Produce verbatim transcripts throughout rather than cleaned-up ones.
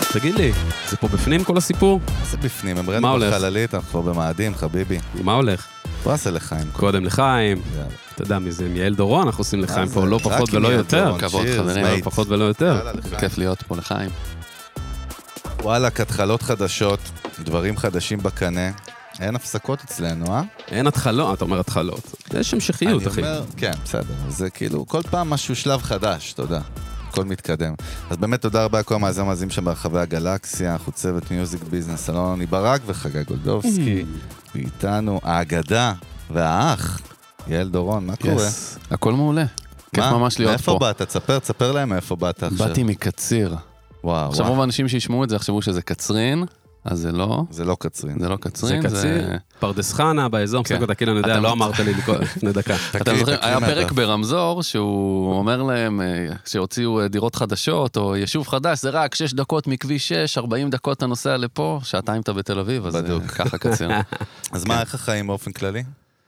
תגיד לי, זה פה בפנים כל הסיפור? זה בפנים, הם רנו בחללית, אנחנו פה במאדים, חביבי. מה הולך? בוא נעשה לחיים. קודם לחיים. אתה יודע מי זה, יעל דורון, אנחנו עושים לחיים פה לא פחות ולא יותר. כבוד חברים. לא פחות ולא יותר. כיף להיות פה לחיים. וואלה, התחלות חדשות, דברים חדשים בקנה. אין הפסקות אצלנו, אה? אין התחלות, אתה אומר התחלות. יש המשכיות, אחי. אני אומר, כן, בסדר. זה כאילו, כל פעם משהו שלב חדש, תודה. הכל מתקדם. אז באמת תודה רבה לכל המאזינים המאזינים שם ברחבי הגלקסיה, אנחנו צוות מיוזיק ביזנס, אלון עוני ברק וחגי גולדובסקי, ואיתנו האגדה והאח, יעל דורון, מה קורה? הכל מעולה. כיף ממש להיות פה. מאיפה באת? תספר, תספר להם מאיפה באת עכשיו. באתי מקציר. וואו. עכשיו רוב האנשים שישמעו את זה, יחשבו שזה קצרין, אז זה לא. זה לא קצרין. זה לא קצרין. זה קציר. פרדס חנה באזור, מפסק אותה, כאילו אני יודע, לא אמרת לי לפני דקה. אתם זוכרים, היה פרק ברמזור, שהוא אומר להם, שהוציאו דירות חדשות, או יישוב חדש, זה רק שש דקות מכביש שש, ארבעים דקות אתה נוסע לפה, שעתיים אתה בתל אביב, אז ככה קציר. אז מה, איך החיים באופן כללי?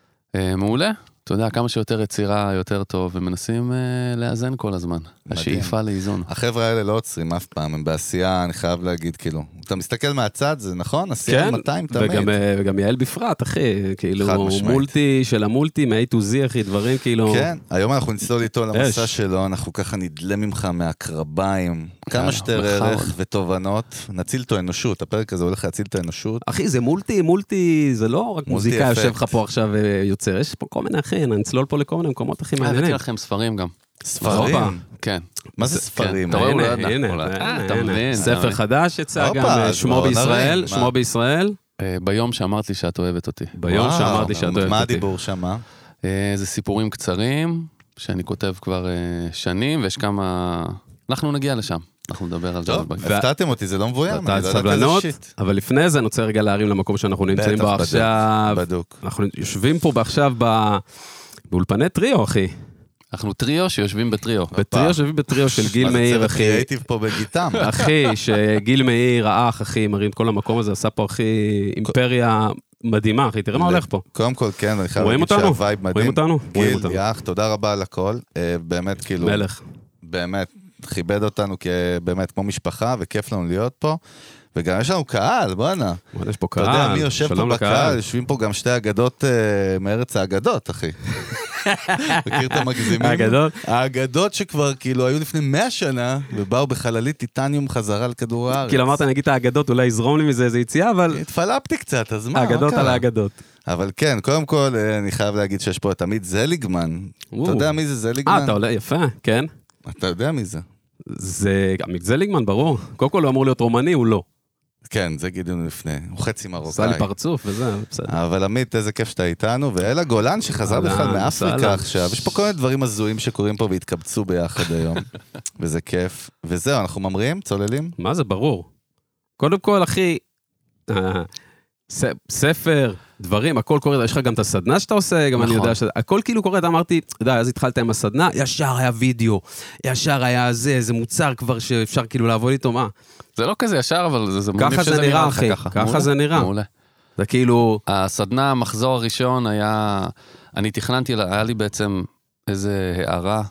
מעולה. אתה יודע, כמה שיותר יצירה, יותר טוב, ומנסים אה, לאזן כל הזמן. מדהים. השאיפה לאיזון. החבר'ה האלה לא עוצרים אף פעם, הם בעשייה, אני חייב להגיד, כאילו, אתה מסתכל מהצד, זה נכון? עשייה כן, מאתיים תמיד. וגם, וגם יעל בפרט, אחי, כאילו, מולטי של המולטי, מ-A to Z, אחי, דברים כאילו... כן, היום אנחנו נצלול איתו למסע שלו, אנחנו ככה נדלה ממך מהקרביים, כמה שתר ערך ותובנות, נציל את האנושות, הפרק הזה הולך להציל את האנושות. אחי, זה מולטי, מולטי, זה לא רק מוזיקה יושב לך פה עכשיו ויוצר, יש פה כל מיני אחי, נצלול פה לכל מיני מקומות הכי מעניינים. הבאתי לכם ספרים גם. ספרים? כן. מה זה ספרים? אתה רואה, הוא לא ידע. הנה, אתה מבין. ספר חדש יצא גם, שמו בישראל, שמו בישראל. ביום שאמרת לי שאת אוהבת אותי. ביום שאמרת לי שאת אוהבת אותי. מה הדיבור שמה? זה סיפורים קצרים, שאני כותב כבר שנים, ויש כמה... אנחנו נגיע לשם. אנחנו נדבר על זה. טוב, הפתעתם אותי, זה לא מבוים. סבלנות, אבל לפני זה אני רוצה רגע להרים למקום שאנחנו נמצאים בו עכשיו. בדוק. אנחנו יושבים פה עכשיו באולפני טריו, אחי. אנחנו טריו שיושבים בטריו. בטריו שיושבים בטריו של גיל מאיר, אחי. קריאייטיב פה בגיטם. אחי, שגיל מאיר, האח, אחי, מרים את כל המקום הזה, עשה פה, אחי, אימפריה מדהימה, אחי, תראה מה הולך פה. קודם כל, כן, אני חייב להגיד שהווייב מדהים. רואים אותנו? גיל, יאח, תודה רבה על הכל. באמת, כאילו... מלך. באמת, כיבד אותנו באמת כמו משפחה, וכיף לנו להיות פה. וגם יש לנו קהל, בואנה. יש פה קהל, אתה יודע, מי יושב פה בקהל? יושבים פה גם שתי אגדות מארץ האגדות, אחי. מכיר את המגזימים? האגדות? האגדות שכבר כאילו היו לפני מאה שנה, ובאו בחללית טיטניום חזרה על כדור הארץ. כאילו אמרת, אני אגיד את האגדות, אולי יזרום לי מזה איזה יציאה, אבל... התפלפתי קצת, אז מה? האגדות על האגדות. אבל כן, קודם כל, אני חייב להגיד שיש פה את עמית זליגמן. אתה יודע מי זה זליגמן? אה, אתה עולה, יפה, כן. אתה יודע מי זה? זה עמית זליגמן, ברור. קודם כל הוא אמור להיות רומני, הוא לא. כן, זה גידינו לפני, הוא חצי מרוקאי. עשה לי פרצוף וזה, בסדר. אבל עמית, איזה כיף שאתה איתנו, ואלה גולן שחזר בכלל מאפריקה עכשיו, יש פה כל מיני דברים הזויים שקורים פה והתקבצו ביחד היום, וזה כיף. וזהו, אנחנו ממריאים, צוללים? מה זה, ברור. קודם כל, אחי, ספר, דברים, הכל קורה, יש לך גם את הסדנה שאתה עושה, גם אני יודע שהכל כאילו קורה, אתה אמרתי, אתה יודע, אז התחלת עם הסדנה, ישר היה וידאו, ישר היה זה, איזה מוצר כבר שאפשר כאילו לעבוד איתו, מה? זה לא כזה ישר, אבל זה מוניף שזה נראה, אחי, ככה זה נראה. מעולה. זה כאילו... הסדנה, המחזור הראשון היה, אני תכננתי, היה לי בעצם איזה הערה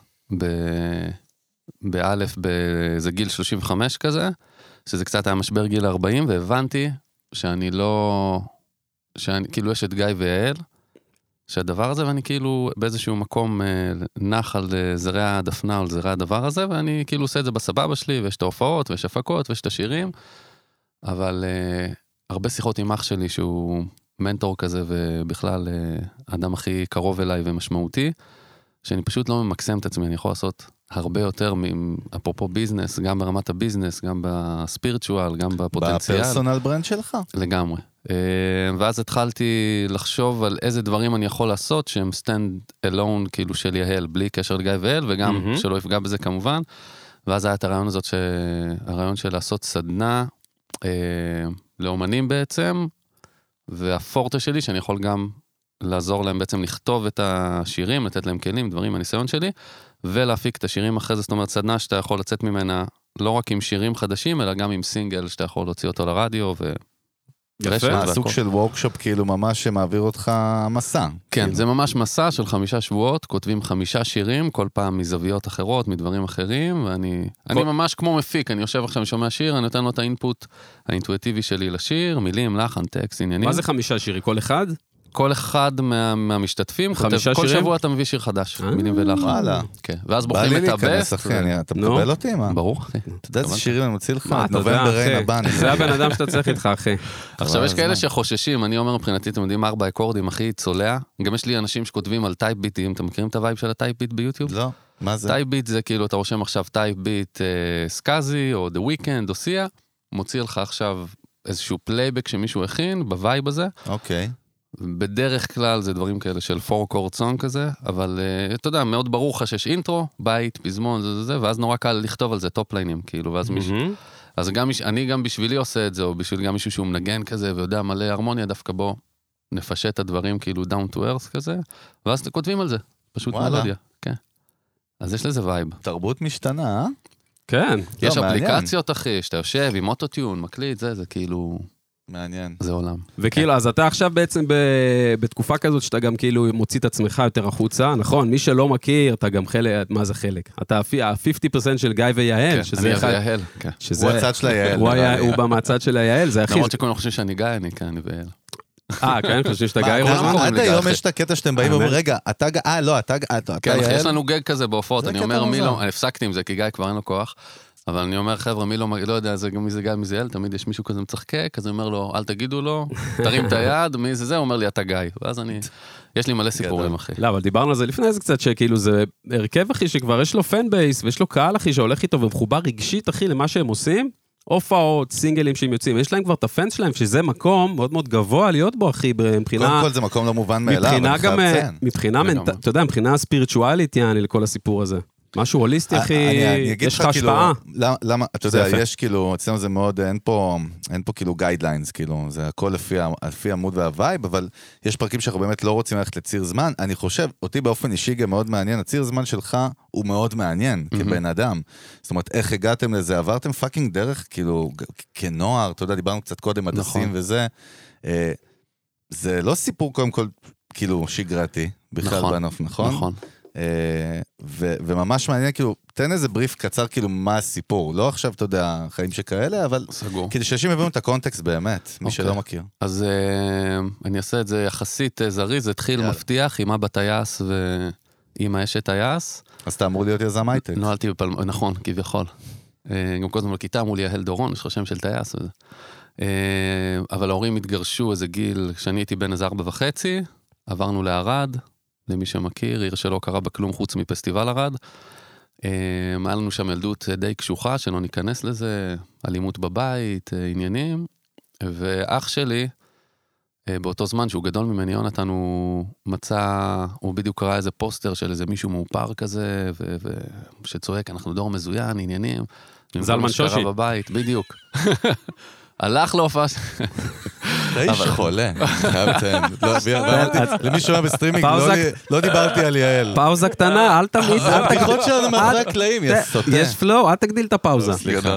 באלף, באיזה גיל שלושים וחמש כזה, שזה קצת היה משבר גיל ארבעים, והבנתי שאני לא, שאני, כאילו יש את גיא ויעל, שהדבר הזה, ואני כאילו באיזשהו מקום נח על זרי הדפנה, על זרי הדבר הזה, ואני כאילו עושה את זה בסבבה שלי, ויש את ההופעות, ויש הפקות, ויש את השירים, אבל uh, הרבה שיחות עם אח שלי, שהוא מנטור כזה, ובכלל uh, האדם הכי קרוב אליי ומשמעותי, שאני פשוט לא ממקסם את עצמי, אני יכול לעשות הרבה יותר, אפרופו ביזנס, גם ברמת הביזנס, גם בספירטואל, גם בפוטנציאל. בפרסונל ברנד שלך? לגמרי. ואז התחלתי לחשוב על איזה דברים אני יכול לעשות, שהם stand alone, כאילו של יהל, בלי קשר לגיא ואל, וגם שלא יפגע בזה כמובן. ואז היה את הרעיון הזאת, הרעיון של לעשות סדנה לאומנים בעצם, והפורטה שלי, שאני יכול גם לעזור להם בעצם לכתוב את השירים, לתת להם כלים, דברים מהניסיון שלי, ולהפיק את השירים אחרי זה, זאת אומרת, סדנה שאתה יכול לצאת ממנה, לא רק עם שירים חדשים, אלא גם עם סינגל שאתה יכול להוציא אותו לרדיו, יפה. סוג של וורקשופ כאילו ממש שמעביר אותך מסע. כן, זה ממש מסע של חמישה שבועות, כותבים חמישה שירים, כל פעם מזוויות אחרות, מדברים אחרים, ואני אני ממש כמו מפיק, אני יושב עכשיו ושומע שיר, אני נותן לו את האינפוט האינטואיטיבי שלי לשיר, מילים, לחן, טקסט, עניינים. מה זה חמישה שירי? כל אחד? כל אחד מה, מהמשתתפים, כותב, כל שבוע אתה מביא שיר חדש, מילים ולחן. וואלה. כן, ואז בוחרים את הבסט. אתה מקבל אותי, מה? ברור, אחי. אתה יודע איזה שירים אני מוציא לך? מה, אתה יודע, אחי. זה הבן אדם שאתה צריך איתך, אחי. עכשיו, יש כאלה שחוששים, אני אומר מבחינתי, אתם יודעים, ארבע אקורדים, אחי, צולע. גם יש לי אנשים שכותבים על טייפ ביטים, אתם מכירים את הווייב של הטייפ ביט ביוטיוב? לא, מה זה? טייפ ביט זה כאילו, אתה רושם עכשיו טייפ ביט סקאזי, או The Weeknd, או סיה, מוציא לך עכשיו איזשהו פלייבק שמישהו הכין, בווייב הזה. אוקיי. בדרך כלל זה דברים כאלה של פור קורד סונג כזה, אבל uh, אתה יודע, מאוד ברור לך שיש אינטרו, בית, פזמון, זה זה זה, ואז נורא קל לכתוב על זה טופ ליינים, כאילו, ואז מישהו... אז גם, אני גם בשבילי עושה את זה, או בשביל גם מישהו שהוא מנגן כזה, ויודע מלא הרמוניה, דווקא בו נפשט את הדברים כאילו down to earth כזה, ואז כותבים על זה, פשוט מלודיה, כן. אז יש לזה וייב. תרבות משתנה, אה? כן. יש אפליקציות, אחי, שאתה יושב עם אוטוטיון, מקליט, זה, זה כאילו... מעניין. זה עולם. וכאילו, אז אתה עכשיו בעצם בתקופה כזאת שאתה גם כאילו מוציא את עצמך יותר החוצה, נכון? מי שלא מכיר, אתה גם חלק, מה זה חלק? אתה ה-חמישים אחוז של גיא ויעל, כן, שזה אחד... אני ויעל, כן. הוא הצד של היעל. הוא במהצד של היעל, זה הכי... למרות שכולם חושבים שאני גיא, אני כאן, אני ויעל. אה, כן, חושבים שאתה גיא רוזמן? עד היום יש את הקטע שאתם באים ואומרים, רגע, אתה גיא, אה, לא, אתה יעל. כן, יש לנו גג כזה בהופעות, אני אומר, מי לא, אני הפסקתי עם זה, כי גיא כבר אין לו כוח. אבל אני אומר, חבר'ה, מי לא, לא יודע, זה גם מי זה גיא, מי זה יעל, תמיד יש מישהו כזה מצחקק, אז אני אומר לו, אל תגידו לו, תרים את היד, מי זה זה, הוא אומר לי, אתה גיא. ואז אני, יש לי מלא סיפורים, אחי. לא, אבל דיברנו על זה לפני זה קצת, שכאילו זה הרכב, אחי, שכבר יש לו פן בייס, ויש לו קהל, אחי, שהולך איתו ומחובר רגשית, אחי, למה שהם עושים, הופעות, סינגלים שהם יוצאים, יש להם כבר את הפנס שלהם, שזה מקום מאוד מאוד גבוה להיות בו, אחי, מבחינה... קודם כל זה מקום לא מובן מאליו, מבחינה גם, מבחינה, אתה יודע, מבחינה ספיריטואלית, יעני, לכל הסיפור הזה. משהו הוליסטי, אחי, יש לך השפעה. למה, אתה יודע, יש כאילו, אצלנו זה מאוד, אין פה, אין פה כאילו גיידליינס, כאילו, זה הכל לפי, לפי המוד והווייב, אבל יש פרקים שאנחנו באמת לא רוצים ללכת לציר זמן. אני חושב, אותי באופן אישי גם מאוד מעניין, הציר זמן שלך הוא מאוד מעניין, כבן אדם. זאת אומרת, איך הגעתם לזה? עברתם פאקינג דרך, כאילו, כנוער, אתה יודע, דיברנו קצת קודם, הדסים וזה. זה לא סיפור קודם כל, כאילו, שגרתי, בכלל בנוף, נכון? נכון. ו- וממש מעניין, כאילו, תן איזה בריף קצר, כאילו, מה הסיפור. לא עכשיו, אתה יודע, חיים שכאלה, אבל... סגור. כדי שאנשים יבינו את הקונטקסט באמת, מי שלא מכיר. אז אני אעשה את זה יחסית זריז, זה התחיל מבטיח, עם אבא טייס ואמא אשת טייס. אז אתה אמור להיות יזם הייטק. נועלתי בפלמ"ח, נכון, כביכול. גם כל הזמן בכיתה אמרו לי, יהל דורון, יש לך שם של טייס וזה. אבל ההורים התגרשו איזה גיל, כשאני הייתי בן איזה ארבע וחצי, עברנו לערד, למי שמכיר, עיר שלא קרה בכלום חוץ מפסטיבל ערד. היה לנו שם ילדות די קשוחה, שלא ניכנס לזה, אלימות בבית, עניינים. ואח שלי, באותו זמן שהוא גדול ממני, יונתן, הוא מצא, הוא בדיוק קרא איזה פוסטר של איזה מישהו מאופר כזה, שצועק, אנחנו דור מזוין, עניינים. זלמן שושי. בבית, בדיוק. הלך להופעה... אתה איש חולה, חייב לציין. למי שומע בסטרימינג, לא דיברתי על יעל. פאוזה קטנה, אל תמיד... זה הבדיחות שלנו מאחורי הקלעים, יש סוטה. יש פלואו, אל תגדיל את הפאוזה. סליחה.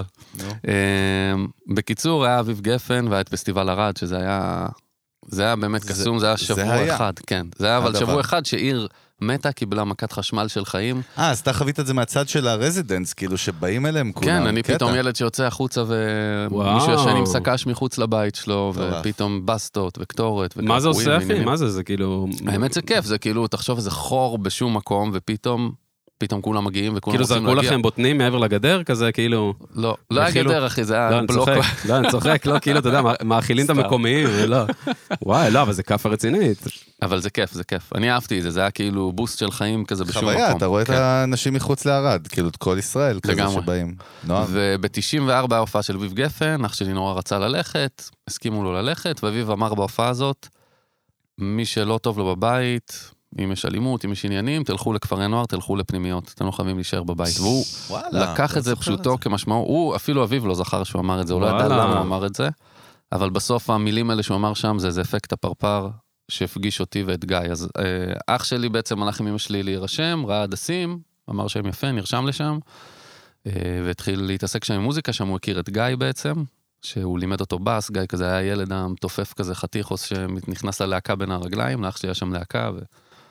בקיצור, היה אביב גפן, והיה את פסטיבל ערד, שזה היה... זה היה באמת קסום, זה היה שבוע אחד, כן. זה היה אבל שבוע אחד שעיר... מתה, קיבלה מכת חשמל של חיים. אה, אז אתה חווית את זה מהצד של הרזידנס, כאילו שבאים אליהם כולם. כן, אני פתאום ילד שיוצא החוצה ומישהו ישן עם סקש מחוץ לבית שלו, ופתאום בסטות וקטורת. מה זה עושה, אחי? מה זה? זה כאילו... האמת זה כיף, זה כאילו, תחשוב איזה חור בשום מקום, ופתאום... פתאום כולם מגיעים וכולם רוצים להגיע. כאילו זרקו לכם בוטנים מעבר לגדר כזה, כאילו... לא, לא היה גדר, אחי, זה היה בלוק. לא, אני צוחק, לא, כאילו, אתה יודע, מאכילים את המקומיים, לא. וואי, לא, אבל זה כפה רצינית. אבל זה כיף, זה כיף. אני אהבתי זה, זה היה כאילו בוסט של חיים כזה בשום מקום. חוויה, אתה רואה את האנשים מחוץ לערד, כאילו את כל ישראל כזה שבאים. וב-תשעים וארבע ההופעה של אביב גפן, אח שלי נורא רצה ללכת, הסכימו לו ללכת, ואביב אמר בהופעה הזאת, מי שלא טוב לו בבית, אם יש אלימות, אם יש עניינים, תלכו לכפרי נוער, תלכו לפנימיות, אתם לא חייבים להישאר בבית. והוא לקח את זה פשוטו כמשמעו, הוא אפילו אביב לא זכר שהוא אמר את זה, הוא לא ידע למה הוא אמר את זה, אבל בסוף המילים האלה שהוא אמר שם, זה איזה אפקט הפרפר שהפגיש אותי ואת גיא. אז אח שלי בעצם הלך עם אמא שלי להירשם, ראה הדסים, אמר שהם יפה, נרשם לשם, והתחיל להתעסק שם עם מוזיקה, שם הוא הכיר את גיא בעצם, שהוא לימד אותו בס, גיא כזה היה ילד המתופף כזה חתיכוס שנכנס ללהקה בין הרגליים, לאח שלי היה שם להקה, ו...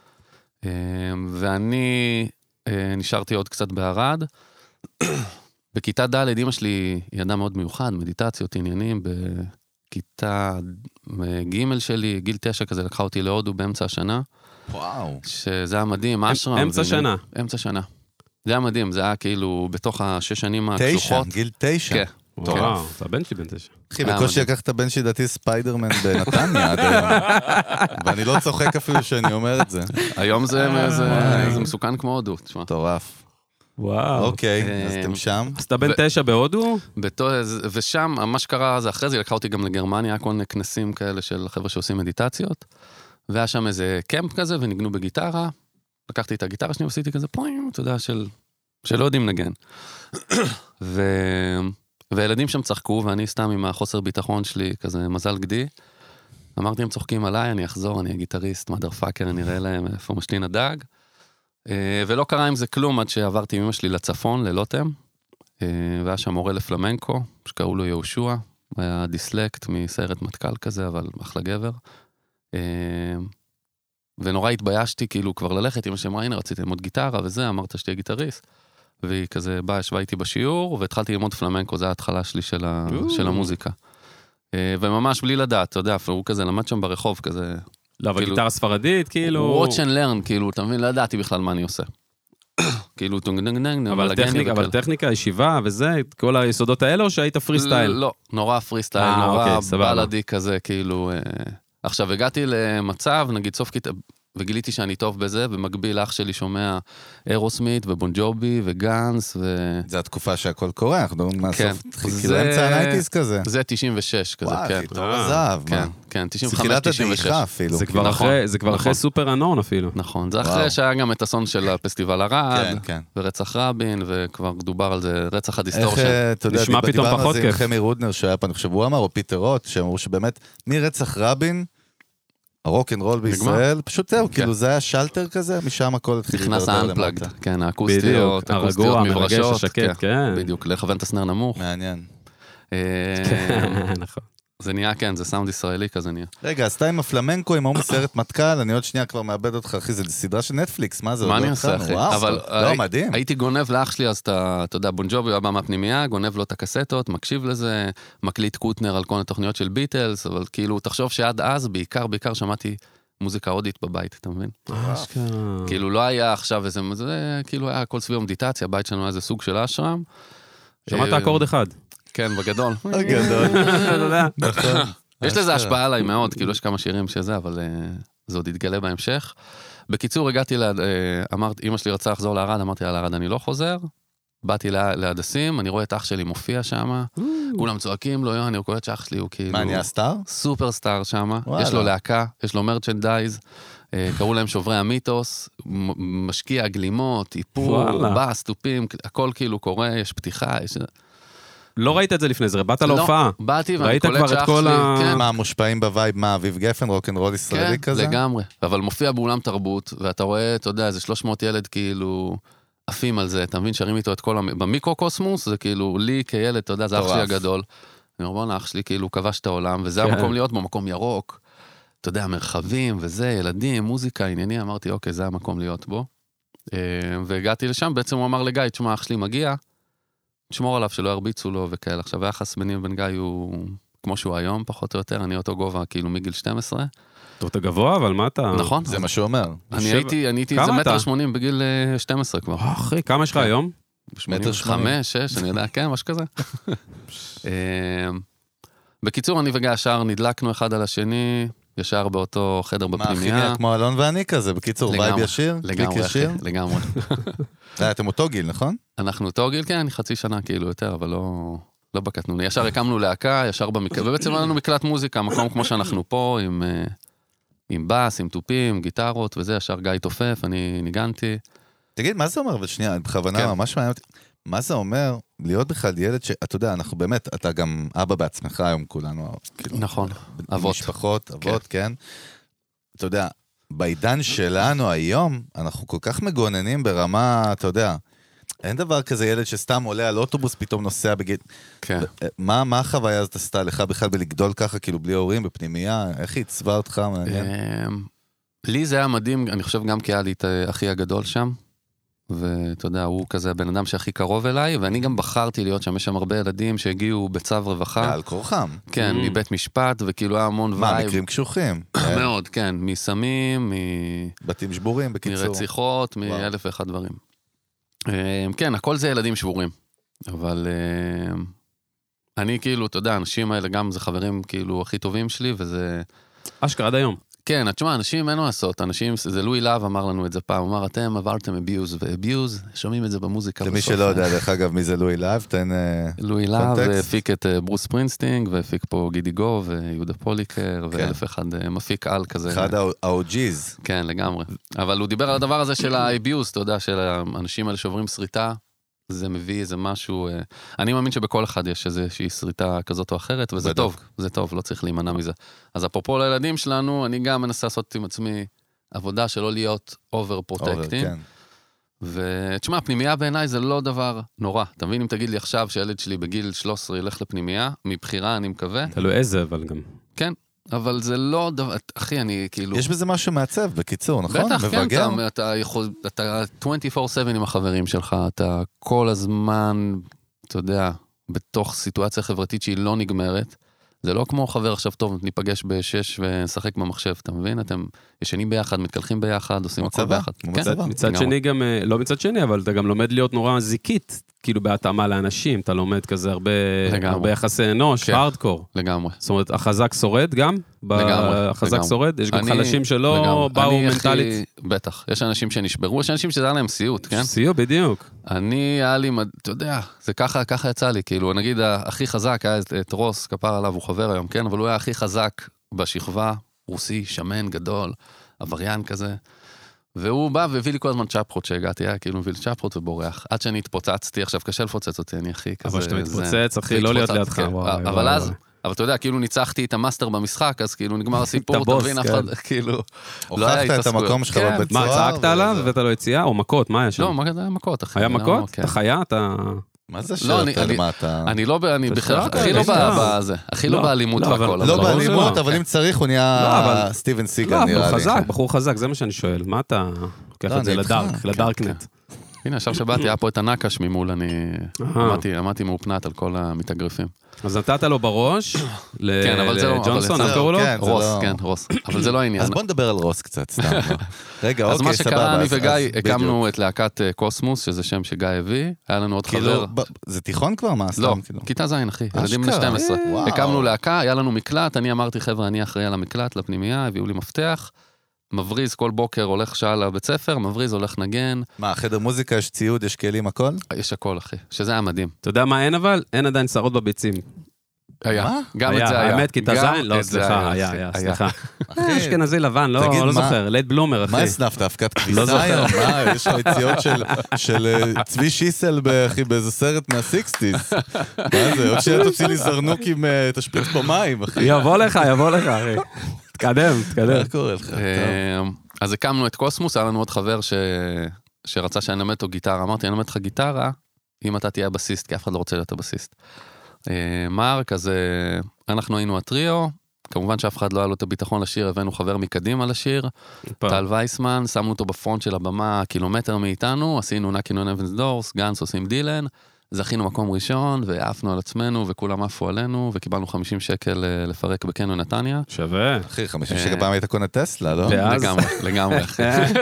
ואני נשארתי עוד קצת בערד. בכיתה ד' אמא שלי ידעה מאוד מיוחד, מדיטציות, עניינים, בכיתה ג' שלי, גיל תשע כזה, לקחה אותי להודו באמצע השנה. וואו. שזה היה מדהים, אשרם. אמצע שנה. אמצע שנה. זה היה מדהים, זה היה כאילו בתוך השש שנים הקשוחות. תשע, גיל תשע. כן. וואו, זה הבן שלי בן תשע. אחי, בקושי לקח את הבן שלי דעתי ספיידרמן בנתניה עד היום. ואני לא צוחק אפילו שאני אומר את זה. היום זה מסוכן כמו הודו, תשמע. מטורף. וואו. אוקיי, אז אתם שם. אז אתה בן תשע בהודו? ושם, מה שקרה זה אחרי זה, לקחה אותי גם לגרמניה, כל מיני כנסים כאלה של חבר'ה שעושים מדיטציות, והיה שם איזה קמפ כזה, וניגנו בגיטרה, לקחתי את הגיטרה שלי, ועשיתי כזה פוים, אתה יודע, שלא יודעים נגן. וילדים שם צחקו, ואני סתם עם החוסר ביטחון שלי, כזה מזל גדי, אמרתי, הם צוחקים עליי, אני אחזור, אני הגיטריסט, מאדר פאקר, אני אראה להם איפה משתין הדג. ולא קרה עם זה כלום עד שעברתי עם אמא שלי לצפון, ללוטם, והיה שם מורה לפלמנקו, שקראו לו יהושע, היה דיסלקט מסיירת מטכ"ל כזה, אבל אחלה גבר. ונורא התביישתי, כאילו, כבר ללכת, אמא שאמרה, הנה, רציתי ללמוד גיטרה וזה, אמרת שתהיה גיטריסט. והיא כזה באה, ישבה איתי בשיעור, והתחלתי ללמוד פלמנקו, זו ההתחלה שלי של, ה... של המוזיקה. וממש בלי לדעת, אתה יודע, הוא כזה למד שם ברחוב, כזה... לא, אבל גיטרה ספרדית, כאילו... watch and learn, כאילו, אתה מבין, לא ידעתי בכלל מה אני עושה. כאילו, טונגנגנגנג, אבל טכניקה, ישיבה וזה, כל היסודות האלה, או שהיית פרי סטייל? לא, נורא פרי סטייל, נורא בלדי כזה, כאילו... עכשיו, הגעתי למצב, נגיד סוף כיתה... וגיליתי שאני טוב בזה, במקביל אח שלי שומע אירוסמית ובונג'ובי וגאנס ו... זה התקופה שהכל קורה, אנחנו מדברים מהסוף, כאילו אמצע הנייטיז כזה. זה תשעים ושש כזה, כן. וואי, תור הזהב, מה? כן, תשעים וחמש תשעים ושש. אפילו. זה כבר אחרי סופר אנון אפילו. נכון, זה אחרי שהיה גם את אסון של הפסטיבל הרעד, ורצח רבין, וכבר דובר על זה, רצח הדיסטורשן. נשמע פתאום פחות כיף. חמי רודנר שהיה פה, אני חושב, הוא אמר, או פיטר רוט, שאמרו שבאמת, מרצח רבין, הרוק'נ'רול בישראל, פשוט זהו, כאילו זה היה שלטר כזה, משם הכל התחיל נכנס האנפלגד, כן, האקוסטיות, האקוסטיות מברשות, השקט, כן. בדיוק, לכוון את הסנר נמוך. מעניין. נכון. זה נהיה, כן, זה סאונד ישראלי כזה נהיה. רגע, אז אתה עם הפלמנקו, עם ההוא מסיירת מטכ"ל, אני עוד שנייה כבר מאבד אותך, אחי, זה סדרה של נטפליקס, מה זה? מה אני עושה, אחי? אבל, לא, מדהים. הייתי גונב לאח שלי, אז אתה יודע, בונג'ובי הוא הבא מהפנימייה, גונב לו את הקסטות, מקשיב לזה, מקליט קוטנר על כל התוכניות של ביטלס, אבל כאילו, תחשוב שעד אז, בעיקר, בעיקר שמעתי מוזיקה הודית בבית, אתה מבין? כאילו, לא היה עכשיו איזה, זה כאילו היה הכל סביב המדיטציה, הבית שלנו היה איזה סוג של אשרם. שמעת אקורד אחד. כן, בגדול. בגדול. יש לזה השפעה עליי מאוד, כאילו יש כמה שירים שזה, אבל זה עוד יתגלה בהמשך. בקיצור, הגעתי, אמרת, אמא שלי רצה לחזור לערד, אמרתי לה, לערד אני לא חוזר, באתי להדסים, אני רואה את אח שלי מופיע שם, כולם צועקים לו, אני רואה את שאח שלי הוא כאילו... מה, נהיה סטאר? סופר סטאר שם, יש לו להקה, יש לו מרצ'נדייז, קראו להם שוברי המיתוס, משקיע גלימות, איפור, בס, טופים, הכל כאילו קורה, יש פתיחה, יש... לא ראית את זה לפני זה, באת להופעה. לא, באתי ואני קולט שאח שלי... מה, מושפעים בווייב, מה, אביב גפן, רוק'נ'רול ישראלי כזה? כן, לגמרי. אבל מופיע באולם תרבות, ואתה רואה, אתה יודע, איזה שלוש מאות ילד כאילו עפים על זה, אתה מבין, שרים איתו את כל... במיקרו-קוסמוס, זה כאילו, לי כילד, אתה יודע, זה אח שלי הגדול. אני אומר, בוא, אח שלי כאילו כבש את העולם, וזה המקום להיות בו, מקום ירוק, אתה יודע, מרחבים וזה, ילדים, מוזיקה, ענייני, אמרתי, אוקיי, זה המקום להיות בו. והגעתי לשם, בעצם הוא אמר לגיא, תשמע, אח שלי מגיע, תשמור עליו שלא ירביצו לו וכאלה. עכשיו, היחס ביני ובן גיא הוא כמו שהוא היום, פחות או יותר, אני אותו גובה, כאילו מגיל שתים עשרה. אתה גבוה, אבל מה אתה... נכון. זה מה שהוא אומר. אני הייתי, אני הייתי איזה מטר שמונים בגיל שתים עשרה כבר. אחי, כמה יש לך היום? מטר חמש, שש, אני יודע, כן, משהו כזה. בקיצור, אני וגיא השאר נדלקנו אחד על השני, ישר באותו חדר בפנימייה. מה, אחי, כמו אלון ואני כזה, בקיצור, וייב ישיר? לגמרי, אחי, לגמרי. אתם אותו גיל, נכון? אנחנו אותו גיל, כן, אני חצי שנה כאילו יותר, אבל לא... לא בקטנו, ישר הקמנו להקה, ישר במקלט, ובעצם היה לנו מקלט מוזיקה, מקום כמו שאנחנו פה, עם, עם בס, עם טופים, גיטרות וזה, ישר גיא תופף, אני ניגנתי. תגיד, מה זה אומר? ושנייה, בכוונה כן. ממש מעניין אותי, מה זה אומר להיות בכלל ילד שאתה יודע, אנחנו באמת, אתה גם אבא בעצמך היום כולנו, כאילו, נכון, אבות. משפחות, אבות, כן. כן. אתה יודע, בעידן שלנו היום, אנחנו כל כך מגוננים ברמה, אתה יודע, אין דבר כזה ילד שסתם עולה על אוטובוס, פתאום נוסע בגיל... כן. מה, מה החוויה הזאת עשתה לך בכלל בלגדול ככה, כאילו בלי הורים, בפנימייה? איך היא הצבעה אותך? מעניין. לי זה היה מדהים, אני חושב גם כי היה לי את אחי הגדול שם, ואתה יודע, הוא כזה הבן אדם שהכי קרוב אליי, ואני גם בחרתי להיות שם, יש שם הרבה ילדים שהגיעו בצו רווחה. על כורחם. כן, מבית משפט, וכאילו היה המון וייב. מה, מקרים קשוחים? מאוד, כן, מסמים, בתים שבורים, בקיצור. מרציחות, מאלף ואחד דברים. כן, הכל זה ילדים שבורים, אבל אני כאילו, אתה יודע, האנשים האלה גם זה חברים כאילו הכי טובים שלי, וזה... אשכרה עד היום. כן, תשמע, אנשים אין מה לעשות, אנשים, זה לואי להב אמר לנו את זה פעם, הוא אמר, אתם עברתם אביוז, ואביוז, שומעים את זה במוזיקה. למי שלא יודע, דרך אגב, מי זה לואי להב, תן קונטקסט. לואי להב הפיק את ברוס ספרינגסטין, והפיק פה גידי גו, ויהודה פוליקר, ואלף אחד מפיק על כזה. אחד ה-או-ג'יז. כן, לגמרי. אבל הוא דיבר על הדבר הזה של האביוז, אתה יודע, של האנשים האלה שעוברים שריטה, זה מביא איזה משהו, אני מאמין שבכל אחד יש איזושהי שריטה כזאת או אחרת, וזה טוב, זה טוב, לא צריך להימנע מזה. אז אפרופו לילדים שלנו, אני גם מנסה לעשות עם עצמי עבודה שלא להיות אובר פרוטקטינג. ותשמע, פנימייה בעיניי זה לא דבר נורא. אתה מבין, אם תגיד לי עכשיו שילד שלי בגיל שלוש עשרה ילך לפנימייה, מבחירה אני מקווה. תלוי איזה, אבל גם. כן. אבל זה לא דבר, אחי, אני כאילו... יש בזה משהו מעצב, בקיצור, נכון? בטח, כן, אתה, אתה יכול, אתה עשרים וארבע שבע עם החברים שלך, אתה כל הזמן, אתה יודע, בתוך סיטואציה חברתית שהיא לא נגמרת, זה לא כמו חבר עכשיו טוב, ניפגש בשש ונשחק במחשב, אתה מבין? אתם ישנים ביחד, מתקלחים ביחד, עושים הכל ביחד. מצד שני גם, לא מצד שני, אבל אתה גם לומד להיות נורא זיקית, כאילו בהתאמה לאנשים, אתה לומד כזה הרבה יחסי אנוש, הארדקור. לגמרי. זאת אומרת, החזק שורד גם? לגמרי. החזק שורד? יש גם חלשים שלא באו מנטלית? בטח, יש אנשים שנשברו, יש אנשים שזה היה להם סיוט, כן? סיוט, בדיוק. אני, היה לי, אתה יודע, זה ככה, ככה יצא לי, כאילו, נגיד, הכי חזק היה את רוס, כפר עליו, הוא חבר היום, כן? אבל הוא היה הכי חזק בשכבה, רוסי, שמן, גדול, עבריין כזה. והוא בא והביא לי כל הזמן צ'פחות שהגעתי, היה כאילו מביא לי צ'פחות ובורח. עד שאני התפוצצתי, עכשיו קשה לפוצץ אותי, אני הכי כזה... אבל שאתה מתפוצץ, אחי, לא להיות לידך. אבל אז, אבל אתה יודע, כאילו ניצחתי את המאסטר במשחק, אז כאילו נגמר הסיפור, תבין, כאילו... הוכחת את המקום שלך בבית סוהר. מה, צעקת עליו והבאת לו יציאה? או מכות, מה היה שם? לא, זה היה מכות, אחי. היה מכות? אתה חיה? אתה... מה זה שיותר מה אתה... אני לא, אני בכלל, הכי לא בזה, הכי לא באלימות והכל. לא באלימות, אבל אם צריך, הוא נהיה סטיבן סיגל, נראה לי. בחור חזק, בחור חזק, זה מה שאני שואל. מה אתה לוקח את זה לדארק, לדארקנט? הנה, עכשיו שבאתי, היה פה את הנקש ממול, אני אמרתי מאופנת על כל המתאגרפים. אז נתת לו בראש, לג'ונסון, איך קראו לו? רוס, כן, רוס. אבל זה לא העניין. אז בוא נדבר על רוס קצת, סתם. רגע, אוקיי, סבבה. אז מה שקרה, אני וגיא, הקמנו את להקת קוסמוס, שזה שם שגיא הביא, היה לנו עוד חבר. זה תיכון כבר? מה? לא, כיתה זין, אחי, ילדים בני שתים עשרה. הקמנו להקה, היה לנו מקלט, אני אמרתי, חבר'ה, אני אחראי על המקלט, לפנימייה, הביאו לי מפתח. מבריז כל בוקר הולך שעה לבית ספר, מבריז הולך נגן. מה, חדר מוזיקה, יש ציוד, יש כלים, הכל? יש הכל, אחי, שזה היה מדהים. אתה יודע מה אין אבל? אין עדיין שערות בביצים. היה, גם את זה היה. האמת, כיתה זין? לא, סליחה, היה, היה, סליחה. אשכנזי לבן, לא זוכר, לייט בלומר, אחי. מה הסנפת, הפקת כביסה? מה, יש לך יציאות של צבי שיסל, אחי, באיזה סרט מה-סיקסטיז. מה זה, עוד שהיה תוציא לי זרנוק עם תשפיץ במים, אחי. יבוא לך, יבוא לך, אחי. תקדם, תקדם. מה קורה לך? אז הקמנו את קוסמוס, היה לנו עוד חבר שרצה שאני אלמד אותו גיטרה. אמרתי, אני אלמד לך גיטרה, אם אתה תהיה בסיסט, כי אף אחד לא רוצה להיות הבסיסט. מרק, אז אנחנו היינו הטריו, כמובן שאף אחד לא היה לו את הביטחון לשיר, הבאנו חבר מקדימה לשיר, טל וייסמן, שמנו אותו בפרונט של הבמה קילומטר מאיתנו, עשינו נאקינג און אבנס דורס, גאנס עושים דילן, זכינו מקום ראשון, ועפנו על עצמנו, וכולם עפו עלינו, וקיבלנו חמישים שקל לפרק בקניון נתניה. שווה. אחי, חמישים שקל פעם היית קונה טסלה, לא? לגמרי, לגמרי, אחי.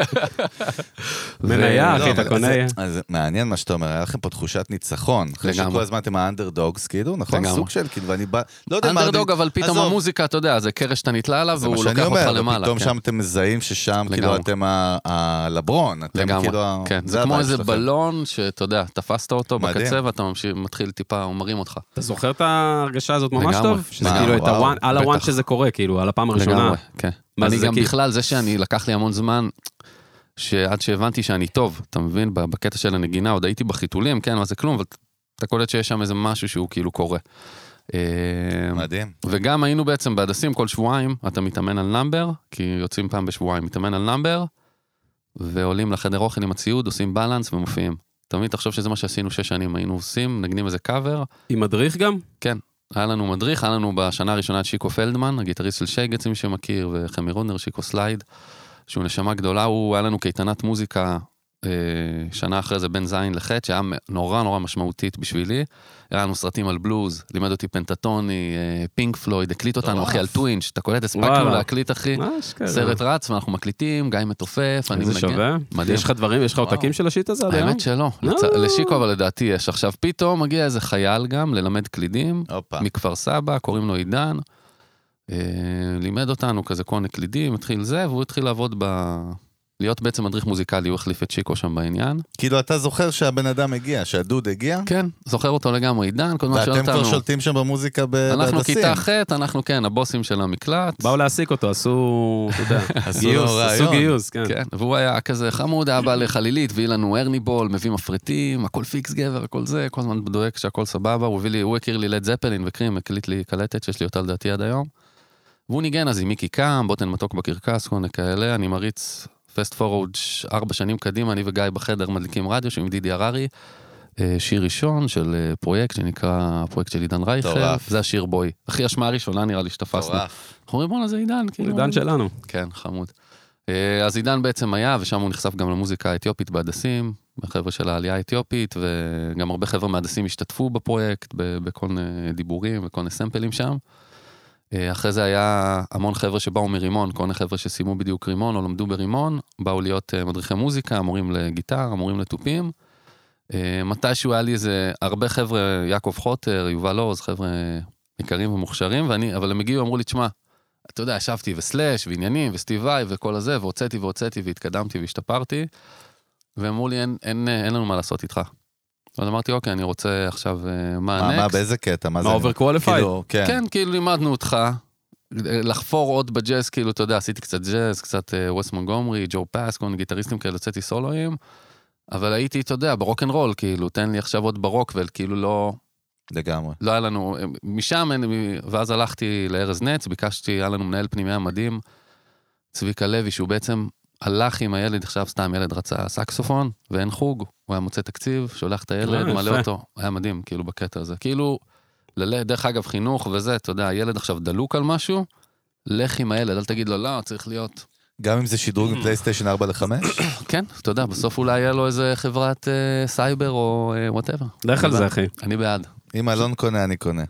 מניה, אחי, אתה קונה. אז מעניין מה שאתה אומר, היה לכם פה תחושת ניצחון. אחרי שכל הזמן אתם האנדרדוגס, כאילו, נכון? סוג של, כאילו, ואני בא... אנדרדוג, אבל פתאום המוזיקה, אתה יודע, זה קרש שאתה נתלה עליו, והוא לוקח אותך למעלה. פתאום שם אתם מזהים ששם, כאילו, אתם הלברון. זה כמו איזה בלון שאתה יודע, תפסת אותו בקצה ואתה מתחיל טיפה, הוא מרים אותך. אתה זוכר את ההרגשה הזאת ממש טוב? שזה כאילו על הוואן שזה קורה, כאילו, על הפעם הראשונה. כן. אני גם בכלל, זה שאני לקח לי המון זמן, שעד שהבנתי שאני טוב, אתה מבין, בקטע של הנגינה, עוד הייתי בחיתולים, כן, אבל זה כלום, אבל אתה קולט שיש שם איזה משהו שהוא כאילו קורה. מדהים. וגם היינו בעצם בהדסים כל שבועיים, אתה מתאמן על נאמבר, כי יוצאים פעם בשבועיים, מתאמן על נאמבר, ועולים לחדר אוכל עם הציוד, עושים בלנס ומופיעים. תמיד תחשוב שזה מה שעשינו שש שנים, היינו עושים, נגנים איזה קאבר. עם מדריך גם? כן, היה לנו מדריך, היה לנו בשנה הראשונה את שיקו פלדמן, הגיטריסט של שייגץ, מי שמכיר, וחמי רונר, שיקו סלייד, שהוא נשמה גדולה, הוא היה לנו קייטנת מוזיקה, שנה אחרי זה בין זין לחט, שהיה נורא נורא משמעותית בשבילי. היה לנו סרטים על בלוז, לימד אותי פנטטוני, פינק פלויד, הקליט אותנו, אחי, על טווינץ', אתה קולט, הספקנו להקליט, אחי. סרט רץ, ואנחנו מקליטים, גיא מתופף, אני מנגן. איזה שווה. יש לך דברים, יש לך עותקים של השיט הזה? האמת שלא. לשיקו, אבל לדעתי יש. עכשיו, פתאום מגיע איזה חייל גם, ללמד קלידים, מכפר סבא, קוראים לו עידן, לימד אותנו כזה קונה קלידים, התחיל זה, והוא התחיל לעבוד ב... להיות בעצם מדריך מוזיקלי, הוא החליף את שיקו שם בעניין. כאילו אתה זוכר שהבן אדם הגיע, שהדוד הגיע? כן, זוכר אותו לגמרי, עידן, כל מה שאתם כבר שולטים שם במוזיקה בהדסים. אנחנו כיתה ח', אנחנו כן, הבוסים של המקלט. באו להעסיק אותו, עשו, אתה יודע, גיוס, עשו גיוס, כן. כן, והוא היה כזה חמוד, היה בא לחלילית, והיא לנו ארני בול, מביא מפריטים, הכל פיקס גבר, הכל זה, כל הזמן בדואק שהכל סבבה, הוא, לי, הוא הכיר לי לד זפלין וקרים, הקליט לי קלטת שיש לי אותה לדעתי עד היום. והוא ניגן אז עם מיקי קם, בוטן מתוק בקרקס, כל כאלה, אני מריץ פסט פורוד, ארבע שנים קדימה, אני וגיא בחדר מדליקים רדיו, שעם דידי הררי, שיר ראשון של פרויקט שנקרא, פרויקט של עידן רייכל, זה השיר בוי. הכי השמעה ראשונה נראה לי שתפסנו. אנחנו אומרים, בוא'נה, זה עידן. עידן שלנו. כן, חמוד. אז עידן בעצם היה, ושם הוא נחשף גם למוזיקה האתיופית בהדסים, בחבר'ה של העלייה האתיופית, וגם הרבה חבר'ה מהדסים השתתפו בפרויקט, בכל דיבורים וכל סמפלים שם. אחרי זה היה המון חבר'ה שבאו מרימון, כל מיני חבר'ה שסיימו בדיוק רימון או למדו ברימון, באו להיות מדריכי מוזיקה, המורים לגיטר, המורים לטופים. מתישהו היה לי איזה הרבה חבר'ה, יעקב חוטר, יובל עוז, חבר'ה יקרים ומוכשרים, ואני, אבל הם הגיעו, אמרו לי, תשמע, אתה יודע, ישבתי וסלאש ועניינים וסטיב וואי וכל הזה, והוצאתי והוצאתי והתקדמתי והשתפרתי, ואמרו לי, אין, אין, אין לנו מה לעשות איתך. אז אמרתי, אוקיי, אני רוצה עכשיו, מה הנקסט? מה, באיזה קטע? מה זה? מה אובר קואליפייד? כן, כאילו לימדנו אותך, לחפור עוד בג'אז, כאילו, אתה יודע, עשיתי קצת ג'אז, קצת ווסט מונגומרי, ג'ו פאס, כל מיני גיטריסטים כאלה, הוצאתי סולואים, אבל הייתי, אתה יודע, ברוק אנד רול, כאילו, תן לי עכשיו עוד ברוקוול, כאילו לא... לגמרי. לא היה לנו, משם, ואז הלכתי לארז נץ, ביקשתי, היה לנו מנהל פנימי המדהים, צביקה לוי, שהוא בעצם הלך עם הילד, עכשיו סתם ילד רצה סקסופון, ואין חוג, הוא היה מוצא תקציב, שולח את הילד, מלא אותו, היה מדהים, כאילו, בקטע הזה. כאילו, דרך אגב, חינוך וזה, אתה יודע, הילד עכשיו דלוק על משהו, לך עם הילד, אל תגיד לו, לא, צריך להיות... גם אם זה שדרוג מפלייסטיישן ארבע לחמש? כן, אתה יודע, בסוף אולי יהיה לו איזה חברת סייבר או whatever. לך על זה, אחי. אני בעד. אם אלון קונה, אני קונה.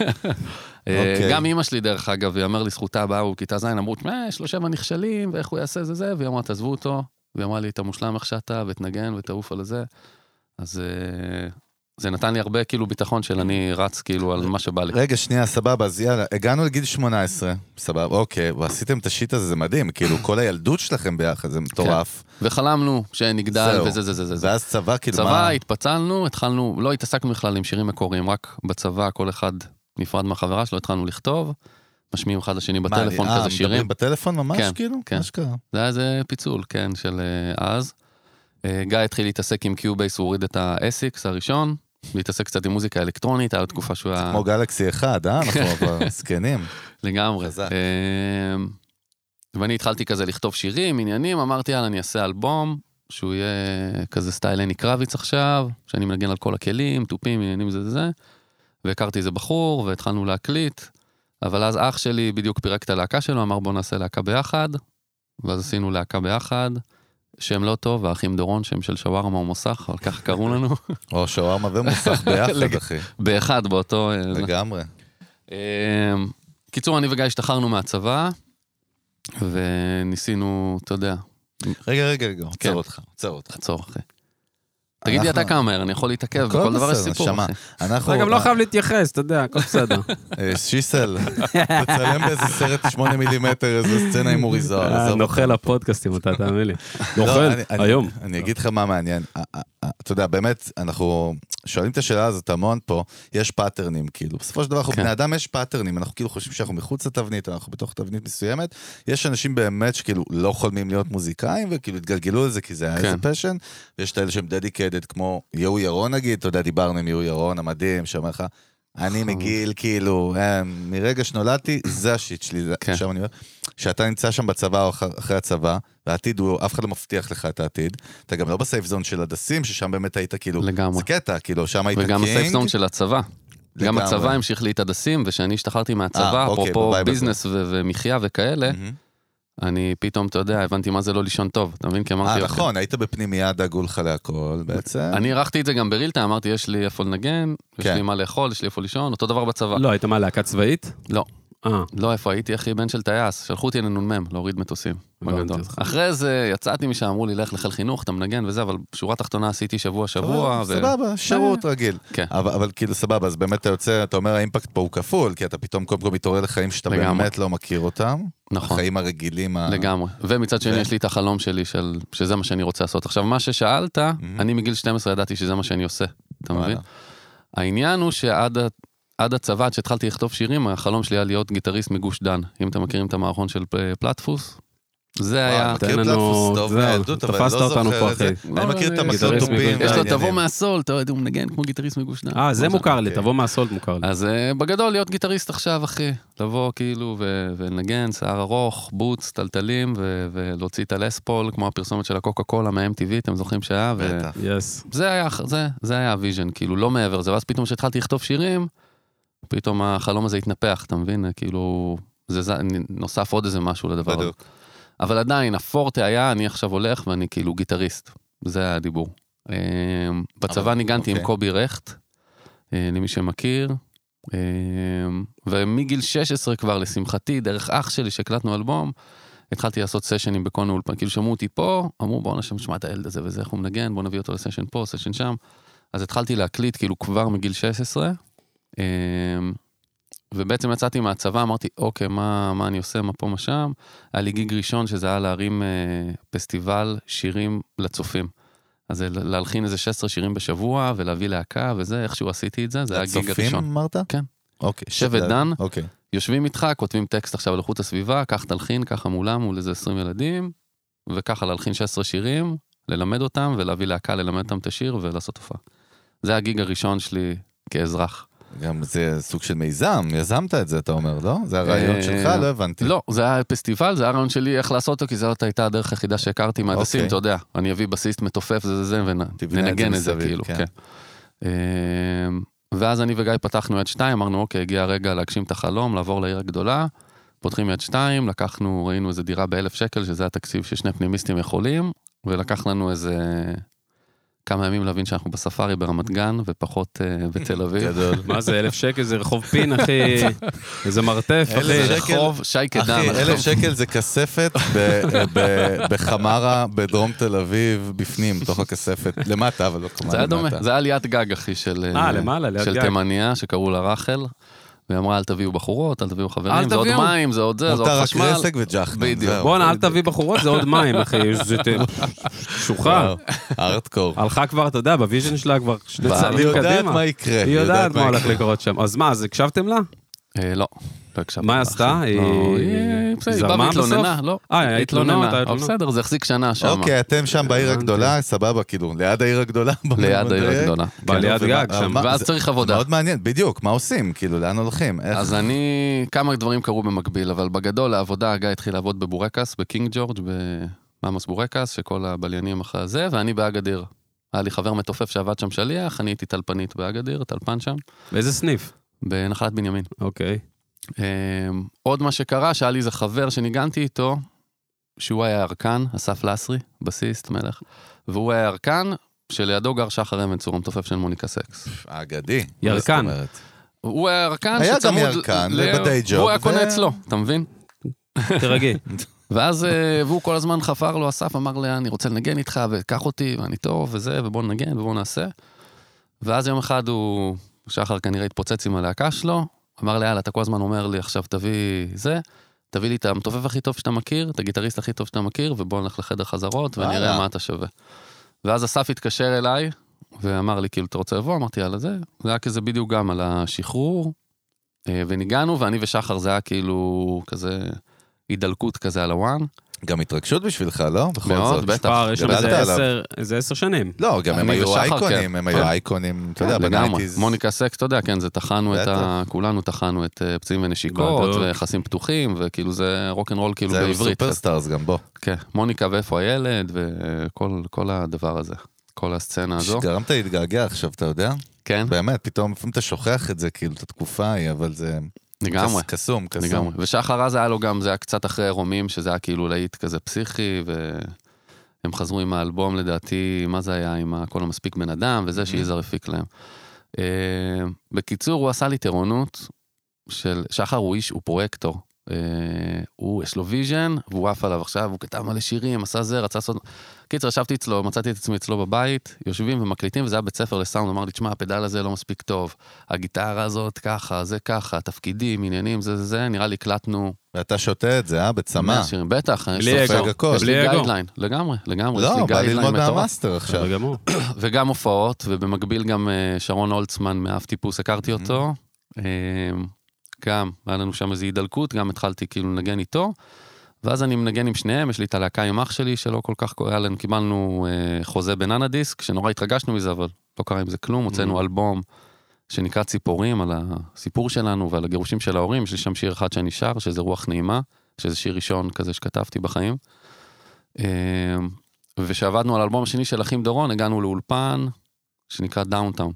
גם אמא שלי, דרך אגב, היא אמר לי, זכותה באו, כיתה זין, אמרו, יש לו שבע נכשלים, ואיך הוא יעשה זה זה, והיא אמרה, תעזבו אותו, והיא אמרה לי, אתה מושלם איך שאתה, ותנגן, ותעוף על זה. אז זה נתן לי הרבה, כאילו, ביטחון של אני רץ, כאילו, על מה שבא לי. רגע, שנייה, סבבה, אז יאללה, הגענו לגיל שמונה עשרה, סבבה, אוקיי, ועשיתם את השיט הזה, זה מדהים, כאילו, כל הילדות שלכם ביחד, זה מטורף. וחלמנו שנגדל, וזה, זה, זה, זה. ואז צבא, כאילו, מה? צבא, התפצלנו, התחלנו, לא התעסקנו בכלל עם שירים מקוריים, רק בצבא, כל אחד נפרד מהחברה שלו, התחלנו לכתוב, משמיעים אחד לשני בטלפון, כזה שירים. מדברים בטלפון ממש, כאילו? כן, כן. זה היה איזה פיצול, כן, של אז. גיא התחיל להתעסק עם קיובייס, הוא הוריד את ה-אסיקס הראשון, להתעסק קצת עם מוזיקה אלקטרונית, היה תקופה שהוא היה... כמו גלקסי אחד, אה? אנחנו אבל סקנים. לגמרי. ואני התחלתי כזה לכתוב שירים, עניינים, אמרתי, יאללה, אני אעשה אלבום, שהוא יהיה כזה סטייל אני קרביץ עכשיו, שאני מנגן על כל הכלים, טופים, עניינים, זה זה זה, והכרתי איזה בחור, והתחלנו להקליט, אבל אז אח שלי בדיוק פירק את הלהקה שלו, אמר בוא נעשה להקה ביחד, ואז עשינו להקה ביחד, שם לא טוב, האחים דורון, שם של שווארמה ומוסך, אבל כך קראו לנו. או שווארמה ומוסך ביחד, אחי. באחד, באותו... לגמרי. קיצור, אני וגיא השתחררנו מהצבא, וניסינו, אתה יודע... רגע, רגע, רגע, עוצר אותך, עוצר אותך. עצור, אחי. תגיד לי אתה כמה מהר, אני יכול להתעכב, בכל דבר יש סיפור, אחי. אתה גם לא חייב להתייחס, אתה יודע, הכל בסדר. שיסל, תצלם באיזה סרט שמונה מילימטר, איזה סצנה עם אורי זוהר. נוכל הפודקאסטים, אתה תאמין לי. נוכל, היום. אני אגיד לך מה מעניין. אתה יודע, באמת, אנחנו שואלים את השאלה הזאת המון פה, יש פאטרנים, כאילו. בסופו של דבר, אנחנו בני אדם יש פאטרנים, אנחנו כאילו חושבים שאנחנו מחוץ לתבנית, אנחנו בתוך תבנית מסוימת. יש אנשים באמת שכאילו לא חולמים להיות מוזיקאים, וכאילו התגלגלו לזה, כי זה היה איזה פשן. ויש את האלה שהם דדיקטד, כמו יהוא ירון נגיד, אתה יודע, דיברנו עם יהוא ירון, המדהים, שאומר לך, אני מגיל, כאילו, מרגע שנולדתי, זה השיט שלי, שם אני אומר. שאתה נמצא שם בצבא או אחרי הצבא, והעתיד הוא, אף אחד לא מבטיח לך את העתיד, אתה גם לא בסייף זון של הדסים, ששם באמת היית כאילו, לגמרי. זה קטע, כאילו, שם היית קינג. וגם הסייף זון של הצבא. גם הצבא המשיך לי את הדסים, וכשאני השתחררתי מהצבא, אפרופו ביזנס ומחיה וכאלה, אני פתאום, אתה יודע, הבנתי מה זה לא לישון טוב, אתה מבין? כי אמרתי... אה, נכון, היית בפנימייה, דאגו לך להכל, בעצם. אני ערכתי את זה גם ברילטה, אמרתי, יש לי איפה לנגן, יש לי מה לאכול, יש לי איפה לישון, אותו דבר בצבא. לא, היית מה, להקה צבאית? לא. לא, איפה הייתי, אחי, בן של טייס, שלחו אותי לנ"מ, להוריד מטוסים. אחרי זה יצאתי משם, אמרו לי, לך לחיל חינוך, אתה מנגן וזה, אבל בשורה תחתונה עשיתי שבוע שבוע. סבבה, שירות רגיל. אבל כאילו סבבה, אז באמת אתה יוצא, אתה אומר, האימפקט פה הוא כפול, כי אתה פתאום קודם כל מתעורר לחיים שאתה באמת לא מכיר אותם. נכון. החיים הרגילים. לגמרי. ומצד שני יש לי את החלום שלי, שזה מה שאני רוצה לעשות. עכשיו, מה ששאלת, אני מגיל שתים עשרה ידעתי שזה מה שאני עושה. אתה מבין? העניין הוא שעד עד הצבא, עד שהתחלתי לכתוב שירים, החלום שלי היה להיות גיטריסט מגוש דן. אם אתם מכירים את המערכון של פלטפוס, זה היה... מכיר פלטפוס טוב מהילדות, אבל לא זוכר את זה. אני מכיר את המסעות טובים. יש לו תבוא מהסול, אתה יודע, הוא מנגן כמו גיטריסט מגוש דן. אה, זה מוכר לי, תבוא מהסול מוכר לי. אז בגדול, להיות גיטריסט עכשיו, אחי. לבוא כאילו ולנגן, שיער ארוך, בוץ, טלטלים, ולהוציא את הלספול, כמו הפרסומת של הקוקה קולה מה-אם טי וי, אתם זוכרים שהיה? זה היה הוויז'ן, כאילו, לא מעבר זה. ואז פתאום שהתחלתי לכתוב שירים, פתאום החלום הזה התנפח, אתה מבין? כאילו, זה נוסף עוד איזה משהו לדבר הזה. אבל עדיין, הפורטה היה, אני עכשיו הולך ואני כאילו גיטריסט. זה היה הדיבור. בצבא ניגנתי עם קובי רכט, למי שמכיר, ומגיל שש עשרה כבר, לשמחתי, דרך אח שלי שהקלטנו אלבום, התחלתי לעשות סשנים בכל אולפן, כאילו שמעו אותי פה, אמרו בואו נשמע שמע את הילד הזה וזה, איך הוא מנגן, בואו נביא אותו לסשן פה, סשן שם. אז התחלתי להקליט כאילו כבר מגיל שש עשרה, ובעצם יצאתי מהצבא, אמרתי, אוקיי, מה, מה אני עושה, מה פה, מה שם? היה לי גיג ראשון שזה היה להרים אה, פסטיבל שירים לצופים. אז להלחין איזה שש עשרה שירים בשבוע, ולהביא להקה, וזה, איכשהו עשיתי את זה, זה היה גיג הראשון. לצופים אמרת? כן. אוקיי. שבט דן, אוקיי. יושבים איתך, כותבים טקסט עכשיו על איכות הסביבה, כך תלחין, ככה מולם, מול איזה עשרים ילדים, וככה להלחין שש עשרה שירים, ללמד אותם, ולהביא להקה, ללמד אותם את השיר, ולעשות הופעה. זה הגיג הראשון שלי כאזרח. גם זה סוג של מיזם, יזמת את זה, אתה אומר, לא? זה הרעיון שלך, לא הבנתי. לא, זה היה פסטיבל, זה הרעיון שלי איך לעשות אותו, כי זאת הייתה הדרך היחידה שהכרתי מהדסים, אתה יודע, אני אביא בסיסט מתופף, זה זה, ונגן את זה, כאילו, כן. ואז אני וגיא פתחנו יד שתיים, אמרנו, אוקיי, הגיע הרגע להגשים את החלום, לעבור לעיר הגדולה, פותחים יד שתיים, לקחנו, ראינו איזה דירה באלף שקל, שזה התקציב ששני פנימיסטים יכולים, ולקח לנו איזה... כמה ימים להבין שאנחנו בספארי ברמת גן, ופחות בתל אביב. גדול. מה זה, אלף שקל? זה רחוב פין, אחי. איזה מרתף, אחי. זה רחוב שייקה דן. אחי, אלף שקל זה כספת בחמרה, בדרום תל אביב, בפנים, תוך הכספת. למטה, אבל לא כמובן. זה היה דומה. זה היה ליד גג, אחי, של תימניה, שקראו לה רחל. והיא אמרה, אל תביאו בחורות, אל תביאו חברים, זה עוד מים, זה עוד זה, זה עוד חשמל. מותר רק רסק וג'חנון. בוא נע, אל תביא בחורות, זה עוד מים, אחי. זה שוחה. ארטקור. הלכה כבר, אתה יודע, בוויז'ן שלה כבר שני צעדים קדימה. היא יודעת מה יקרה. היא יודעת מה הולך לקרות שם. אז מה, אז הקשבתם לה? לא. מה עשתה? היא זרמה והתלוננה, לא. אה, היא התלוננה. בסדר, זה החזיק שנה שם. אוקיי, אתם שם בעיר הגדולה, סבבה, כאילו, ליד העיר הגדולה. ליד העיר הגדולה. ליד גג שם. ואז צריך עבודה. מאוד מעניין, בדיוק, מה עושים? כאילו, לאן הולכים? אז אני, כמה דברים קרו במקביל, אבל בגדול, העבודה, גיא התחיל לעבוד בבורקס, בקינג ג'ורג', במאמוס בורקס, שכל הבליינים אחרי זה, ואני באגדיר. היה לי חבר מתופף שעבד שם שליח, אני הייתי טלפנית באגדיר, טלפן שם. באיזה סניף? בנחלת בנימין. אוקיי. עוד מה שקרה, שהיה לי איזה חבר שניגנתי איתו, שהוא היה ירקן, אסף לסרי, בסיסט, מלך, והוא היה ירקן, שלידו גר שחר אבן צור, המתופף של מוניקה סקס. אגדי. ירקן. הוא היה ירקן היה גם ירקן, בדי ג'וב. והוא היה קונה אצלו, אתה מבין? תרגי. ואז, והוא כל הזמן חפר לו, אסף אמר לי, אני רוצה לנגן איתך, וקח אותי, ואני טוב, וזה, ובוא נגן, ובוא נעשה. ואז יום אחד הוא, שחר כנראה התפוצץ עם הלהקה שלו, אמר לי, יאללה, אתה כל הזמן אומר לי, עכשיו תביא זה, תביא לי את המתופף הכי טוב שאתה מכיר, את הגיטריסט הכי טוב שאתה מכיר, ובוא נלך לחדר חזרות, ונראה מה אתה שווה. ואז אסף התקשר אליי, ואמר לי, כאילו, אתה רוצה לבוא? אמרתי, יאללה, זה. זה היה כזה בדיוק גם על השחרור, וניגענו, ואני ושחר זה היה כאילו כזה, הידלקות כזה על הוואן. גם התרגשות בשבילך, לא? בכל מאוד, זאת. בטח. פער, יש שם גדלת איזה עליו. עשר- איזה עשר שנים. לא, גם הם אני היו ושחר, אייקונים, כן. הם היו כן. אייקונים, אתה יודע, לגמרי. בנייטיז. מוניקה סקס, אתה יודע, כן, זה טחנו את ה... כולנו טחנו את אה, פצעים ונשיקות, בדיוק. ויחסים פתוחים, וכאילו זה רוק'נ'רול כאילו זה היו בעברית. סופרסטארס גם בו. כן, מוניקה ואיפה הילד, וכל כל הדבר הזה, כל הסצנה הזו. שגרמת להתגעגע עכשיו, אתה יודע? כן, באמת, פתאום לפעמים אתה שוכח את זה, כאילו, את התקופה ההיא, אבל זה... לגמרי. קס- קסום, קסום. לגמרי. ושחר אז היה לו גם, זה היה קצת אחרי רומים, שזה היה כאילו להיט כזה פסיכי, והם חזרו עם האלבום לדעתי, מה זה היה, עם הכל המספיק בן אדם, וזה שיזהר הפיק להם. אה, בקיצור, הוא עשה לי טירונות של שחר הוא איש, הוא פרויקטור. אה, הוא, יש לו ויז'ן, והוא עף עליו עכשיו, הוא כתב מלא שירים, עשה זה, רצה לעשות... קיצר, ישבתי אצלו, מצאתי את עצמי אצלו בבית, יושבים ומקליטים, וזה היה בית ספר לסאונד, אמר לי, תשמע, הפדל הזה לא מספיק טוב, הגיטרה הזאת ככה, זה ככה, תפקידים, עניינים, זה זה זה, נראה לי הקלטנו ואתה שותה את זה, אה? בצמא. מאה שירים, בטח, יש בלי לי- אגו. הכל. יש בלי לי אגו. גיידליין, לגמרי, לגמרי, יש לי לא, בא גיידליין ללמוד מטורף. מהמאסטר עכשיו. בסדר גמור. וגם הופעות, ובמקביל גם אה, שרון הולצמן מאף טיפוס, הכרתי אותו. אה, גם, היה לנו שם איזו הידלקות, גם התחלתי כאילו לנגן איתו. ואז אני מנגן עם שניהם, יש לי את הלהקה עם אח שלי, שלא כל כך קורה לנו, קיבלנו אה, חוזה בננה דיסק, שנורא התרגשנו מזה, אבל לא קרה עם זה כלום, הוצאנו אלבום שנקרא ציפורים, על הסיפור שלנו ועל הגירושים של ההורים, יש לי שם שיר אחד שאני שר, שזה רוח נעימה, שזה שיר ראשון כזה שכתבתי בחיים. אה, ושעבדנו על האלבום השני של אחים דורון, הגענו לאולפן, שנקרא דאונטאון.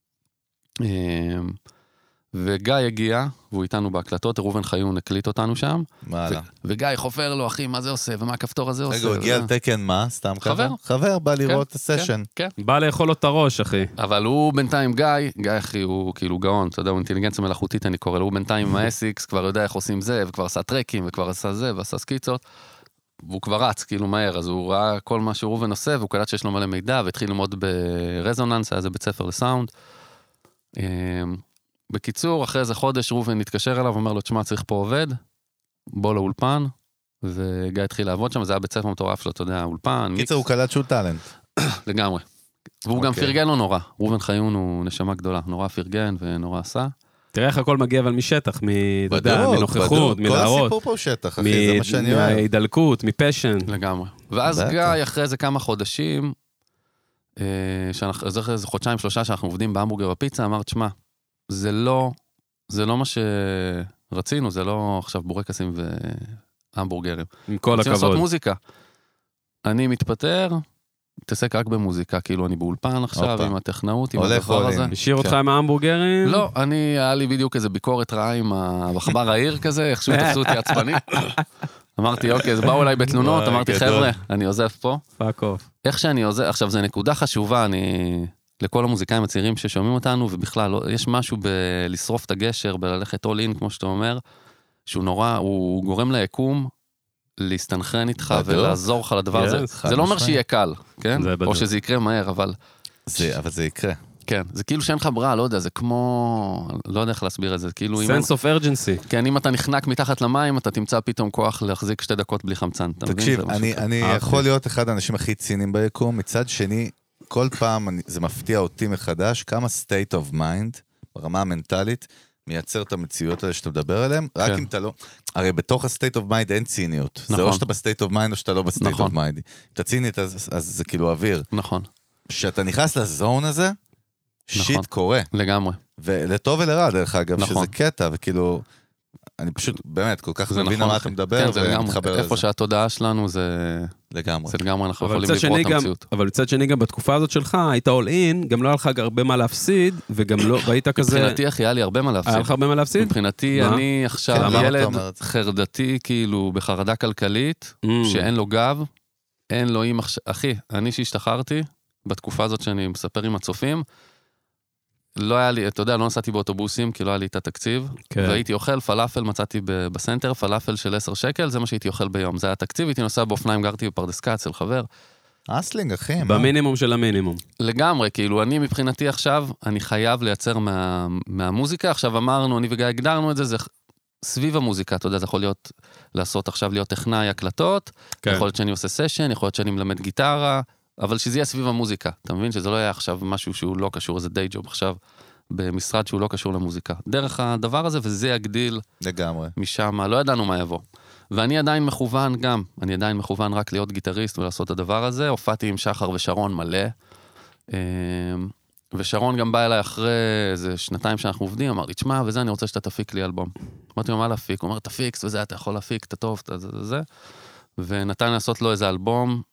וגיא הגיע, והוא איתנו בהקלטות, ראובן חיון הקליט אותנו שם. מעלה. וגיא חופר לו, אחי, מה זה עושה, ומה הכפתור הזה עושה. רגע, הוא הגיע על תקן מה? סתם ככה? חבר. חבר, בא לראות את הסשן. כן, בא לאכול לו את הראש, אחי. אבל הוא בינתיים גיא, גיא אחי הוא כאילו גאון, אתה יודע, הוא אינטליגנציה מלאכותית אני קורא לו, הוא בינתיים עם ה-אס-איקס, כבר יודע איך עושים זה, וכבר עשה טרקים, וכבר עשה זה, ועשה סקיצות, והוא כבר רץ, כאילו מהר, אז הוא ראה כל מה שראובן עושה, והוא קלט שיש לו מלא מידע, והתחיל ללמוד ברזוננס, היה זה בית ספר לסאונד. בקיצור, אחרי איזה חודש ראובן התקשר אליו, אומר לו, תשמע, צריך פה עובד, בוא לאולפן, וגיא התחיל לעבוד שם, זה היה בית ספר מטורף שלו, אתה יודע, אולפן, קיצר, הוא קלט שהוא טלנט. לגמרי. והוא גם אוקיי. פרגן לו נורא. ראובן חיון הוא נשמה גדולה, נורא פרגן ונורא עשה. תראה איך הכל מגיע אבל משטח, מ- אתה יודע, בדיוק, מנוכחות, בדיוק. כל מלהראות, הסיפור פה הוא שטח, אחי, זה מה שאני אוהב. מההידלקות, מפשן. לגמרי. ואז בטח. גיא, אחרי איזה כמה חודשים, אה, שאנחנו, זה אחרי איזה חודשיים, שלושה, שאנחנו עובדים בהמבורגר בפיצה, אמר, תשמע, זה לא, זה לא מה שרצינו, זה לא עכשיו בורקסים והמבורגרים. עם כל רוצים לעשות הכבוד. מוזיקה. אני מתפטר, מתעסק רק במוזיקה, כאילו אני באולפן עכשיו, הופה. עם הטכנאות, עם הולך הדבר all הזה. in. השאיר אותך כן. עם ההמבורגרים? לא, אני, היה לי בדיוק איזה ביקורת רעה עם העכבר העיר כזה, איכשהו תפסו אותי עצבני. אמרתי, אוקיי, אז באו אליי בתלונות, וואי, אמרתי, גדול. חבר'ה, אני עוזב פה. פאק אוף. איך שאני עוזב, עכשיו, זו נקודה חשובה, אני, לכל המוזיקאים הצעירים ששומעים אותנו, ובכלל, לא, יש משהו בלשרוף את הגשר, בללכת all in, כמו שאתה אומר, שהוא נורא, הוא גורם ליקום, להסתנכרן איתך בטוח. ולעזור לך לדבר הזה. Yes, חד זה לא אומר משמעית. שיהיה קל, כן? זה בטוח. או שזה יקרה מהר, אבל זה- אבל זה יקרה. כן, זה כאילו שאין לך ברירה, לא יודע, זה כמו, לא יודע איך להסביר את זה, כאילו אם... sense of urgency. כן, אם אתה נחנק מתחת למים, אתה תמצא פתאום כוח להחזיק שתי דקות בלי חמצן, אתה מבין? תקשיב, זה משהו אני, כזה. אני אהבתי. יכול להיות אחד האנשים הכי ציניים ביקום, מצד שני, כל פעם אני, זה מפתיע אותי מחדש, כמה state of mind, ברמה המנטלית, מייצר את המציאות האלה שאתה מדבר עליהן, רק כן. אם אתה לא... הרי בתוך ה-state of mind אין ציניות. זה נכון. או שאתה ב-state of mind או שאתה לא ב-state נכון. of mind. אם אתה צינית, אז, אז זה כאילו אוויר. נכון, כשאתה נכנס לזון הזה, נכון. שיט קורה. לגמרי. ולטוב ולרע, דרך אגב, נכון. שזה קטע, וכאילו... אני פשוט, באמת, כל כך זה מבין נכון, על מה אחי. אתה מדבר, כן, זה לגמרי. ומתחבר איפה לזה. שהתודעה שלנו זה... לגמרי. זה לגמרי, אנחנו אבל יכולים מצד לברוא שני את גם, המציאות. אבל מצד שני גם בתקופה הזאת שלך, היית all in, גם לא היה לך הרבה מה להפסיד, וגם לא, והיית כזה... מבחינתי, אחי, היה לי הרבה מה להפסיד. היה לך הרבה מה להפסיד? מבחינתי, מה? אני כן, עכשיו למה אתה ילד אומר את זה? חרדתי, כאילו, בחרדה כלכלית, Mm. שאין לו גב, אין לו אימא... אחי, אני שהשתחררתי, בתקופה הזאת שאני מספר עם הצופים, לא היה לי, אתה יודע, לא נסעתי באוטובוסים, כי לא היה לי את התקציב, כן. והייתי אוכל פלאפל, מצאתי ב- בסנטר, פלאפל של עשר שקל, זה מה שהייתי אוכל ביום. זה היה התקציב, הייתי נוסע באופניים, גרתי בפרדסקה אצל חבר. אסלינג, אחי. מה? במינימום של המינימום. לגמרי, כאילו, אני מבחינתי עכשיו, אני חייב לייצר מה, מהמוזיקה. עכשיו אמרנו, אני וגיא הגדרנו את זה, זה סביב המוזיקה, אתה יודע, זה יכול להיות, לעשות עכשיו להיות טכנאי הקלטות, כן. יכול להיות שאני עושה סשן, יכול להיות שאני מלמד גיטרה, אבל שזה יהיה סביב המוזיקה, אתה מבין? שזה לא יהיה עכשיו משהו שהוא לא קשור, איזה די ג'וב עכשיו, במשרד שהוא לא קשור למוזיקה. דרך הדבר הזה, וזה יגדיל לגמרי. משם, לא ידענו מה יבוא. ואני עדיין מכוון גם, אני עדיין מכוון רק להיות גיטריסט ולעשות את הדבר הזה. הופעתי עם שחר ושרון מלא, ושרון גם בא אליי אחרי איזה שנתיים שאנחנו עובדים, אמר לי, תשמע, וזה, אני רוצה שאתה תפיק לי אלבום. אמרתי לו, מה להפיק? הוא אומר, תפיקס, וזה, אתה יכול להפיק, אתה טוב, אתה זה, זה. ונתן לעשות לו איזה אלבום,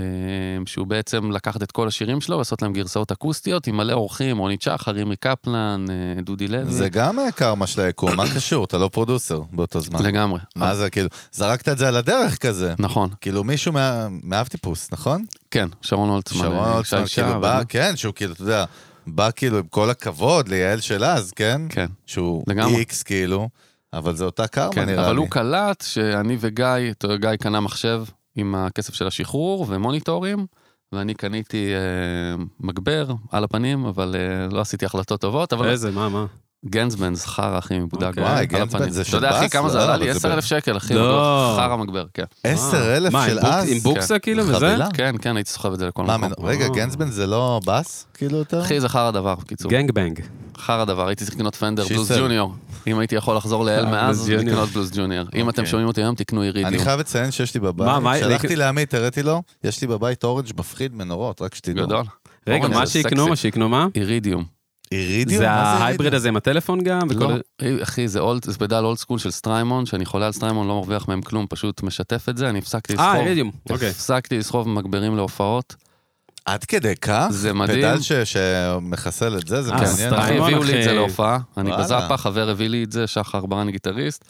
שהוא בעצם לקחת את כל השירים שלו, לעשות להם גרסאות אקוסטיות, עם מלא אורחים, רונית שחר, רימי קפלן, דודי לוי. זה גם קרמה של היקום, מה קשור? אתה לא פרודוסר באותו זמן. לגמרי. מה זה, כאילו, זרקת את זה על הדרך כזה. נכון. כאילו מישהו מאהב טיפוס, נכון? כן, שרון הולצמן. שרון הולצמן, כאילו בא, כן, שהוא כאילו, אתה יודע, בא כאילו עם כל הכבוד ליעל של אז, כן? כן. שהוא איקס כאילו, אבל זה אותה קרמה נראה לי. אבל הוא קלט שאני וגיא, גיא קנה מחשב, עם הכסף של השחרור ומוניטורים, ואני קניתי אה, מגבר על הפנים, אבל אה, לא עשיתי החלטות טובות. אבל איזה, מה, מה? גנזבנד, חר, אחי, מבודק. וואי, גנזבנד זה של אתה יודע, אחי, בס? כמה זה עלה לי? עשר אלף שקל, אחי. לא. חר המגבר, כן. עשר אלף של אז? עם בוקסה כאילו וזה? חבילה? כן, כן, הייתי סוחב את זה לכל מקום. רגע, גנזבנד זה לא בס? כאילו יותר? אחי, זה חר הדבר, בקיצור. גנג בנג. חר הדבר, הייתי צריך לקנות פנדר בלוז ג'וניור. אם הייתי יכול לחזור לאל מאז, לקנות בלוז ג'וניור. אם אתם שומעים אותי היום, תקנו אירידיום. אני חייב לציין שיש לי בבית, שלחתי לעמית, הראיתי לו, יש לי בבית אורנג' מפחיד מנורות, רק שתדעו. גדול. רגע, מה שיקנו, מה שיקנו, מה? אירידיום. אירידיום? זה ההייבריד הזה עם הטלפון גם? לא, אחי, זה פדל אולד סקול של סטריימון, שאני חולה על סטריימון, לא מרוויח מהם כלום, פשוט משתף את זה, אני הפסקתי לסחוב. אה, אירידיום, אוקיי. הפסקתי לסחוב מגברים להופעות. עד כדי כך? זה מדהים. פדל שמחסל את זה, זה מעניין. אחי, הביאו לי את זה להופעה, אני בזאפה, חבר הביא לי את זה, שחר ברני גיטריסט,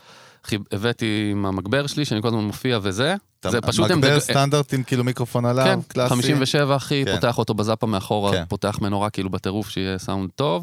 הבאתי עם המגבר שלי, שאני כל הזמן מופיע וזה, זה פשוט... מגבר סטנדרט עם כאילו מיקרופון עליו, קלאסי. חמישים ושבע, אחי, פותח אותו בזאפה מאחורה, פותח מנורה כאילו בטירוף, שיהיה סאונד טוב,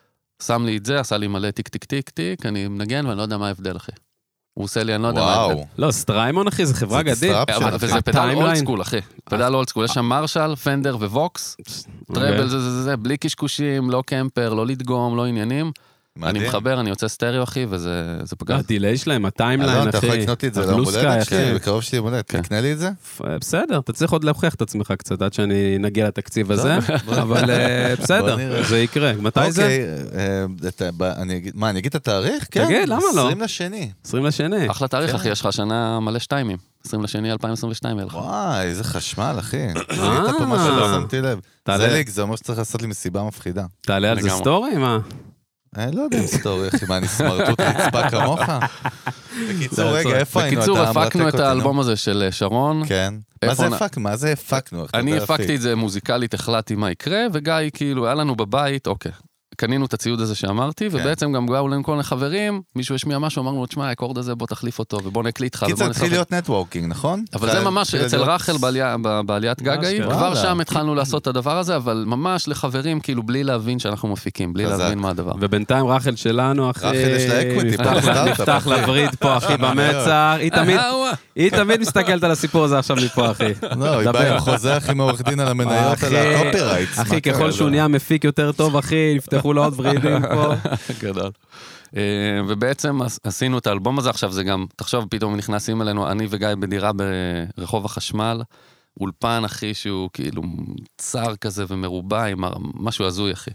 שם לי את זה, עשה לי מלא טיק טיק טיק טיק, אני מנגן ואני לא יודע מה ההבדל, אחי. הוא עושה לי, אני לא יודע מה ההבדל. לא, סטריימון, אחי, זה חברה גדית. וזה פדל אולד סקול, אחי. פדל אולד סקול, יש שם מרשל, פנדר וווקס, טראבל, זה זה זה, בלי קשקושים, לא קמפר, לא לדגום, לא עניינים. אני מחבר, אני יוצא סטריאו, אחי, וזה פגע. הדילי שלהם, הטיימליין, אחי. אתה יכול לקנות לי את זה למולדת שלי, בקרוב שלי מולדת, תקנה לי את זה? בסדר, אתה צריך עוד להוכיח את עצמך קצת, עד שאני נגיע לתקציב הזה, אבל בסדר, זה יקרה. מתי זה? מה, אני אגיד את התאריך? תגיד, למה לא? עשרים לשני. עשרים לשני. אחלה תאריך, אחי, יש לך שנה מלא שתיימים. עשרים לשני אלפיים עשרים ושתיים. וואי, איזה חשמל, אחי. ראית פה משהו, לא שמתי לב. זה ליק, זה אומר שצריך לעשות לי מסיבה מפחידה. תעלה על זה סטורי, מה? אני לא יודע אם סטורי, אחי, מה, אני סמרטוט רצפה כמוך? בקיצור, רגע, איפה היינו? בקיצור, הפקנו את האלבום הזה של שרון. כן. מה זה הפקנו? מה זה הפקנו? אני הפקתי את זה מוזיקלית, החלטתי מה יקרה, וגיא, כאילו, היה לנו בבית, אוקיי. קנינו את הציוד הזה שאמרתי, ובעצם גם באו לנו כל מיני חברים, מישהו השמיע משהו, אמרנו, תשמע, האקורד הזה, בוא תחליף אותו, ובוא נקליט לך. קיצר, התחיל להיות נטוורקינג, נכון? אבל זה ממש, אצל רחל בעליית גגאי, כבר שם התחלנו לעשות את הדבר הזה, אבל ממש לחברים, כאילו, בלי להבין שאנחנו מפיקים, בלי להבין מה הדבר. ובינתיים רחל שלנו, אחי, רחל יש לה אקוויטי, נפתח לווריד פה, אחי, במצר, היא תמיד מסתכלת על הסיפור הזה עכשיו מפה, אחי. לא, היא באה עם חוזה, אחי, מעורך דין על המניות, על הקופירייטס. אחי, ככל שהוא נהיה מפיק יותר טוב, אחי, נפתחו לו עוד ורידים פה. גדול. ובעצם עשינו את האלבום הזה, עכשיו זה גם, תחשוב, פתאום נכנסים אלינו, אני וגיא בדירה ברחוב החשמל, אולפן, אחי, שהוא כאילו צר כזה ומרובע, עם משהו הזוי, אחי.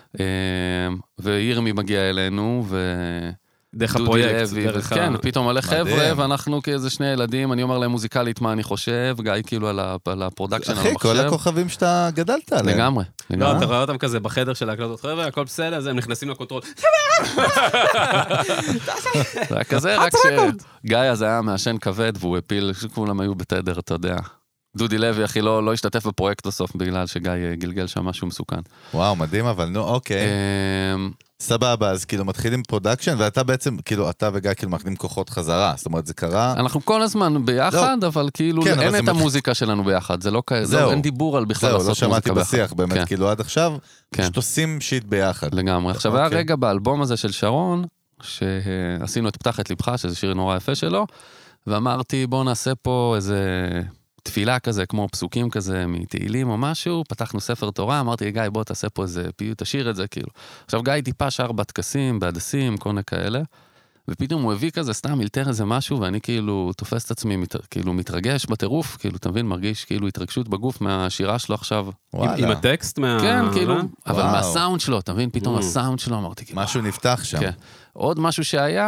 וירמי מגיע אלינו, ו... דרך הפרויקט. כן, פתאום מלא חבר'ה, ואנחנו כאיזה שני ילדים, אני אומר להם מוזיקלית מה אני חושב, גיא כאילו על הפרודקשן, על המחשב. אחי, כל הכוכבים שאתה גדלת עליהם. לגמרי. לא, אתה רואה אותם כזה בחדר של ההקלטות, חבר'ה, הכל בסדר, אז הם נכנסים לקונטרול. זה היה כזה, רק שגיא אז היה מעשן כבד, והוא הפיל, שכולם היו בתדר, אתה יודע. דודי לוי, אחי, לא השתתף בפרויקט בסוף, בגלל שגיא גלגל שם משהו מסוכן. וואו, מדהים, אבל נו, אוקיי. סבבה, אז כאילו מתחילים פרודקשן, ואתה בעצם, כאילו, אתה וגיא כאילו מאחדים כוחות חזרה, זאת אומרת, זה קרה... אנחנו כל הזמן ביחד, אבל כאילו אין את המוזיקה שלנו ביחד, זה לא כאלה, אין דיבור על בכלל לעשות מוזיקה ביחד. זהו, לא שמעתי בשיח, באמת, כאילו עד עכשיו, פשוט עושים שיט ביחד. לגמרי. עכשיו היה רגע באלבום הזה של שרון, שעשינו את פתח את לבך, שזה שיר נורא יפה שלו, ואמרתי, בוא נעשה פה איזה... תפילה כזה, כמו פסוקים כזה, מתהילים או משהו, פתחנו ספר תורה, אמרתי, גיא, בוא תעשה פה איזה פיוט, תשאיר את זה, כאילו. עכשיו, גיא טיפה שר בטקסים, בהדסים, כל מיני כאלה, ופתאום הוא הביא כזה, סתם, ילתר איזה משהו, ואני כאילו תופס את עצמי, כאילו מתרגש בטירוף, כאילו, אתה מבין, מרגיש כאילו התרגשות בגוף מהשירה שלו עכשיו. עם הטקסט? כן, כאילו, אבל מהסאונד שלו, אתה מבין, פתאום הסאונד שלו, אמרתי, משהו נפתח שם. עוד משהו שהיה,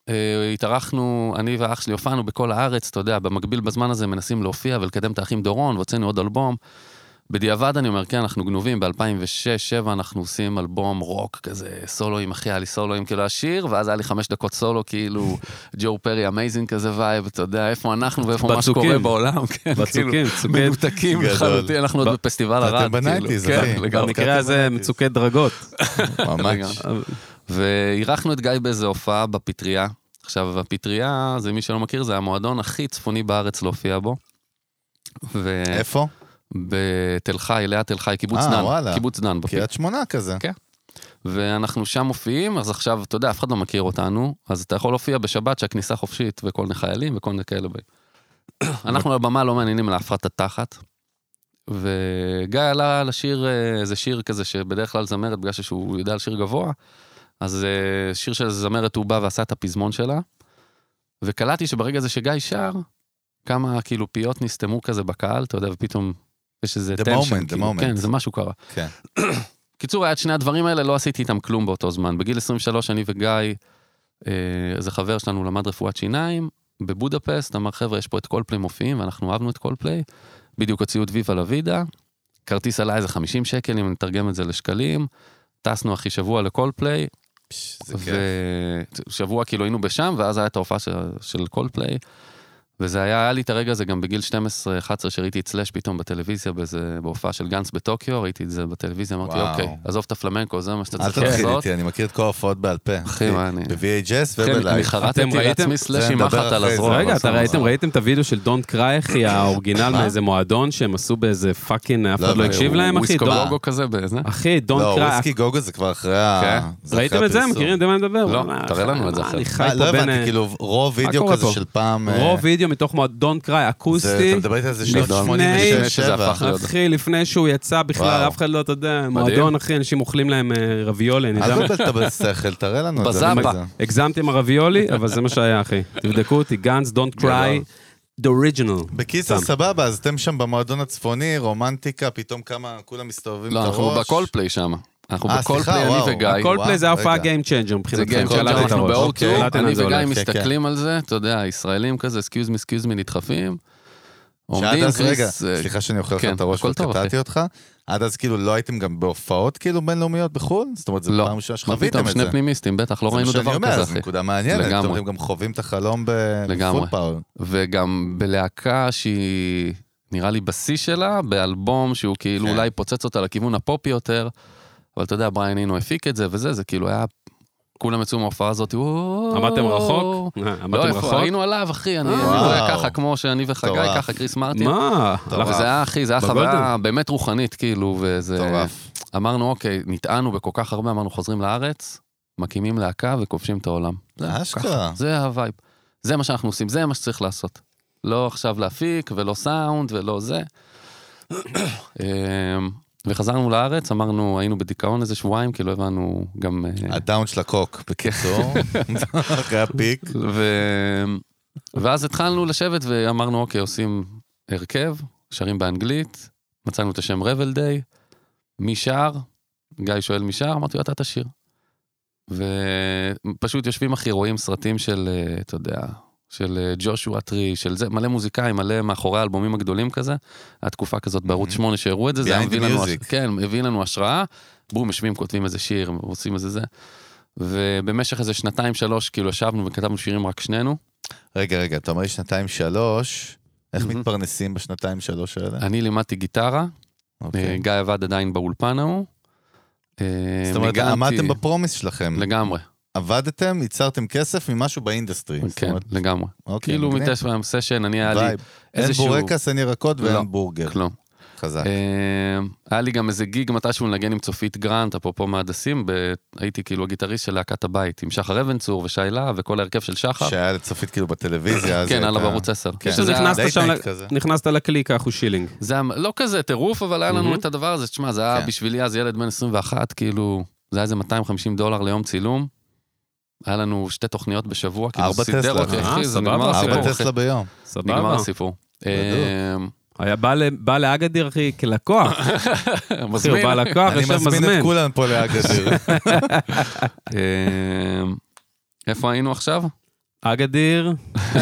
התארחנו, אני והאח שלי הופענו בכל הארץ, אתה יודע, במקביל בזמן הזה מנסים להופיע ולקדם את האחים דורון, והוצאנו עוד אלבום. בדיעבד אני אומר, כן, אנחנו גנובים, ב-אלפיים ושש אלפיים ושבע אנחנו עושים אלבום רוק כזה, סולואים, אחי, היה לי סולואים כאילו השיר, ואז היה לי חמש דקות סולו, כאילו ג'ו פרי אמייזינג כזה וייב, אתה יודע, איפה אנחנו ואיפה מה שקורה בעולם, כן, בצוקים, כאילו, מנותקים לחלוטין, אנחנו עוד בפסטיבל הרד, אתם בנייטיז, אחי. במקרה הזה מצוקי דרגות. ממש. ואירחנו את גיא באיזה הופעה בפטריה, עכשיו הפטריה, זה מי שלא מכיר, זה המועדון הכי צפוני בארץ להופיע בו. איפה? בתל חי, ליד תל חי, קיבוץ דן, קיבוץ דן. קריית שמונה כזה. כן. ואנחנו שם מופיעים, אז עכשיו, אתה יודע, אף אחד לא מכיר אותנו, אז אתה יכול להופיע בשבת שהכניסה חופשית, וכל מיני חיילים, וכל מיני כאלה. אנחנו על הבמה לא מעניינים להפרת התחת, וגיא עלה לשיר, איזה שיר כזה, שבדרך כלל זמרת, בגלל שהוא יודע על שיר גבוה, אז שיר של זמרת הוא בא ועשה את הפזמון שלה, וקלטתי שברגע הזה שגיא שר, כמה כאילו פיות נסתמו כזה בקהל, אתה יודע, ופתאום יש איזה טנשן, כאילו, כן, זה משהו קרה. כן. קיצור, היה את שני הדברים האלה, לא עשיתי איתם כלום באותו זמן. בגיל עשרים ושלוש, אני וגיא, איזה חבר שלנו למד רפואת שיניים, בבודפסט, אמר, חבר'ה, יש פה את קולפליי מופיעים, ואנחנו אהבנו את קולפליי, בדיוק הוציאו את ויבה לוידה, כרטיס עלה איזה חמישים שקל, אם נתרגם את זה לשקלים, טסנו אחי שבוע לקולפליי, ושבוע כאילו היינו בשם, ואז היה את ההופעה של קולפליי, וזה היה, היה לי את הרגע הזה גם בגיל שתים עשרה אחת עשרה שראיתי את סלאש פתאום בטלוויזיה, באיזה, בהופעה של גנץ בטוקיו, ראיתי את זה בטלוויזיה, אמרתי, אוקיי, עזוב את הפלמנקו, זה מה שאתה צריך לעשות. אל תתחיל איתי, אני מכיר את כל ההופעות בעל פה. אחי, מה אני... ב-וי אייץ' אס ובלייב. אני חרטתי לעצמי סלאש עם מחת על הזרוע. רגע, אתה ראיתם, ראיתם את הוידאו של דונט קריי, אחי, האורגינל מאיזה מועדון, שהם עשו באיזה פאקינג, אף אחד לא הקשיב להם, אחי. וויסקי גוגו כזה באיזה? אחי, דונט לא, קריי. וויסקי גוגו זה כבר אחרי ה... ראיתם את זה? מכירים את מה אני מדבר? לא, תראה לנו את זה אחרי. לא הבנתי, כאילו, רוב וידאו כזה של פעם... רוב וידאו מתוך דונט קריי, אקוסטי. אתה מדבר איתי על זה שנות שמונים ושבע. אחי, לפני שהוא יצא בכלל, אף אחד לא, אתה יודע, מועדון, אחי, אנשים אוכלים להם רביולי. אל תבלת בשכל, תראה לנו את זה. בזאפה. הגזמתי עם הרביולי, אבל זה מה שהיה, אחי. תבדקו אותי, גאנס, Don't Cry, the original. בקיצר, סבבה, אז אתם שם במועדון הצפוני, רומנטיקה, פתאום כמה, כולם מסתובבים את הראש. לא, אנחנו בקולפליי שם. אנחנו בקולפליי, אני וגיא. הקולפליי זה ההופעה Game Changer, מבחינתכם, אנחנו באורקיו, אני וגיא מסתכלים על זה, אתה יודע, ישראלים כזה, excuse me, excuse me, נדחפים. שעד אז, רגע, סליחה שאני אוכל לך את הראש וקטעתי אותך, עד אז כאילו לא הייתם גם בהופעות כאילו בינלאומיות בחו"ל? זאת אומרת, זה פעם ראשונה שחוויתם את זה. שני פנימיסטים, בטח, לא ראינו דבר כזה, אחי. זה נקודה מעניינת, אתם אומרים גם חווים את החלום בפול פאוור. וגם בלהקה שהיא נראה לי בשיא שלה, באלבום שהוא כאילו אולי פוצץ אותה לכיוון הפופי יותר, אבל אתה יודע, בריין אינו הפיק את זה וזה, זה כאילו היה... כולם יצאו מההופעה הזאת, עמדתם רחוק? לא, איפה, היינו עליו, אחי, אני רואה ככה, כמו שאני וחגי, ככה, קריס מרטין. מה? וזה היה, אחי, זה היה חוויה באמת רוחנית, כאילו, וזה... אמרנו, אוקיי, נטענו בכל כך הרבה, אמרנו, חוזרים לארץ, מקימים להקה וכובשים את העולם. אשכרה. זה הווייב. זה מה שאנחנו עושים, זה מה שצריך לעשות. לא עכשיו להפיק, ולא סאונד, ולא זה. וחזרנו לארץ, אמרנו, היינו בדיכאון איזה שבועיים, כי לא הבנו גם... הדאון של הקוק, בקיצור, אחרי הפיק. ואז התחלנו לשבת ואמרנו, אוקיי, עושים הרכב, שרים באנגלית, מצאנו את השם רבל דיי, מי שר? גיא שואל מי שר, אמרתי, אתה תשיר. ופשוט יושבים אחי, רואים סרטים של, אתה יודע... של ג'ושוע טרי, של זה, מלא מוזיקאים, מלא מאחורי האלבומים הגדולים כזה, התקופה כזאת בערוץ שמונה שהראו את זה, זה הביא לנו, כן, הביא לנו השראה, בום, יושבים, כותבים איזה שיר, עושים איזה זה, ובמשך איזה שנתיים, שלוש, כאילו ישבנו וכתבנו שירים רק שנינו. רגע, רגע, אתה אומר שנתיים, שלוש, איך מתפרנסים בשנתיים, שלוש האלה? אני לימדתי גיטרה, גיא עבד עדיין באולפן ההוא. זאת אומרת, עמדתם בפרומיס שלכם. לגמרי. עבדתם, ייצרתם כסף ממשהו באינדסטרי. כן, לגמרי. כאילו מתש פעם סשן, אני היה לי איזשהו... אין בורקס, אין ירקות ואין בורגר. כלום. חזק. היה לי גם איזה גיג מתישהו לנגן עם צופית גרנט, אפרופו מהדסים, הייתי כאילו הגיטריסט של להקת הבית, עם שחר אבנצור ושי להב וכל ההרכב של שחר. שהיה לצופית כאילו בטלוויזיה. כן, עלה בערוץ עשר. נכנסת לקליקה, אחו שילינג. זה לא כזה טירוף, אבל היה לנו את הדבר הזה, תשמע, זה היה בשבילי אז ילד בן עשרים ואחת, כאילו, זה היה איזה מאתיים וחמישים דולר ליום צילום. היה לנו שתי תוכניות בשבוע, כאילו סידר אותי, אחי, זה נגמר הסיפור. ארבע טסלה ביום. נגמר הסיפור. היה בא לאגדיר, אחי, כלקוח. מזמין. הוא בא לקוח, אני מזמין את כולם פה לאגדיר. איפה היינו עכשיו? אגדיר.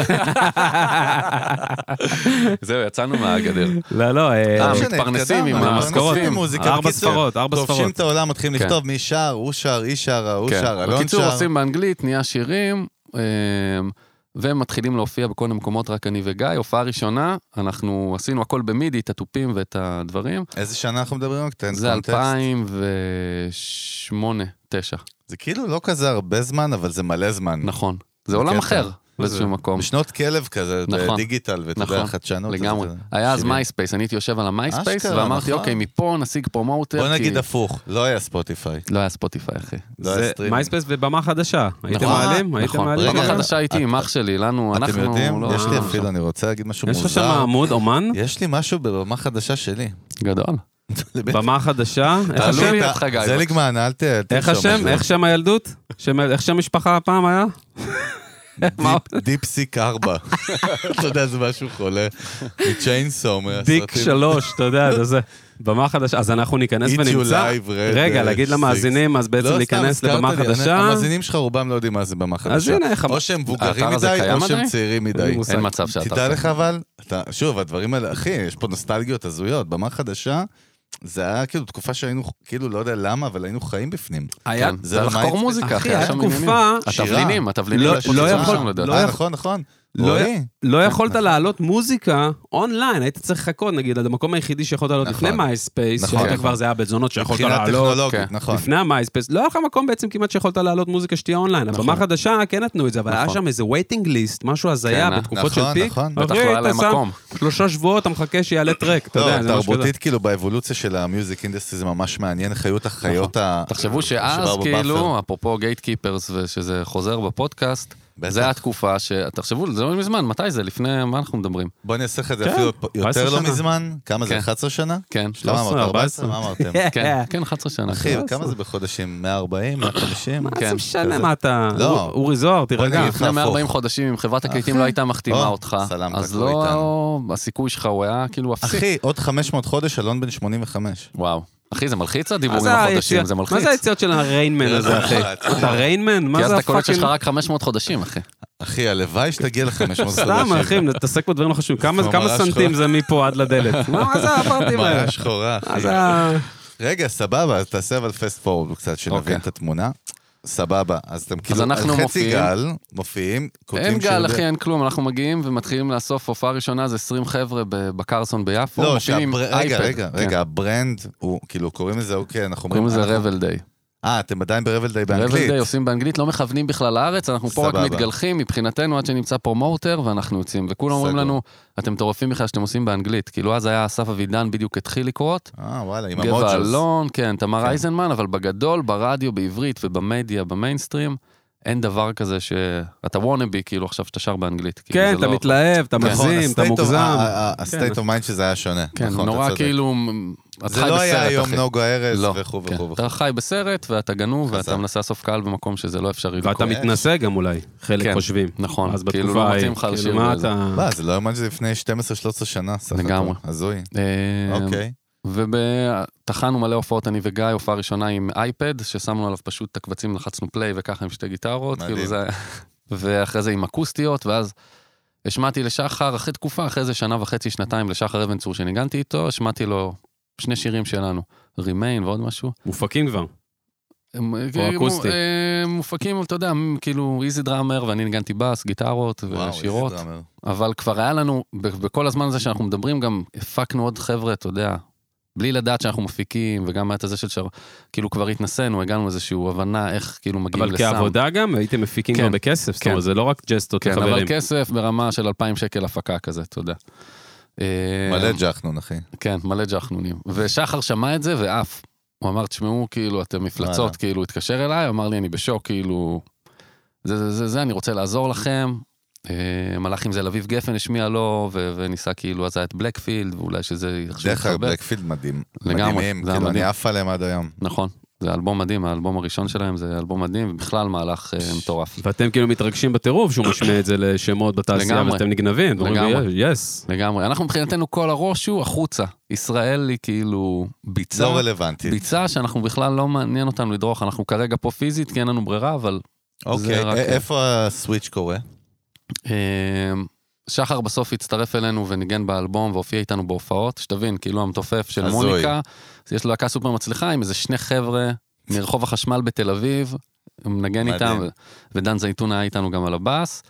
זהו, יצאנו מהגדר. לא, לא. אה, מתפרנסים עם המשכורות. מוזיקה. ארבע ספרות, ארבע ספרות. תופשים את העולם, מתחילים לכתוב מי שר, הוא שר, היא שרה, הוא שר, אלון שר. בקיצור, עושים באנגלית, נהיה שירים, ומתחילים להופיע בכל המקומות, רק אני וגיא. הופעה ראשונה, אנחנו עשינו הכל במידי, את הטופים ואת הדברים. איזה שנה אנחנו מדברים? זה אלפיים ושמונה, תשע. זה כאילו לא כזה הרבה זמן, אבל זה מלא זמן. נכון. זה עולם אחר, באיזשהו מקום. בשנות כלב כזה, בדיגיטל, ואתה יודע, חדשנות. לגמרי. היה אז מייספייס, אני הייתי יושב על המייספייס, ואמרתי, אוקיי, מפה נשיג פרומוטר. בוא נגיד הפוך, לא היה ספוטיפיי. לא היה ספוטיפיי, אחי. מייספייס ובמה חדשה. הייתם מעלים? הייתם מעלים? במה חדשה הייתי עם אח שלי, לנו, אנחנו... אתם יודעים, יש לי אפילו, אני רוצה להגיד משהו מוזר. יש לך שם עמוד, אומן? יש לי משהו בבמה חדשה שלי. גדול. במה חדשה? זה לגמן, אל תהיה. איך השם? איך שם הילדות? איך שם משפחה הפעם היה? דיפסיק ארבע. אתה יודע, זה משהו חולה. מצ'יינסו. דיק שלוש, אתה יודע, זה. במה חדשה. אז אנחנו ניכנס ונמצא. רגע, להגיד למאזינים, אז בעצם להיכנס לבמה חדשה. המאזינים שלך רובם לא יודעים מה זה במה חדשה. אז הנה, איך... או שהם מבוגרים מדי, או שהם צעירים מדי. אין מצב שאתה... תדע לך אבל, שוב, הדברים האלה, אחי, יש פה נוסטלגיות הזויות. במה חדשה, זה היה כאילו תקופה שהיינו, כאילו לא יודע למה, אבל היינו חיים בפנים. היה, זה לחקור מוזיקה. אחי, היה תקופה... התבלינים, התבלינים. לא יכול... נכון, נכון. לא יכולת לעלות מוזיקה אונליין, היית צריך לחכות, נגיד, עד המקום היחידי שיכולת לעלות לפני מייספייס, שאתה כבר זה היה בזונות שיכולת לעלות, לפני המייספייס, לא היה לך מקום בעצם כמעט שיכולת לעלות מוזיקה שתהיה אונליין, הבמה חדשה כן נתנו את זה, אבל היה שם איזה waiting list, משהו הזיה בתקופות של פיק, בטח לא היה להם מקום. שלושה שבועות, אתה מחכה שיעלה טרק, אתה יודע, זה משהו כזה. תרבותית, כאילו, באבולוציה של המיוזיק אינדסטרי זה ממש מעניין, חיות החיות ה... תחשבו שאז, כאילו, אפרופו גייטקיפרס, ושזה חוזר בפודקאסט, זה התקופה שתחשבו, זה לא מזמן, מתי זה? לפני מה אנחנו מדברים? בוא נעשה את זה אפילו יותר לא מזמן. כמה זה? אחת עשרה שנה? כן. שלוש עשרה, ארבע עשרה, מה אמרתם? כן, אחת עשרה שנה. אחי, כמה זה בחודשים? מאה וארבעים, מאה וחמישים? מה זה משנה מה אתה? אורי זוהר, תירגע. לפני מאה וארבעים חודשים, אם חברת הקליטים לא הייתה מחתימה אותך, אז לא, הסיכוי שלך הוא היה כאילו אפסי. אחי, עוד חמש מאות חודש, אלון בן שמונים וחמש. וואו. אחי, זה מלחיץ הדיבורים החודשים, זה מלחיץ. מה זה היציאות של הריינמן הזה, אחי? אתה ריינמן? מה זה הפאקינג? כי אז אתה קולט שיש לך רק חמש מאות חודשים, אחי. אחי, הלוואי שתגיע ל-חמש מאות חודשים. סתם, אחי, נתעסק פה דברים לא חשובים. כמה סנטים זה מפה עד לדלת? מה זה הפרטים האלה? מראה שחורה, אחי. רגע, סבבה, תעשה אבל פסט פורוד קצת, שנבין את התמונה. סבבה, אז אתם כאילו על חצי גל מופיעים. אין גל, אחי, אין כלום, אנחנו מגיעים ומתחילים לאסוף הופעה ראשונה, זה עשרים חבר'ה בקרסון ביפו, מופיעים אייפד. רגע, רגע, רגע, הברנד, כאילו קוראים לזה, אוקיי, אנחנו קוראים לזה רבל דיי. אה, אתם עדיין ברבל דיי באנגלית. רבל דיי עושים באנגלית, לא מכוונים בכלל לארץ, אנחנו פה רק מתגלחים מבחינתנו עד שנמצא פרומוטר, ואנחנו יוצאים, וכולם אומרים לנו, אתם מטורפים בכלל שאתם עושים באנגלית, כאילו אז היה אסף אבידן בדיוק התחיל לקרות. אה, וואלה, עם המוג'וס. גבע אלון, כן, תמר אייזנמן, אבל בגדול, ברדיו, בעברית ובמדיה, במיינסטרים, אין דבר כזה שאתה וונאבי, כאילו עכשיו שאתה שר באנגלית. כן, אתה מתלהב, אתה מגזים, אתה מוגזם. ה-state of mind שזה היה שונה. כן, נורא כאילו... זה לא היה היום נוגה ארז וכו' וכו'. אתה חי בסרט ואתה גנוב ואתה מנסה לסוף קהל במקום שזה לא אפשרי. ואתה מתנסה גם אולי, חלק חושבים. נכון, כאילו לא מתאים לך לשיר בזה. מה, זה לא יאמן שזה לפני שתים עשרה שלוש עשרה שנה. לגמרי. הזוי. אוקיי. ובתחנו מלא הופעות אני וגיא, הופעה ראשונה עם אייפד, ששמנו עליו פשוט את הקבצים, לחצנו פליי וככה עם שתי גיטרות, ואחרי זה עם אקוסטיות, ואז השמעתי לשחר, אחרי תקופה, אחרי זה שנה וחצי, שנתיים, לשחר אבן צור שניגנתי איתו, השמעתי לו שני שירים שלנו, רימיין ועוד משהו. מופקים כבר. או אקוסטי. מופקים, אתה יודע, כאילו איזי דראמר, ואני ניגנתי בס, גיטרות ושירות, אבל כבר היה לנו, בכל הזמן הזה שאנחנו מדברים, גם הפקנו עוד חבר'ה, אתה יודע, בלי לדעת שאנחנו מפיקים, וגם מעט הזה של שר, כאילו כבר התנסינו, הגענו איזושהי הבנה איך כאילו מגיעים לסם. אבל כעבודה גם, הייתם מפיקים כבר בכסף, זאת אומרת, זה לא רק ג'סטות לחברים. כן, אבל כסף ברמה של אלפיים שקל הפקה כזה, אתה יודע. מלא ג'חנון, אחי. כן, מלא ג'חנונים. ושחר שמע את זה ואף. הוא אמר, תשמעו, כאילו, אתם מפלצות, כאילו, התקשר אליי, אמר לי, אני בשוק, כאילו, זה, זה, זה, זה, אני רוצה לעזור לכם. מלאך עם זה לביב גפן השמיע לו, וניסה כאילו, אז היה את בלקפילד, ואולי שזה יחשוב דרך אגב, בלקפילד מדהים. לגמרי. מדהימים, כאילו, אני עף עליהם עד היום. נכון. זה אלבום מדהים, האלבום הראשון שלהם זה אלבום מדהים, ובכלל מהלך מטורף. ואתם כאילו מתרגשים בטירוף שהוא משמע את זה לשמות בתעשייה, ואתם נגנבים. לגמרי. יס. לגמרי. אנחנו מבחינתנו כל הראש הוא החוצה. ישראל היא כאילו ביצה. לא רלוונטית. ביצה שאנחנו בכלל לא מעניין אותנו לדרוך. אנחנו כרגע פה פיזית, כי אין לנו ברירה, אבל... אוקיי, איפה הסוויץ' קורה? שחר בסוף הצטרף אלינו וניגן באלבום והופיע איתנו בהופעות, שתבין, כאילו המתופף של הזוי. מוניקה, יש לו להקה סופר מצליחה עם איזה שני חבר'ה מרחוב החשמל בתל אביב, הוא מנגן איתם, ודן זייתון היה איתנו גם על הבאס.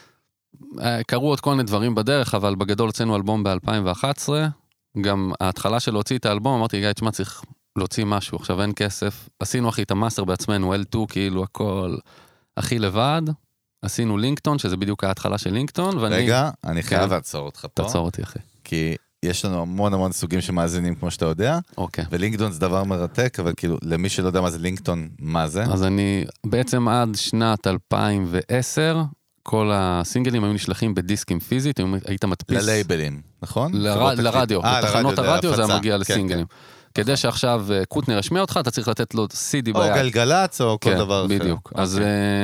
קראו עוד כל מיני דברים בדרך, אבל בגדול הוצאנו אלבום ב-אלפיים ואחת עשרה, גם ההתחלה של להוציא את האלבום, אמרתי, גיא, תשמע, צריך להוציא משהו, עכשיו אין כסף, עשינו אחי את המאסטר בעצמנו, אל טו, כאילו הכל הכי לבד, עשינו לינקטון, שזה בדיוק ההתחלה של לינקטון, ואני... רגע, אני חייב לעצור אותך פה. תעצור אותי, אחי. כי יש לנו המון המון סוגים שמאזינים, כמו שאתה יודע. אוקיי. ולינקדון זה דבר מרתק, אבל כאילו, למי שלא יודע מה זה לינקדון, מה זה? אז אני, בעצם עד שנת אלפיים ועשר, כל הסינגלים היו נשלחים בדיסקים פיזית, היית מדפיס... ללייבלים, נכון? לרדיו, בתחנות הרדיו זה מגיע לסינגלים. כדי שעכשיו קוטנר ישמיע אותך, אתה צריך לתת לו סידי ביד. או גלגלץ או כל דבר אחר. בדיוק. אז...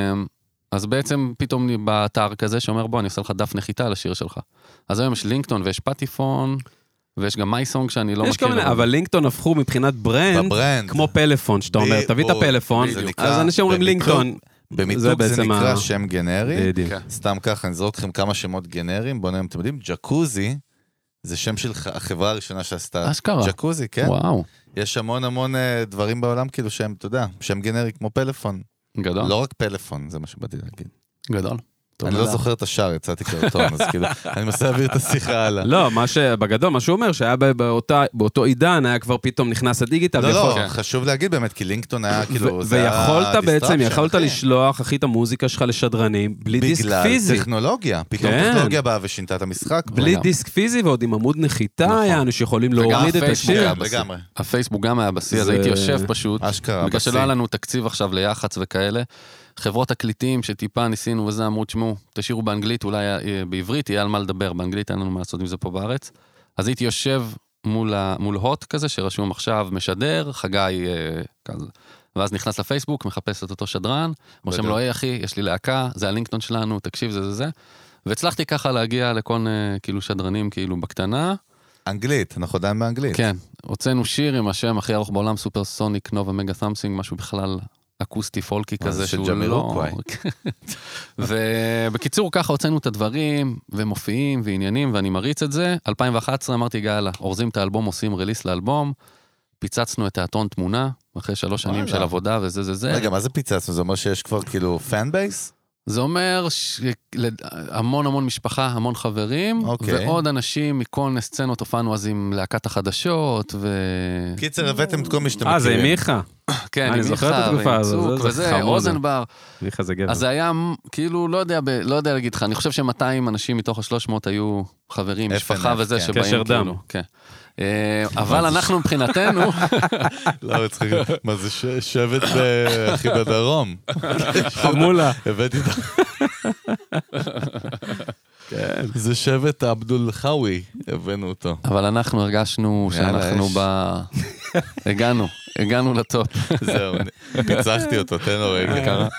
אז בעצם פתאום באתר כזה שאומר, בוא, אני עושה לך דף נחיתה לשיר שלך. אז היום יש לינקטון ויש פטיפון, ויש גם מייסונג שאני לא מכיר. מיני, אבל לינקטון הפכו מבחינת ברנד, בברנד. כמו פלאפון, שאתה אומר, תביא את הפלאפון, אז אנשים אומרים לינקטון. במיתוג זה נקרא שם גנרי, סתם ככה, אני זורק לכם כמה שמות גנריים, בואו נראה, אתם יודעים, ג'קוזי, זה שם של החברה הראשונה שעשתה. אשכרה. ג'קוזי, כן. וואו. יש המון המון דברים בעולם, כאילו שם, אתה יודע, שם גנרי כמו פלאפון. גדול. לא רק פלאפון, זה מה שבאתי להגיד. גדול. אני לא זוכר את השאר, יצאתי קרטון, אז כאילו, אני מנסה להעביר את השיחה הלאה. לא, מה שבגדול, מה שהוא אומר, שהיה באותו עידן, היה כבר פתאום נכנס הדיגיטל. לא, לא, חשוב להגיד באמת, כי לינקטון היה כאילו, זה היה ויכולת בעצם, יכולת לשלוח, אחי, את המוזיקה שלך לשדרנים, בלי דיסק פיזי. בגלל טכנולוגיה, פתאום טכנולוגיה באה ושינתה את המשחק. בלי דיסק פיזי, ועוד עם עמוד נחיתה, היה אנשים שיכולים להוריד את השיר. הפייסבוק גם היה בשיא, אז הייתי יושב פשוט, בגלל שלא היה לנו תקציב עכשיו ליח"צ וכאלה. חברות תקליטים שטיפה ניסינו וזה אמרו, תשמעו, תשאירו באנגלית, אולי בעברית יהיה על מה לדבר, באנגלית אין לנו מה לעשות עם זה פה בארץ. אז הייתי יושב מול, מול הוט כזה, שרשום עכשיו משדר, חגי כזה. ואז נכנס לפייסבוק, מחפש את אותו שדרן, רושם לו, היי אחי, יש לי להקה, זה הלינקטון שלנו, תקשיב, זה זה זה. והצלחתי ככה להגיע לכל כאילו שדרנים כאילו בקטנה. אנגלית, אנחנו עדיין באנגלית. כן, הוצאנו שיר עם השם הכי ארוך בעולם, סופר סוניק, נובה מגה סמסינג, משהו בכלל אקוסטי פולקי כזה שהוא לא... ובקיצור ככה הוצאנו את הדברים ומופיעים ועניינים ואני מריץ את זה. אלפיים ואחת עשרה אמרתי גאלה, אורזים את האלבום, עושים רליס לאלבום, פיצצנו את האתון תמונה אחרי שלוש שנים של עבודה וזה זה זה. רגע, מה זה פיצצנו? זה אומר שיש כבר כאילו פן בייס? זה אומר המון המון משפחה, המון חברים, ועוד אנשים מכל מיני סצנות, הופענו אז עם להקת החדשות, ו... קיצר, הבאתם את כל מי שאתם מכירים. אה, זה עם מיכה. כן, עם מיכה, ועם צוק, וזה, אוזנבר. מיכה זה גבר. אז זה היה, כאילו, לא יודע, לא יודע להגיד לך, אני חושב ש-מאתיים אנשים מתוך ה-שלוש מאות היו חברים, משפחה וזה שבאים, קשר דם. כן. אבל אנחנו מבחינתנו... לא, צריך... מה זה שבט הכי בדרום? חמולה. הבאתי את... זה שבט אבדול חווי, הבאנו אותו. אבל אנחנו הרגשנו שאנחנו ב... הגענו, הגענו לטופ. זהו, פיצחתי אותו, תן לו רגע.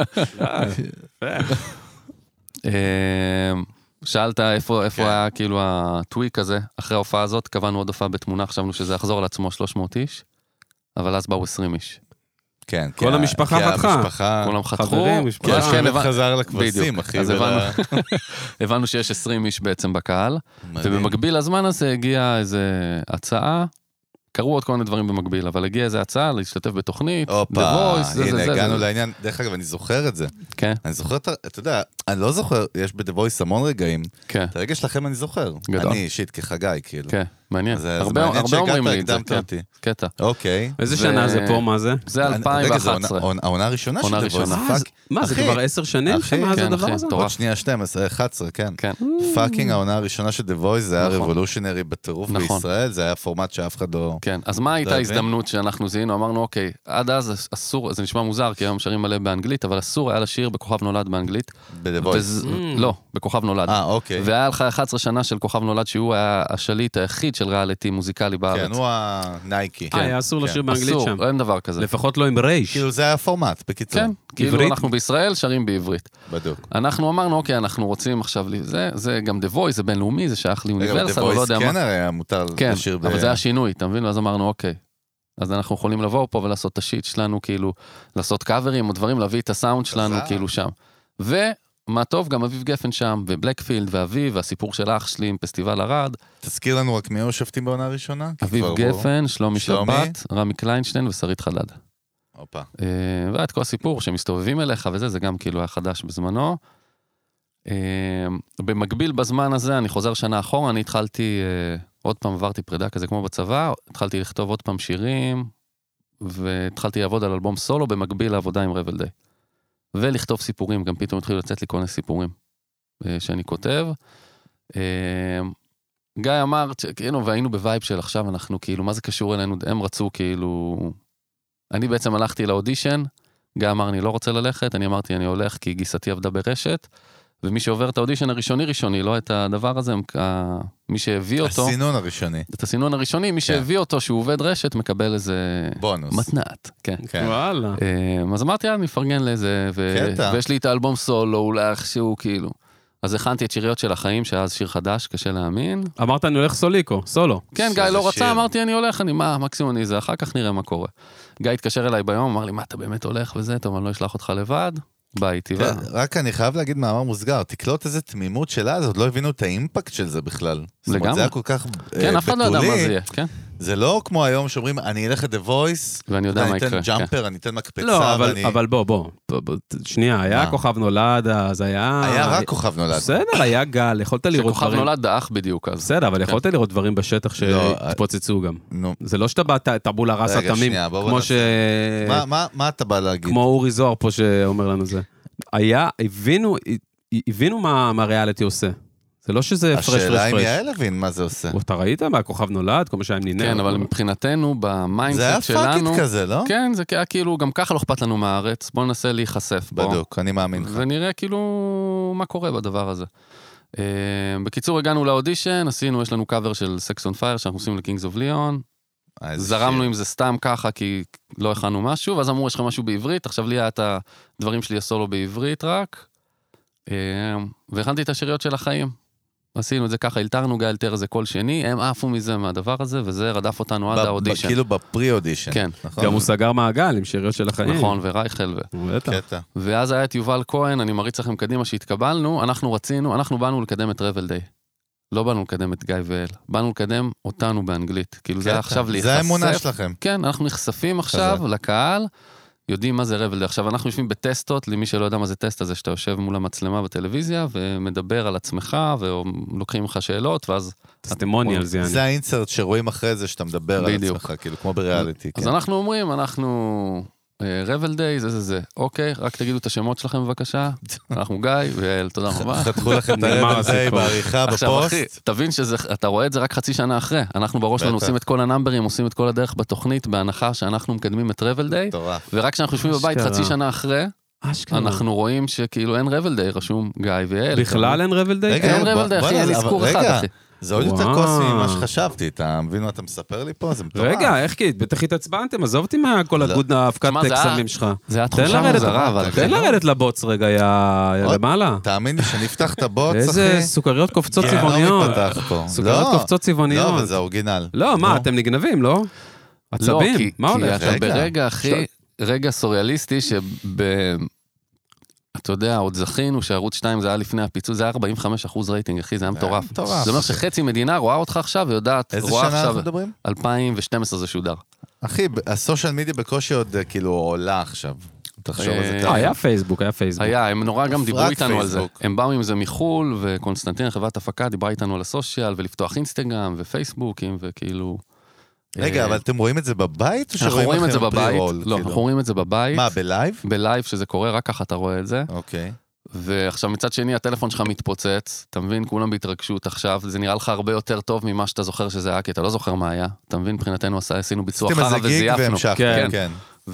שאלת איפה היה כאילו הטוויק הזה, אחרי ההופעה הזאת, קבענו עוד הופעה בתמונה, חשבנו שזה יחזור לעצמו שלוש מאות איש, אבל אז באו עשרים איש. כן, כל המשפחה פתחה. כולם חתכו. כי השבט חזר לכבשים, אחי. אז הבנו שיש עשרים איש בעצם בקהל, ובמקביל לזמן הזה הגיעה איזו הצעה, קראו עוד כל מיני דברים במקביל, אבל הגיעה איזו הצעה להשתתף בתוכנית, The Voice, הנה, הגענו לעניין, דרך אגב, אני זוכר את זה. כן. אני זוכר, אתה יודע, אני לא זוכר, יש ב-The Voice המון רגעים. כן. את הרגע שלכם אני זוכר. גדול. אני אישית כחגי, כאילו. כן, מעניין. הרבה אומרים לי את זה, כן. קטע. אוקיי. איזה שנה זה פה, מה זה? זה אלפיים ואחת עשרה. העונה הראשונה של The Voice. מה, זה כבר עשר שנים? כן, אחי, עוד שנייה שתיים עשרה, אחת עשרה, כן. פאקינג העונה הראשונה של The Voice, זה היה רבולושיונרי בטירוף בישראל, זה היה פורמט שאף אחד לא... כן, אז מה הייתה ההזדמנות שאנחנו זיהינו? אמרנו, אוקיי, עד אז אסור, זה נשמע מוזר, כי היום שרים מלא באנגלית, אבל אסור היה לשיר בכוכב נולד באנגלית. ב-The Voice. לא, בכוכב נולד. אה, אוקיי. והיה לך אחת עשרה שנה של כוכב נולד, שהוא היה השליט היחיד של ריאליטי מוזיקלי בארץ. כן, הוא הנייקי. אה, היה אסור לשיר באנגלית שם. אין דבר כזה. לפחות לא עם רייש. כאילו זה היה פורמט, בקיצור. כן, כאילו אנחנו בישראל שרים בעברית. בדיוק. אנחנו אמרנו, אוקיי, אנחנו רוצים עכשיו, זה, זה גם The Voice, זה בינלאומי, זה שייך לאוניברסל, לא יודע מה. כן, היה מותר לשיר ב... אבל זה היה שינוי, אתה מבין? ואז אמרנו, אוקיי, אז אנחנו יכולים לבוא פה ולעשות את השיט שלנו, כאילו, לעשות קאברים או דברים, להביא את הסאונד שלנו, כאילו שם. מה טוב, גם אביב גפן שם, ובלקפילד, ואביב, והסיפור של אח שלי עם פסטיבל ארד. תזכיר לנו רק מי היו שופטים בעונה הראשונה? אביב גפן, שלומי שבת, רמי קליינשטיין ושרית חדד. אופה. ואת כל הסיפור שמסתובבים אליך וזה, זה גם כאילו היה חדש בזמנו. במקביל בזמן הזה, אני חוזר שנה אחורה, אני התחלתי, עוד פעם עברתי פרידה כזה כמו בצבא, התחלתי לכתוב עוד פעם שירים, והתחלתי לעבוד על אלבום סולו, במקביל לעבודה עם רבל דיי. ולכתוב סיפורים, גם פתאום התחילו לצאת לי כל מיני סיפורים שאני כותב. גיא אמר, כאילו, והיינו בווייב של עכשיו, אנחנו כאילו, מה זה קשור אלינו? הם רצו כאילו... אני בעצם הלכתי לאודישן, גיא אמר, אני לא רוצה ללכת, אני אמרתי, אני הולך, כי גיסתי עבדה ברשת, ומי שעובר את האודישן הראשוני ראשוני, לא את הדבר הזה, מי שהביא אותו... הסינון הראשוני. את הסינון הראשוני, מי שהביא אותו, שהוא עובד רשת, מקבל איזה... בונוס. מתנת, כן. וואלה. אז אמרתי, אני מפרגן לאיזה, ויש לי את האלבום סולו, אולי איכשהו, כאילו. אז הכנתי את שיריות של החיים, שאז שיר חדש, קשה להאמין. אמרת, אני הולך סוליקו, סולו. כן, גיא לא רצה, אמרתי, אני הולך, אני מה, מקסימום אני זה, אחר כך נראה מה קורה. גיא התקשר אליי ביום, אמר לי, מה, אתה באמת הולך וזה, טוב, אני לא אשלח אותך לבד. בא איתי. רק אני חייב להגיד מאמר מוסגר, תקלוט איזה תמימות שלה, אז עוד לא הבינו את האימפקט של זה בכלל. לגמרי. זה היה כל כך בתולי. כן, אף אחד לא יודע מה זה יהיה, כן. זה לא כמו היום שאומרים, אני אלך את The Voice, ואני יודע מה יקרה. אני אתן ג'אמפר, אני אתן מקפצה. לא, אבל בוא, בוא, שנייה, היה כוכב נולד, אז היה... היה רק כוכב נולד. בסדר, היה גל, יכולת לראות דברים... שכוכב נולד דאח בדיוק, אז... בסדר, אבל יכולת לראות דברים בשטח שהתפוצצו גם. זה לא שאתה בא טבולה ראסה תמים, כמו ש... מה אתה בא להגיד? כמו אורי זוהר פה שאומר לנו זה. היה, הבינו, הבינו מה הריאליטי עושה. זה לא שזה פרש פרש פרש. השאלה אם יעל הבין מה זה עושה. אתה ראית מה, כוכב נולד, כל מה שהיה עם נינר. כן, אבל מבחינתנו, במיינדסט שלנו... זה היה פאקית כזה, לא? כן, זה היה כאילו, גם ככה לא אכפת לנו מהארץ, בואו ננסה להיחשף בו. בדיוק, אני מאמין לך. ונראה כאילו מה קורה בדבר הזה. בקיצור, הגענו לאודישן, עשינו, יש לנו קאבר של Sex on Fire, שאנחנו עושים לקינגס אוף ליאון. זרמנו עם זה סתם ככה, כי לא הכנו משהו, ואז אמרו, יש לך משהו בעברית, עכשיו לי היה את הדברים שלי הסולו בעברית רק, והכנתי את השיריות של החיים. עשינו את זה ככה, הלתרנו גיא אלתר איזה כל שני, הם עפו מזה מהדבר הזה, וזה רדף אותנו עד האודישן. כאילו בפרי-אודישן. כן. גם הוא סגר מעגל עם שיריות של החיים. נכון, ורייכל. קטע. ואז היה את יובל כהן, אני מריץ לכם קדימה שהתקבלנו, אנחנו רצינו, אנחנו באנו לקדם את רבל דיי. לא באנו לקדם את גיא ואל, באנו לקדם אותנו באנגלית. כאילו זה עכשיו להיחשף. זה האמונה שלכם. כן, אנחנו נחשפים עכשיו לקהל, יודעים מה זה רבל דיי. עכשיו אנחנו יושבים בטסטות, למי שלא יודע מה זה טסט הזה, שאתה יושב מול המצלמה בטלוויזיה, ומדבר על עצמך, ולוקחים לך שאלות, ואז... טסטימוניאל זה אני. זה האינסרט שרואים אחרי זה, שאתה מדבר על עצמך, כאילו כמו בריאליטי. אז אנחנו אומרים, אנחנו... רבל דיי, זה זה זה. אוקיי, רק תגידו את השמות שלכם בבקשה. אנחנו גיא, ואל, תודה רבה. חתכו לכם את הרבל דיי בעריכה בפוסט. עכשיו אחי, תבין שאתה רואה את זה רק חצי שנה אחרי. אנחנו בראש שלנו עושים את כל הנאמברים, עושים את כל הדרך בתוכנית, בהנחה שאנחנו מקדמים את רבל דיי, ורק כשאנחנו יושבים בבית חצי שנה אחרי, אנחנו רואים שכאילו אין רבל דיי, רשום גיא ואל. בכלל אין רבל דיי? אין רבל דיי, אחי, אין אזכור אחד, אחי. זה עוד יותר קוסמי ממה שחשבתי, אתה מבין מה אתה מספר לי פה? זה מטורף. רגע, איך כי? בטח התעצבנתם, עזוב אותי מהכל הגוד האבקת קסמים שלך. זה התחושה מוזרה, אבל... תן לרדת לבוץ רגע, יא למעלה. תאמין לי שנפתח את הבוץ, אחי. איזה סוכריות קופצות צבעוניות. סוכריות קופצות צבעוניות. לא, אבל זה אורגינל. לא, מה, אתם נגנבים, לא? עצבים, מה הולך? כי אתה ברגע, אחי, רגע סוריאליסטי שב... אתה יודע, עוד זכינו שערוץ שתיים זה היה לפני הפיצוץ, זה היה ארבעים וחמישה אחוז רייטינג, אחי, זה היה מטורף. זה אומר שחצי מדינה רואה אותך עכשיו ויודעת, איזה שנה אנחנו מדברים? אלפיים ושתים עשרה זה שודר. אחי, הסושיאל מדיה בקושי עוד כאילו עולה עכשיו. תחשוב על זה. אה, היה פייסבוק, היה פייסבוק. היה, הם נורא גם דיברו איתנו על זה. הם באו עם זה מחול, וקונסטנטין, חברת הפקה, דיברה איתנו על הסושיאל, ולפתוח אינסטגרם ופייסבוקים, וכאילו... רגע, אבל אתם רואים את זה בבית? אנחנו רואים את זה בבית. לא, אנחנו רואים את זה בבית. מה, בלייב? בלייב, שזה קורה, רק ככה אתה רואה את זה. אוקיי. ועכשיו מצד שני, הטלפון שלך מתפוצץ, אתה מבין, כולם בהתרגשות עכשיו, זה נראה לך הרבה יותר טוב ממה שאתה זוכר שזה היה, כי אתה לא זוכר מה היה. אתה מבין, מבחינתנו עשינו ביצוע חרא וזייפנו. כן, כן.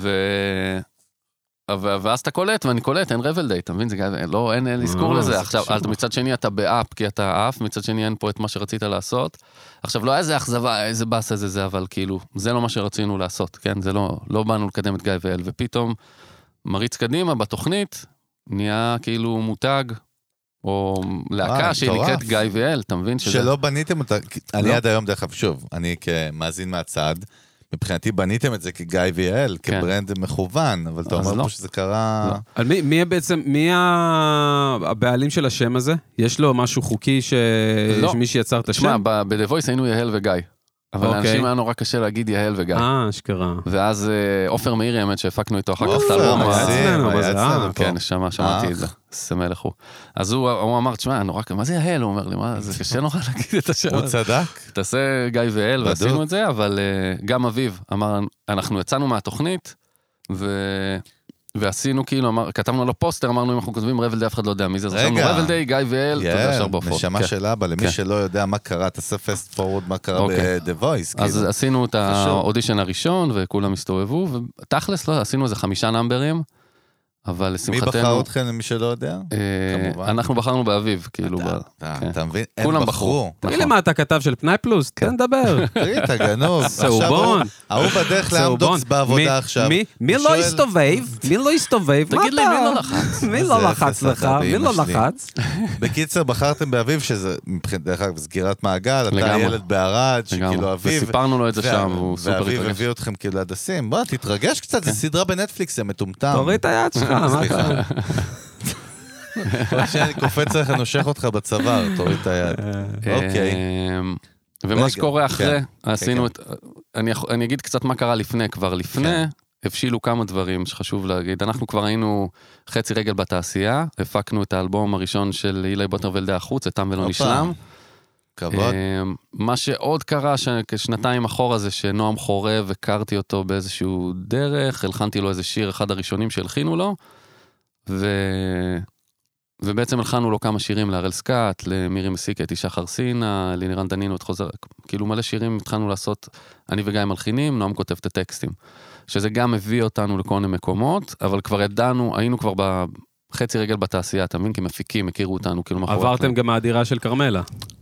ואז אתה קולט, ואני קולט, אין רבל דיי, אתה מבין, לא, אין לזכור לזה. עכשיו, מצד שני אתה באפ, כי אתה אפ, מצד שני אין פה את מה שרצית לעשות. עכשיו, לא היה איזה אכזבה, איזה באס, איזה זה, אבל כאילו, זה לא מה שרצינו לעשות, כן? זה לא, לא באנו לקדם את גיא ואל, ופתאום מריץ קדימה בתוכנית, נהיה כאילו מותג, או להקה שהיא נקראת גיא ואל, אתה מבין? שלא בניתם אותה, אני עד היום דרך אגב, שוב, אני כמאזין מהצד, מבחינתי בניתם את זה כגיא ויעל, כברנד מכוון, אבל אתה אומר פה שזה קרה... מי בעצם, מי הבעלים של השם הזה? יש לו משהו חוקי שמי שיצר את השם? תשמע, ב-The Voice היינו יעל וגיא. אבל לאנשים היה נורא קשה להגיד יעל וגיא. אה, אשכרה. ואז עופר מאירי, האמת שהפקנו איתו אחר כך את האלבום. היה אצלנו, כן, שמעתי את זה. סמל אחו. אז הוא אמר, תשמע, נורא, מה זה יעל? הוא אומר לי, מה, זה קשה נורא להגיד את השם. הוא צדק. תעשה גיא ויעל, ועשינו את זה, אבל גם אביב אמר, אנחנו יצאנו מהתוכנית, ו... ועשינו כאילו, אמר, כתבנו לו פוסטר, אמרנו אם אנחנו כותבים רבלדי, אף אחד לא יודע מי זה, אז רשמנו רבלדי, גיא ויעל, תודה שר בהופעות. נשמה של אבא, למי שלא יודע מה קרה, תעשה פסט פורוד, מה קרה ב-The Voice. אז עשינו את האודישן הראשון, וכולם הסתובבו, ותכלס לא, עשינו איזה חמישה נאמברים, אבל לשמחתנו... מי בחר אתכם, למי שלא יודע? כמובן. אנחנו בחרנו באביב, כאילו. אתה מבין? הם בחרו. תגיד לי מה, אתה כתב של פנאי פלוס? תן דבר. תגיד, אתה גנוב. סעובון. ההוא בדרך לאמדוקס בעבודה עכשיו. מי לא הסתובב? מי לא הסתובב? תגיד לי, מי לא לחץ? מי לא לחץ לך? מי לא לחץ? בקיצר, בחרתם באביב, שזה דרך אגב סגירת מעגל, אתה ילד בערד, שכאילו אביב. וסיפרנו לו את זה שם, והוא סופר התרגש. ואביב הביא אתכם כאילו הדסים. בוא, תתרגש קצת, זה סדרה בנטפליקס, זה מטומטם. תוריד את היד שלך, מה אתה? כשאני קופץ לך, נושך אותך בצוואר, תוריד את היד. אוקיי. ומה שקורה אחרי, עשינו את... אני אגיד קצת מה קרה לפני, כבר לפני, הבשילו כמה דברים שחשוב להגיד. אנחנו כבר היינו חצי רגל בתעשייה, הפקנו את האלבום הראשון של אילי בוטר וילדי החוץ, את תם ולא נשלם. כבוד. מה שעוד קרה כשנתיים אחורה זה שנועם חורב, הכרתי אותו באיזשהו דרך, הלחנתי לו איזה שיר, אחד הראשונים שהלחינו לו, ו... ובעצם הלחנו לו כמה שירים להראל סקאט, למירי מסיקה, את אישה חרסינה, לנירן דנינו, את חוזר, כאילו מלא שירים התחלנו לעשות, אני וגיא מלחינים, נועם כותב את הטקסטים, שזה גם הביא אותנו לכל מיני מקומות, אבל כבר ידענו, היינו כבר בחצי רגל בתעשייה, אתה מבין? כי מפיקים, הכירו אותנו, כאילו מחורת. עברתם גם מהדירה של קרמלה.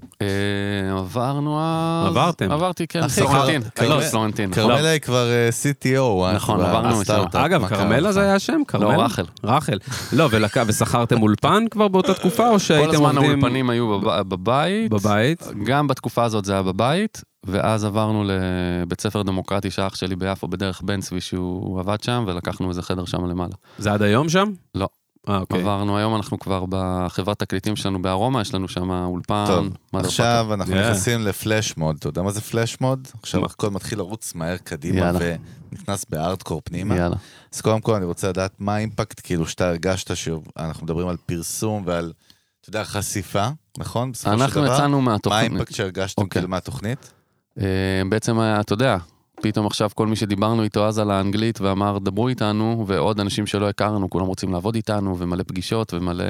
עברנו אז... עברתם? עברתי, כן, פלורנטין. פלורנטין. קרמלה היא כבר סי טי או. נכון, עברנו אצלנו. אגב, קרמלה זה היה השם? לא, רחל. רחל. לא, ושכרתם אולפן כבר באותה תקופה, או שהייתם עובדים... כל הזמן האולפנים היו בבית. בבית. גם בתקופה הזאת זה היה בבית, ואז עברנו לבית ספר דמוקרטי שאח שלי ביפו, בדרך בן צבי שהוא עבד שם, ולקחנו איזה חדר שם למעלה. זה עד היום שם? לא. עברנו, היום אנחנו כבר בחברת תקליטים שלנו בארומה, יש לנו שם אולפן. טוב, עכשיו אנחנו נכנסים לפלאש מוד, אתה יודע מה זה פלאש מוד? עכשיו הכל מתחיל לרוץ מהר קדימה ונכנס בארדקור פנימה. אז קודם כל אני רוצה לדעת מה האימפקט, כאילו שאתה הרגשת שאנחנו מדברים על פרסום ועל, אתה יודע, חשיפה, נכון? אנחנו יצאנו מהתוכנית. מה האימפקט שהרגשתם כאילו מהתוכנית? בעצם, אתה יודע, פתאום עכשיו כל מי שדיברנו איתו אז על האנגלית ואמר דברו איתנו, ועוד אנשים שלא הכרנו, כולם רוצים לעבוד איתנו, ומלא פגישות ומלא...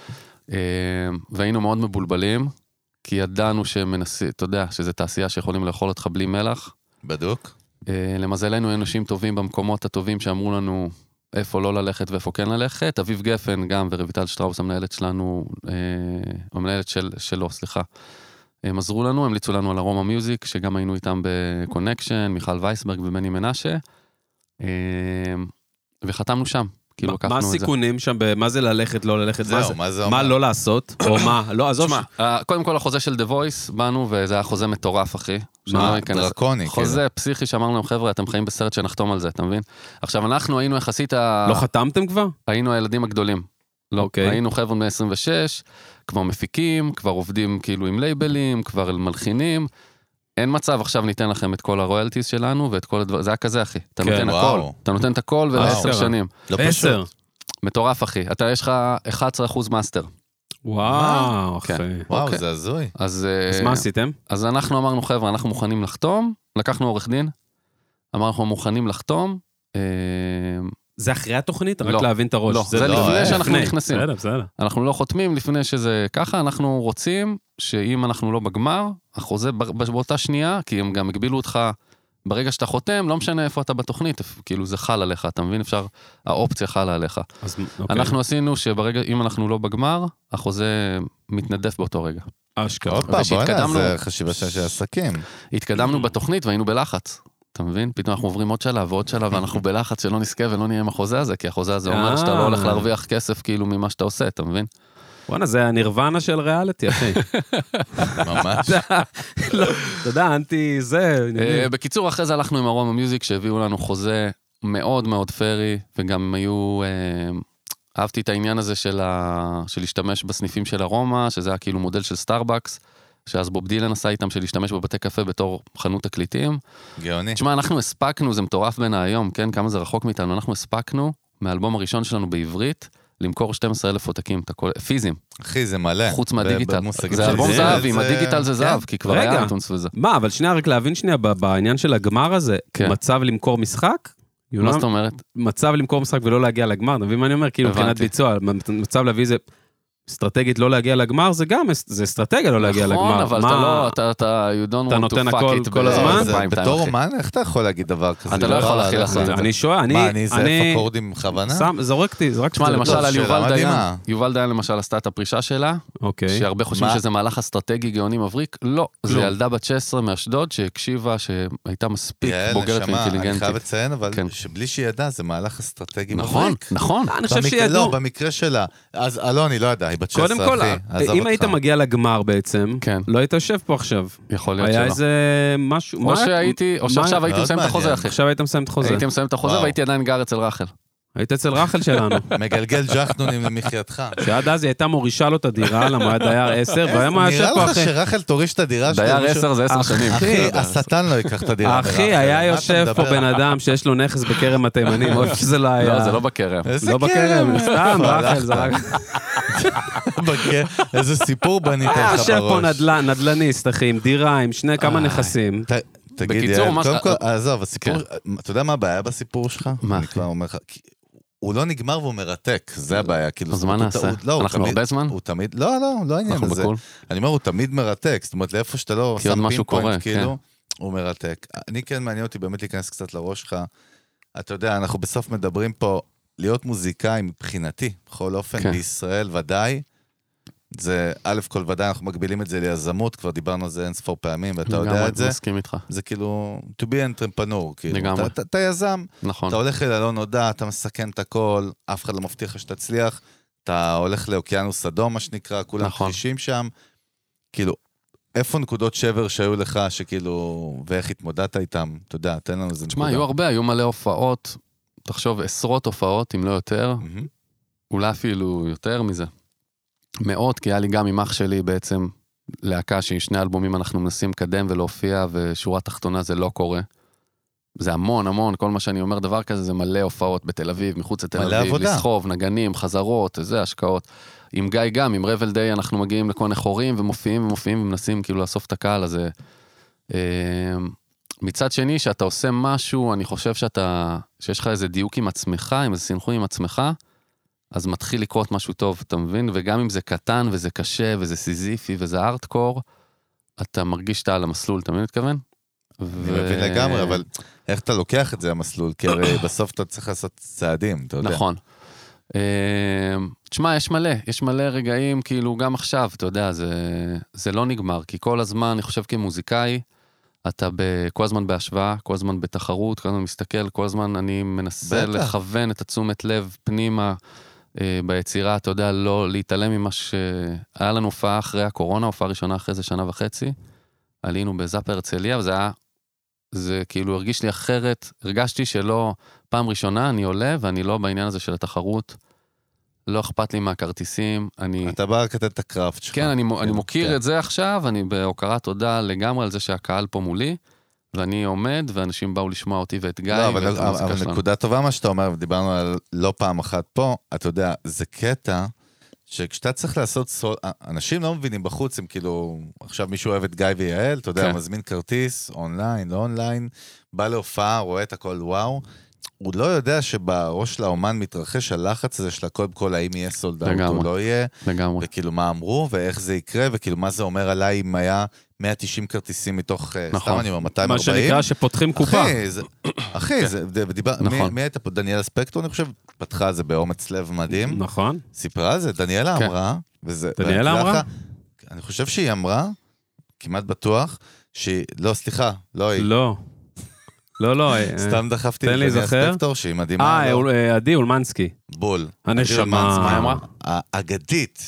והיינו מאוד מבולבלים, כי ידענו שמנסים, אתה יודע, שזה תעשייה שיכולים לאכול אותך בלי מלח. בדוק. למזלנו אנשים טובים במקומות הטובים שאמרו לנו איפה לא ללכת ואיפה כן ללכת. אביב גפן גם, ורויטל שטראוס, המנהלת שלנו, המנהלת של, שלו, סליחה. הם עזרו לנו, המליצו לנו על ארומה מיוזיק, שגם היינו איתם בקונקשן, מיכל וייסברג ובני מנשה, וחתמנו שם. כאילו מה הסיכונים שם, מה זה ללכת, לא ללכת, זהו, מה זה אומר? מה לא לעשות, או מה, לא, עזוב. שמה, קודם כל החוזה של The Voice, באנו, וזה היה חוזה מטורף, אחי. מה? דרקוני. חוזה פסיכי שאמרנו להם, חבר'ה, אתם חיים בסרט שנחתום על זה, אתה מבין? עכשיו, אנחנו היינו יחסית ה... לא חתמתם כבר? היינו הילדים הגדולים. לא, היינו חבר'ה מ-עשרים ושש, כבר מפיקים, כבר עובדים כאילו עם לייבלים, כבר מלחינים. אין מצב, עכשיו ניתן לכם את כל הרויאלטיז שלנו, ואת כל הדבר, זה היה כזה, אחי. אתה נותן הכל. אתה נותן את הכל ולעשר שנים. עשר. מטורף, אחי. אתה, יש לך אחד עשר אחוז מאסטר. וואו, אחי. וואו, זה הזוי. אז מה עשיתם? אז אנחנו אמרנו, חבר'ה, אנחנו מוכנים לחתום, לקחנו עורך דין, אמרנו, אנחנו מוכנים לחתום, זה אחרי התוכנית? רק להבין את הראש. לא, זה לפני שאנחנו נכנסים. בסדר, בסדר. אנחנו לא חותמים לפני שזה ככה, אנחנו רוצים שאם אנחנו לא בגמר, החוזה באותה שנייה, כי הם גם הגבילו אותך, ברגע שאתה חותם, לא משנה איפה אתה בתוכנית, כאילו זה חל עליך, אתה מבין? אפשר, האופציה חלה עליך. אנחנו עשינו שברגע, אם אנחנו לא בגמר, החוזה מתנדף באותו רגע. אשכרה. עוד פעם, בוא נעשה חשיבה של עסקים. התקדמנו בתוכנית והיינו בלחץ. אתה מבין? פתאום אנחנו עוברים עוד שלב ועוד שלב, ואנחנו בלחץ שלא נזכה ולא נהיה עם החוזה הזה, כי החוזה הזה אומר שאתה לא הולך להרוויח כסף כאילו ממה שאתה עושה, אתה מבין? וואנה, זה הנירוונה של ריאליטי, אחי. ממש. לא, אתה יודע, אנטי זה... בקיצור, אחרי זה הלכנו עם ארומה מיוזיק, שהביאו לנו חוזה מאוד מאוד פרי, וגם היו... אהבתי את העניין הזה של להשתמש בסניפים של ארומה, שזה היה כאילו מודל של סטארבקס, שאז בוב דילן עשה איתם של להשתמש בבתי קפה בתור חנות תקליטים. גאוני. תשמע, אנחנו הספקנו, זה מטורף בין היום, כן? כמה זה רחוק מאיתנו, אנחנו הספקנו, מהאלבום הראשון שלנו בעברית, למכור שנים עשר אלף עותקים, פיזיים. אחי, זה מלא. חוץ מהדיגיטל. זה אלבום זהב, עם הדיגיטל זה זהב, כי כבר היה אייטונס וזה. מה, אבל שנייה, רק להבין שנייה, בעניין של הגמר הזה, מצב למכור משחק? מה זאת אומרת? מצב למכור משחק ולא להגיע לגמר, נבין מה אני אומר? כאילו, מבחינת ביצוע, מצב להביא זה... אסטרטגית לא להגיע לגמר, זה גם, זה אסטרטגיה לא להגיע לגמר. נכון, אבל אתה לא, אתה, אתה, you don't want to fuck it כל הזמן. בתור אומן, איך אתה יכול להגיד דבר כזה? אתה לא יכול להכיל לעשות את זה. אני שואל, אני... מה, אני זייף אקורדים בכוונה? זורקתי, זורקתי. תשמע, למשל על יובל דיין, יובל דיין למשל עשתה את הפרישה שלה, שהרבה חושבים שזה מהלך אסטרטגי גאוני מבריק, לא, זה ילדה בת שש עשרה מאשדוד, שהקשיבה, שהייתה מספיק בוגרת ואינטליגנטית. אני חייב לציין, אבל שבלי שידע, זה מהלך אסטרטגי מבריק. נכון, נכון. אני חושב שידעו. לא, במקרה שלה. אז אלוני, לא יודע, היא בת שש עשרה, אחי. אם היית מגיע לגמר בעצם, לא היית יושב פה עכשיו. יכול להיות שלא. היה איזה משהו... או שהייתי, או שעכשיו הייתי מסיים את החוזה, אחי. עכשיו היית מסיים את החוזה. הייתי מסיים את החוזה והייתי עדיין גר אצל רחל. היית אצל רחל שלנו. מגלגל ג'חנונים למחייתך. שעד אז היא הייתה מורישה לו את הדירה, למה היה דייר עשר, והיום היה יושב פה אחי. נראה לך שרחל תוריש את הדירה שלו. דייר עשר זה עשר שנים. אחי, השטן לא ייקח את הדירה. אחי, היה יושב פה בן אדם שיש לו נכס בכרם התימנים, או שזה לא היה. לא, זה לא בכרם. לא בכרם, סתם, רחל, זה רק... איזה סיפור בנית לך בראש. יושב פה נדלניסט, אחי, עם דירה, עם שני כמה נכסים. תגיד, קודם כל, עזוב, הסיפור, אתה יודע מה הבעיה בסיפור שלך? מה? אני כבר אומר לך, הוא לא נגמר והוא מרתק, זה הבעיה. אז מה נעשה? אנחנו הרבה זמן? הוא תמיד, לא, לא, לא העניין הזה. אני אומר, הוא תמיד מרתק, זאת אומרת, לאיפה שאתה לא שם פינפוינט, כאילו, הוא מרתק. אני כן מעניין אותי באמת להיכנס קצת לראש שלך. אתה יודע, אנחנו בסוף מדברים פה, להיות מוזיקאי מבחינתי, בכל אופן, בישראל ודאי, זה, א' כל ודאי, אנחנו מגבילים את זה ליזמות, כבר דיברנו על זה אין ספור פעמים, ואתה יודע את זה. מסכים איתך. זה כאילו, to be entrepreneur, כאילו. לגמרי. אתה, אתה יזם, נכון. אתה הולך אל הלא נודע, אתה מסכן את הכל, אף אחד לא מבטיח שתצליח, אתה הולך לאוקיינוס אדום, מה שנקרא, כולם נכון. חרישים שם, כאילו, איפה נקודות שבר שהיו לך, שכאילו, ואיך התמודדת איתם, אתה יודע, תן לנו איזה נקודה. תשמע, היו הרבה, היו מלא הופעות, תחשוב, עשרות הופעות, אם לא יותר, mm-hmm. אולי אפילו יותר מזה. מאות, כי היה לי גם עם אח שלי בעצם להקה שעם שני אלבומים אנחנו מנסים לקדם ולהופיע, ושורה תחתונה זה לא קורה. זה המון, המון, כל מה שאני אומר דבר כזה, זה מלא הופעות בתל אביב, מחוץ לתל אביב, עבודה. לסחוב, נגנים, חזרות, זה השקעות. עם גיא גם, עם רבל דיי, אנחנו מגיעים לכל נחורים, ומופיעים ומופיעים, ומנסים כאילו לאסוף את הקהל הזה. מצד שני, שאתה עושה משהו, אני חושב שאתה, שיש לך איזה דיוק עם עצמך, עם איזה סינכרון עם עצמך, אז מתחיל לקרות משהו טוב, אתה מבין? וגם אם זה קטן, וזה קשה, וזה סיזיפי, וזה ארטקור, אתה מרגיש שאתה על המסלול, אתה מבין מתכוון? אני מבין לגמרי, אבל איך אתה לוקח את זה המסלול? כי הרי בסוף אתה צריך לעשות צעדים, אתה יודע. נכון. תשמע, יש מלא, יש מלא רגעים, כאילו גם עכשיו, אתה יודע, זה לא נגמר, כי כל הזמן, אני חושב כמוזיקאי, אתה כל הזמן בהשוואה, כל הזמן בתחרות, כל הזמן מסתכל, כל הזמן אני מנסה לכוון את התשומת לב פנימה, ביצירה, אתה יודע, לא להתעלם ממה שהיה לנו הופעה אחרי הקורונה, הופעה ראשונה אחרי זה שנה וחצי, עלינו בזאפ הרצליה, וזה היה, זה כאילו הרגיש לי אחרת, הרגשתי שלא, פעם ראשונה אני עולה, ואני לא בעניין הזה של התחרות, לא אכפת לי מהכרטיסים, אני... אתה בא רק לתת את הקראפט שלך. כן, אני, אני מוקיר את זה עכשיו, אני בהוקרת תודה לגמרי על זה שהקהל פה מולי, ואני עומד, ואנשים באו לשמוע אותי ואת גיא. לא, אבל, אבל נקודה טובה מה שאתה אומר, ודיברנו על לא פעם אחת פה, אתה יודע, זה קטע, שכשאתה צריך לעשות סול, אנשים לא מבינים בחוץ, הם כאילו, עכשיו מישהו אוהב את גיא ויעל, אתה יודע, כן. מזמין כרטיס, אונליין, לא אונליין, בא להופעה, רואה את הכל, וואו, הוא לא יודע שבראש לאומן מתרחש הלחץ הזה של הכל בכל, האם יהיה סולדאוט או לא יהיה, לגמרי. וכאילו מה אמרו, ואיך זה יקרה, וכאילו מה זה אומר עליי אם היה מאה ותשעים כרטיסים מתוך, נכון. סתם אני אומר, מאתיים וארבעים. מה שנקרא שפותחים קופה. אחי, זה, אחי, זה, ודיבר, נכון. מי, מי הייתה פה? דניאלה ספקטור, אני חושב, פתחה זה באומץ לב מדהים. נכון. סיפרה על זה, דניאלה כן. אמרה, וזה... דניאלה אמרה? אני חושב שהיא אמרה, כמעט בטוח, שהיא, לא, סליחה, לא היא. לא. לא, לא. סתם דחפתי את דניאלה ספקטור, שהיא מדהימה. אה, עדי אולמנסקי. בול. הנשמה. מה אמרה? האגדית.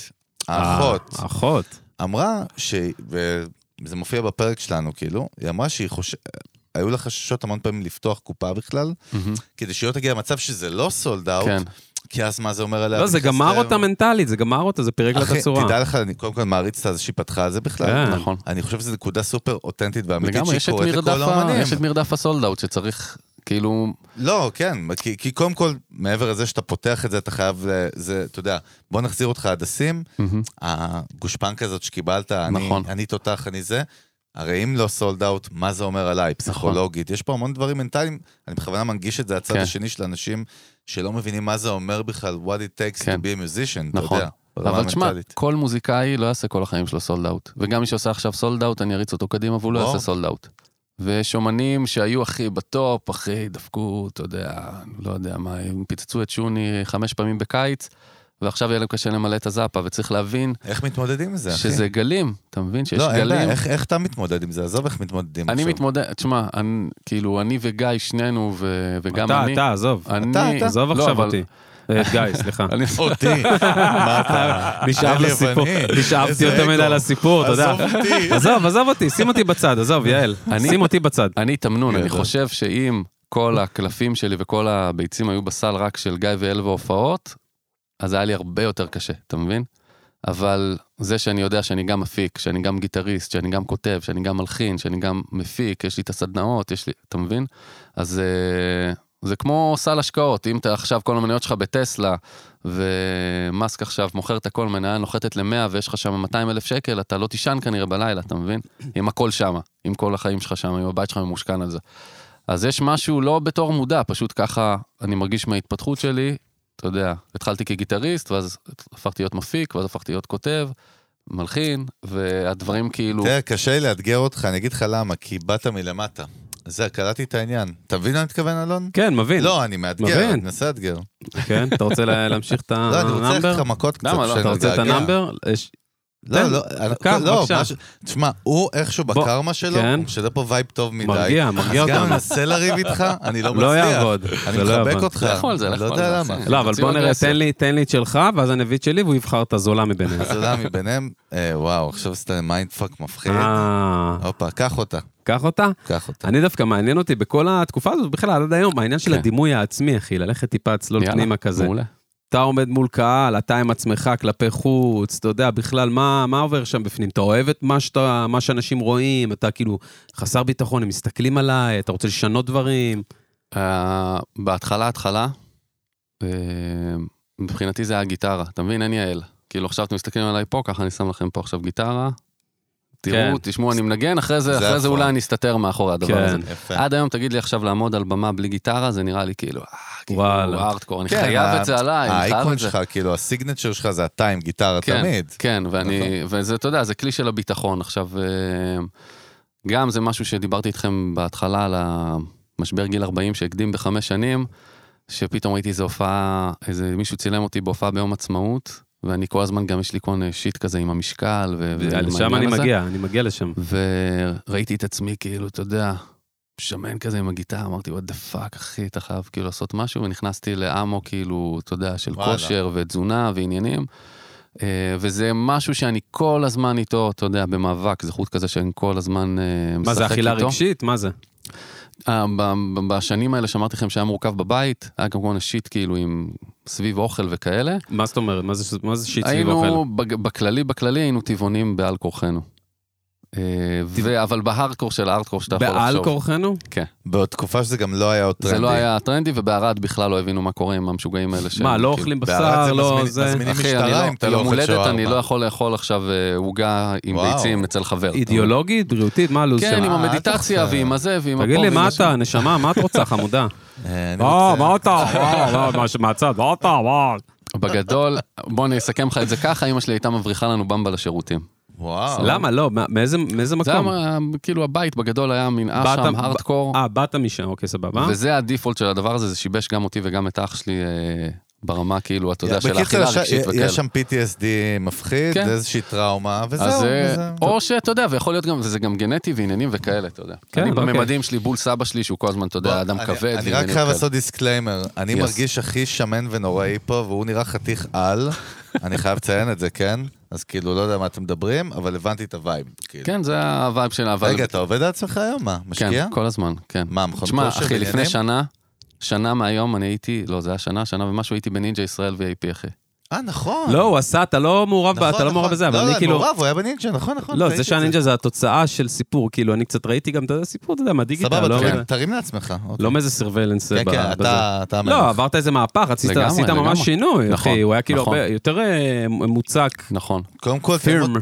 האחות, האחות. אמרה, ש... וזה מופיע בפרק שלנו, כאילו, היא אמרה שהיא חושבת, היו לה חששות המון פעמים לפתוח קופה בכלל, כדי שלא תגיע למצב שזה לא סולד אאוט, כי אז מה זה אומר עליה? לא, זה גמר אותה מנטלית, זה גמר אותה, זה פירק לה את הצורה. תדע לך, אני קודם כל מעריץ את זה שהיא פתחה על זה בכלל. נכון. אני חושב שזו נקודה סופר אותנטית ואמיתית שהיא קוראת לכל האומנים. יש את מרדף הסולד אאוט שצריך, כאילו... לא, כן, כי, כי קודם כל, מעבר לזה שאתה פותח את זה, אתה חייב, זה, אתה יודע, בוא נחזיר אותך עד הסים, הגושפנקה הזאת שקיבלת, נכון. אני, אני תותח, אני זה, הרי אם לא סולד אאוט, מה זה אומר עליי, פסיכולוגית? יש פה המון דברים מנטליים, אני בכוונה מנגיש את זה הצד השני של אנשים שלא מבינים מה זה אומר בכלל, what it takes to be a musician, אתה יודע. אבל תשמע, כל מוזיקאי לא יעשה כל החיים שלו סולד אאוט, וגם מי שעושה עכשיו סולד אאוט, אני אריץ אותו קדימה, והוא לא יעשה סולד אאוט. ויש אומנים שהיו הכי בטופ, הכי דפקו, אתה יודע, לא יודע מה, הם פיצצו את שוני חמש פעמים בקיץ, ועכשיו יהיה להם קשה למלא את הזאפה, וצריך להבין... איך מתמודדים עם זה, אחי? שזה גלים, אתה מבין שיש לא, גלים... לא, איך, איך אתה מתמודד עם זה? עזוב איך מתמודדים אני עכשיו. מתמודד, תשמע, אני, כאילו, אני וגיא, שנינו, ו, וגם אתה, אני... אתה, עזוב. אני, אתה, אתה. עזוב לא, עכשיו אבל... אותי. גיא, סליחה. אני... אותי, מה אתה? נשאב לסיפור, נשאבתי יותר מדי לסיפור, אתה יודע. עזוב אותי. עזוב, עזוב אותי, שים אותי בצד, עזוב, יעל. שים אותי בצד. אני תמנון, אני חושב שאם כל הקלפים שלי וכל הביצים היו בסל רק של גיא ואל והופעות, אז היה לי הרבה יותר קשה, אתה מבין? אבל זה שאני יודע שאני גם מפיק, שאני גם גיטריסט, שאני גם כותב, שאני גם מלחין, שאני גם מפיק, יש לי את הסדנאות, יש לי, אתה מבין? אז זה כמו סל השקעות, אם אתה עכשיו כל המניות שלך בטסלה, ומאסק עכשיו מוכר את הכל, מניה נוחתת למאה, ויש לך שם מאתיים אלף שקל, אתה לא תישן כנראה בלילה, אתה מבין? עם הכל שם, עם כל החיים שלך שם, עם הבית שלך ממושכן על זה. אז יש משהו לא בתור מודע, פשוט ככה אני מרגיש מההתפתחות שלי, אתה יודע, התחלתי כגיטריסט, ואז הפכתי להיות מפיק, ואז הפכתי להיות כותב, מלחין, והדברים כאילו... תראה, קשה לי לאתגר אותך, אני אגיד לך למה, כי באת מלמטה. זה, קלטתי את העניין. אתה מבין מה אני מתכוון, אלון? כן, מבין. לא, אני מאתגר, אני מנסה לאתגר. כן, אתה רוצה להמשיך את הנאמבר? לא, אני רוצה ללכת לך מכות קצת. אתה רוצה את הנאמבר? לא, לא, לא, תשמע, הוא איכשהו בקרמה שלו, שזה פה וייב טוב מדי. מרגיע, מרגיע אותם. אז גם ננסה לריב איתך, אני לא מצליח. לא יעבוד. אני מחבק אותך. לכו על זה, לכו לא על יודע זה. למה. לא, אבל בוא נראה, תן לי את שלך, ואז אני אביא את שלי, והוא יבחר את הזולה מביניהם. הזולה מביניהם, וואו, עכשיו עשתה מיינדפאק מפחיד. הופה, קח אותה. קח אותה? קח אותה. אני דווקא מעניין אותי בכל התקופה הזאת, בכלל עד היום, העניין של הדימוי העצמי, אחי, ללכת טיפה צלול פנימה כזה. אתה עומד מול קהל, אתה עם עצמך כלפי חוץ, אתה יודע, בכלל, מה, מה עובר שם בפנים? אתה אוהב את מה, שאתה, מה שאנשים רואים, אתה כאילו חסר ביטחון, הם מסתכלים עליי, אתה רוצה לשנות דברים? Uh, בהתחלה, התחלה, uh, מבחינתי זה היה גיטרה, אתה מבין? אין יעל. כאילו עכשיו אתם מסתכלים עליי פה, ככה אני שם לכם פה עכשיו גיטרה, תראו, תשמעו, אני מנגן, אחרי זה, אחרי זה אולי אני אסתתר מאחורי הדבר הזה. עד היום תגיד לי עכשיו לעמוד על במה בלי גיטרה, זה נראה לי כאילו, כאילו, ארטקור, אני חייב את זה עליי, אני חייב את זה. האייקון שלך, כאילו, הסיגנצ'ר שלך זה אתה עם גיטרה תמיד. כן, ואני, וזה, אתה יודע, זה כלי של הביטחון. עכשיו, גם זה משהו שדיברתי איתכם בהתחלה על המשבר גיל ארבעים שהקדים בחמש שנים, שפתאום ראיתי איזו הופעה, איזה מישהו צילם אותי בהופעה ביום עצמאות, ואני כל הזמן גם יש לי כל שיט כזה עם המשקל. לשם אני מגיע, אני מגיע לשם. וראיתי את עצמי כאילו, אתה יודע, שמן כזה עם הגיטרה, אמרתי, what the fuck, אחי, אתה חייב כאילו לעשות משהו, ונכנסתי לאמו כאילו, אתה יודע, של כושר ותזונה ועניינים, וזה משהו שאני כל הזמן איתו, אתה יודע, במאבק, זה חוט כזה שאני כל הזמן משחק איתו. מה זה, אכילה רגשית? מה זה? בשנים האלה שאמרתי לכם שהיה מורכב בבית, היה גם כל שיט כאילו עם סביב אוכל וכאלה. מה זאת אומרת? מה זה, מה זה שיט סביב אוכל? היינו, בכללי, בכללי היינו טבעונים בעל כורחנו. אבל בהארדקור של הארדקור שאתה יכול לחשוב. בעל כורחנו? כן. בתקופה שזה גם לא היה עוד טרנדי. זה לא היה טרנדי, ובערד בכלל לא הבינו מה קורה עם המשוגעים האלה. מה, לא אוכלים בשר, לא זה... מזמינים משטרה אם אתה לא אוכל שווארמה. אני לא יכול לאכול עכשיו עוגה עם ביצים אצל חבר. אידיאולוגית, בריאותית, מה הלו"ז שלך? כן, עם המדיטציה ועם הזה ועם... תגיד לי, מה אתה, נשמה, מה את רוצה, חמודה? אה, מה אתה? מהצד, מה אתה? בגדול, בוא נסכם לך את זה ככה, אמא שלי הייתה מבריחה לנו במבה לשירותים. וואו. למה? לא, מאיזה מקום? זה כאילו הבית בגדול היה מין אשם, הארדקור. אה, באת משם, אוקיי, סבבה. וזה הדיפולט של הדבר הזה, זה שיבש גם אותי וגם את אח שלי ברמה, כאילו, אתה יודע, של האכילה רגשית וכאלה. יש שם פי טי אס די מפחיד, איזושהי טראומה, וזהו. או שאתה יודע, ויכול להיות גם, וזה גם גנטי ועניינים וכאלה, אתה יודע. אני בממדים שלי, בול סבא שלי, שהוא כל הזמן, אתה יודע, אדם כבד. אני רק חייב לעשות דיסקליימר, אני מרגיש הכי שמן ונוראי פה, והוא נראה חתיך על, אני חייב לציין את זה, כן? אז כאילו, לא יודע מה אתם מדברים, אבל הבנתי את הווייב. כן, זה הווייב שלה. רגע, אתה עובד על עצמך היום? מה? משקיע? כן, כל הזמן, כן. מה, מכון כושר? תשמע, אחי, לפני שנה, שנה מהיום אני הייתי, לא, זה היה שנה, שנה ומשהו, הייתי בנינג'ה ישראל וי איי פי, אחי. אה, נכון. לא, הוא עשה, אתה לא מעורב, אתה לא מעורב בזה, אבל אני כאילו... לא, מעורב, הוא היה בנינג'ה, נכון, נכון. לא, זה שהנינג'ה זה התוצאה של סיפור, כאילו, אני קצת ראיתי גם את הסיפור, אתה יודע, מהדיגיטל, לא... סבבה, תרים לעצמך. לא מאיזה סרווילנס בזה. כן, כן, אתה... לא, עברת איזה מהפך, עשית ממש שינוי, אחי, הוא היה כאילו יותר מוצק. נכון. קודם כל,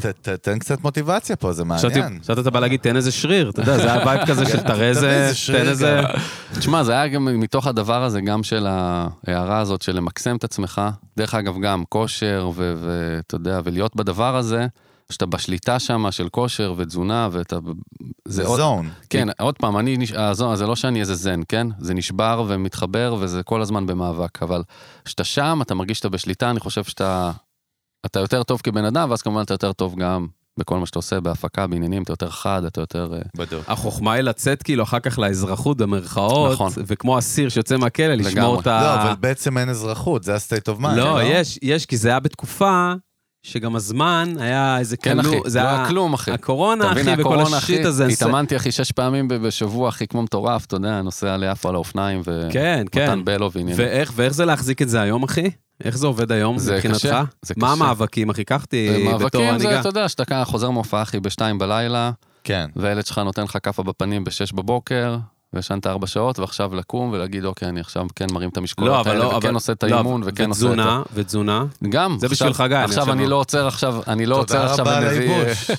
תן קצת מוטיבציה פה, זה מעניין. עכשיו אתה בא להגיד, תן איזה שריר, אתה יודע, זה היה וייב כזה של תראה איזה, תן איזה... תשמע, זה היה גם מתוך הדבר הזה, גם של ההערה הזאת, של למקסם את עצמך, דרך אגב גם כושר, ואתה יודע, ולהיות בדבר הזה, שאתה בשליטה שם של כושר ותזונה, ואתה... זה זון. כן, עוד פעם, אני, הזון, זה לא שאני איזה זן, כן? זה נשבר ומתחבר, וזה כל הזמן במאבק, אבל שאתה שם, אתה מרגיש שאתה בשליטה, אני חושב שאתה אתה יותר טוב כבן אדם, ואז כמובן אתה יותר טוב גם בכל מה שאתה עושה, בהפקה, בעניינים, אתה יותר חד, אתה יותר... בדיוק. החוכמה היא לצאת כאילו אחר כך לאזרחות במרכאות, נכון. וכמו אסיר שיוצא מהכלא, לשמור את ה... לא, אבל בעצם אין אזרחות, זה ה-state of mind. לא, יש, יש, כי זה היה בתקופה שגם הזמן היה איזה כן, כלום, אחי, זה לא היה היה כלום, אחי. הקורונה, אחי, וכל השיט הזה. התאמנתי, אחי, שש פעמים בשבוע, אחי, כמו מטורף, אתה יודע, נוסע ליפו על האופניים, ומתן בלו ועניינים. ואיך, ואיך זה להחזיק את זה היום, אחי? איך זה עובד היום מבחינתך? מה המאבקים, אחי? קחתי בתור הנהיגה. מאבקים זה, אתה יודע, שאתה חוזר מופע, אחי, בשתיים בלילה, כן. והילד שלך נותן לך כפה בפנים בשש בבוקר, וישנת ארבע שעות, ועכשיו לקום ולהגיד, אוקיי, אני עכשיו כן מרים את המשקולות האלה, וכן עושה את האימון, וכן עושה את ותזונה, ותזונה. גם. זה בשבילך גיא. עכשיו אני לא עוצר עכשיו, אני לא עוצר עכשיו ומביא...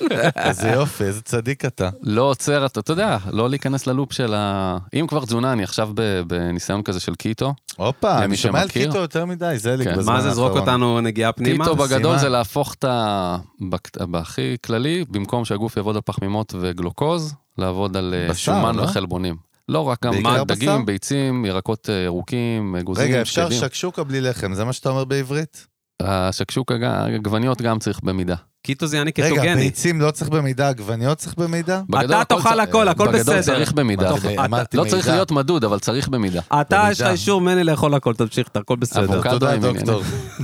איזה יופי, איזה צדיק אתה. לא עוצר, אתה יודע, לא להיכנס ללופ של ה... אם כבר תזונה, אני עכשיו בניסיון כזה של קיטו. הופה, אני שומע על קיטו יותר מדי, זה לי בזמן האחרון. מה זה זרוק אותנו נגיעה פנימה? קיטו בגדול זה להפוך את ה... בהכי כללי, במקום שהגוף יעבוד על פחמימות וגלוקוז, לעבוד על שומן וחלבונים. לא רק גם דגים, ביצים, ירקות ירוקים, גוזים. רגע, אפשר שקשוקה בלי לחם, זה מה שאתה אומר בעברית? השקשוקה, גווניות גם צריך במידה. קיטו זה יעני קטוגני. רגע, ביצים לא צריך במידה, גווניות צריך במידה? אתה תאכל הכל, הכל בסדר. בגדול צריך במידה. לא צריך להיות מדוד, אבל צריך במידה. אתה, יש לך אישור מני לאכול הכל, תמשיך, הכל בסדר. תודה, דוקטור.